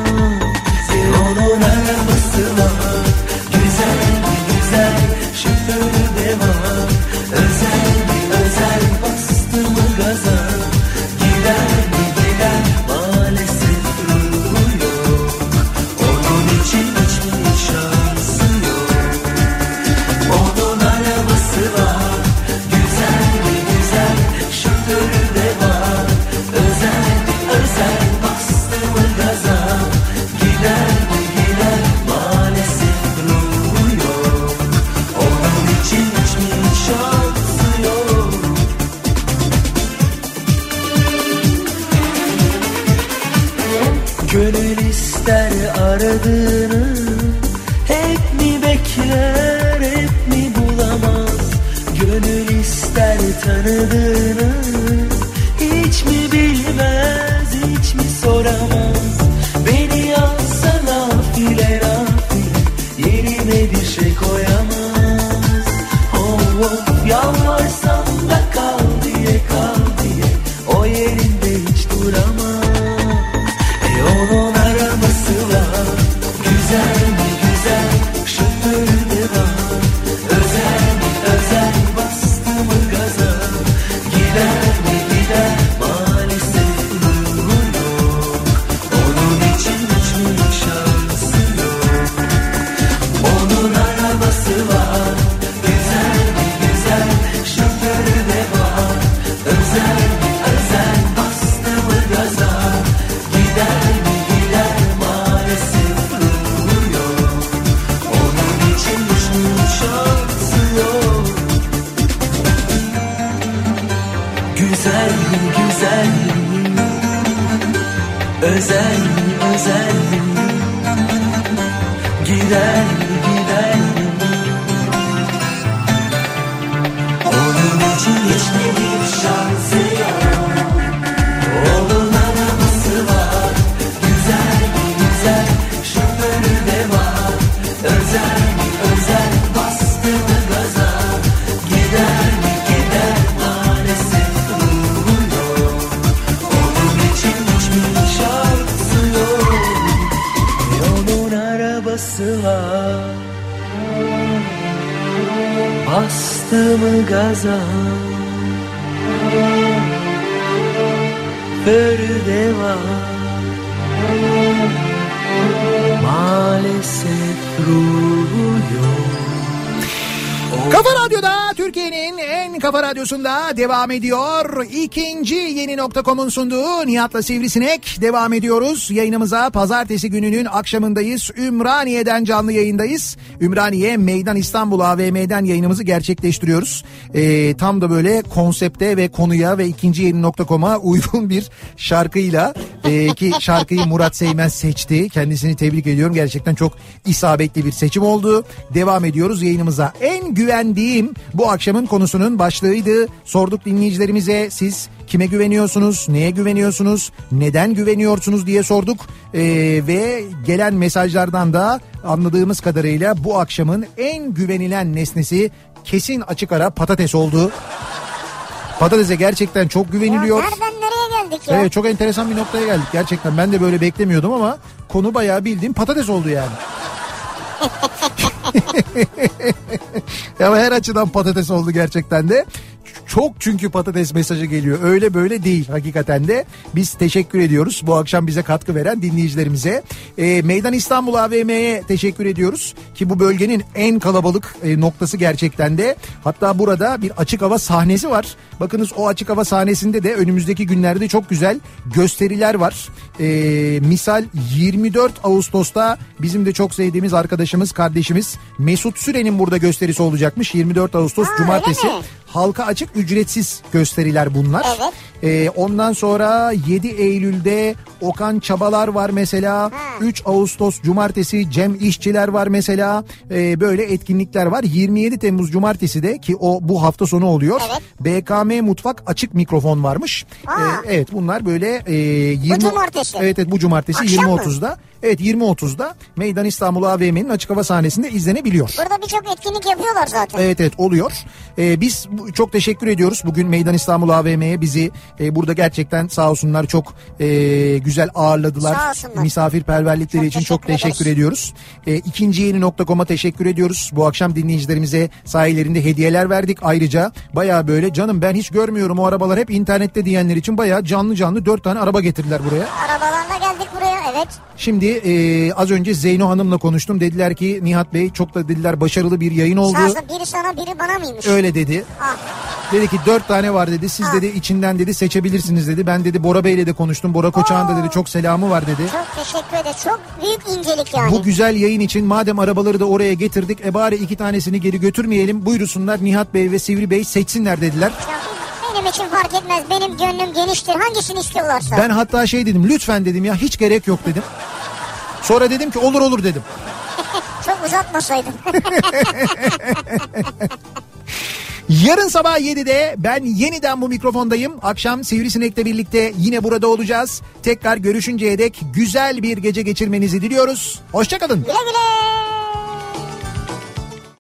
Onun arabası var, güzel mi güzel, şoförü de var. Özel mi özel, bastı mı gaza, gider mi gider, maalesef ruhu yok. Onun için hiçbir şansı yok. Onun arabası var, güzel mi güzel, şoförü de var. Özel mi özel, bastı mı gaza, gider mi gider, maalesef ruhu yok. Onun için hiçbir şansı yok. Gönül ister aradığını, hep mi bekler, hep mi bulamaz? Gönül ister tanıdığını, hiç mi bilmez, hiç mi soramaz? Beni alsa nafile nafile, yerine bir şey koyamaz. Oh, oh, yalvarsam da kal diye, kal diye, o yerinde hiç duramaz. E onun arabası var, güzel mi güzel, şoförü de var. Özel mi özel, bastı mı gaza, gider mi gider, maalesef ruhu yok. özel mi özel mi, gider mi gider mi, onun için hiçbir şansı yok. Onun arabası var, güzel mi güzel, şoförü de var, özel mi özel, bastı mı gaza, gider mi gider, maalesef durmuyor. Onun için hiçbir şansı yok. Onun arabası var, bastı mı gaza, şoförü var, maalesef ruhu yok. Kafa Radyo'da, Türkiye'nin en kafa radyosunda devam ediyor. İkinci yeni nokta com'un sunduğu Nihat'la Sivrisinek devam ediyoruz. Yayınımıza pazartesi gününün akşamındayız. Ümraniye'den canlı yayındayız. Ümraniye Meydan İstanbul A V M'den yayınımızı gerçekleştiriyoruz. Ee, tam da böyle konsepte ve konuya ve ikinci yeni nokta com'a uygun bir şarkıyla e, ki şarkıyı Murat Seymen seçti. Kendisini tebrik ediyorum. Gerçekten çok isabetli bir seçim oldu. Devam ediyoruz yayınımıza. En güvendiğim bu akşamın konusunun başlığıydı. Sorduk dinleyicilerimize, siz kime güveniyorsunuz, neye güveniyorsunuz, neden güveniyorsunuz diye sorduk. Ee, ve gelen mesajlardan da anladığımız kadarıyla bu akşamın en güvenilen nesnesi kesin açık ara patates oldu. Patatese gerçekten çok güveniliyor. Ya nereden nereye geldik ya? Evet, çok enteresan bir noktaya geldik gerçekten. Ben de böyle beklemiyordum ama konu bayağı bildiğim patates oldu yani. Ya her açıdan patates oldu gerçekten de. Çok çünkü patates mesajı geliyor. Öyle böyle değil hakikaten de. Biz teşekkür ediyoruz bu akşam bize katkı veren dinleyicilerimize. E, Meydan İstanbul A V M'ye teşekkür ediyoruz. Ki bu bölgenin en kalabalık e, noktası gerçekten de. Hatta burada bir açık hava sahnesi var. Bakınız o açık hava sahnesinde de önümüzdeki günlerde çok güzel gösteriler var. E, misal yirmi dört Ağustos'ta bizim de çok sevdiğimiz arkadaşımız, kardeşimiz Mesut Süren'in burada gösterisi olacakmış. yirmi dört Ağustos Aa, Cumartesi. Halka açık ücretsiz gösteriler bunlar. Evet. Ee, ondan sonra yedi Eylül'de Okan Çabalar var mesela. Ha. üç Ağustos Cumartesi Cem İşçiler var mesela. Ee, böyle etkinlikler var. yirmi yedi Temmuz Cumartesi de ki o bu hafta sonu oluyor. Evet. B K M Mutfak açık mikrofon varmış. Ee, evet bunlar böyle e, yirmi. Bu cumartesi. Evet, evet bu cumartesi Akşam yirmi mı? otuzda. Evet yirmi otuzda Meydan İstanbul A V M'nin açık hava sahnesinde izlenebiliyor. Burada birçok etkinlik yapıyorlar zaten. Evet evet oluyor. Ee, biz çok teşekkür ediyoruz bugün Meydan İstanbul A V M'ye, bizi e, burada gerçekten sağ olsunlar çok e, güzel ağırladılar. Sağ olsunlar. Misafirperverlikleri çok için teşekkür çok teşekkür ederiz. ediyoruz. E, ikinci yeni nokta com'a teşekkür ediyoruz. Bu akşam dinleyicilerimize sahilerinde hediyeler verdik. Ayrıca baya böyle canım ben hiç görmüyorum o arabalar hep internette diyenler için baya canlı canlı dört tane araba getirdiler buraya. Arabalarla geldik buraya, evet. Şimdi e, az önce Zeyno Hanım'la konuştum. Dediler ki Nihat Bey çok da dediler başarılı bir yayın oldu. Sağ olsun, biri sana biri bana mıymış? Öyle dedi. Ah. Dedi ki dört tane var dedi. Siz Ah. dedi içinden dedi seçebilirsiniz dedi. Ben dedi Bora Bey'le de konuştum. Bora Koçak'ın da dedi çok selamı var dedi. Çok teşekkür ederiz. Çok büyük incelik yani. Bu güzel yayın için madem arabaları da oraya getirdik. E bari iki tanesini geri götürmeyelim. Buyursunlar Nihat Bey ve Sivri Bey seçsinler dediler. Benim için fark etmez. Benim gönlüm geniştir. Hangisini istiyorlarsa. Ben hatta şey dedim, lütfen dedim ya, hiç gerek yok dedim. Sonra dedim ki olur olur dedim. Çok uzatmasaydın. Yarın sabah yedide ben yeniden bu mikrofondayım. Akşam Sivrisinek'le birlikte yine burada olacağız. Tekrar görüşünceye dek güzel bir gece geçirmenizi diliyoruz. Hoşça kalın. Güle güle.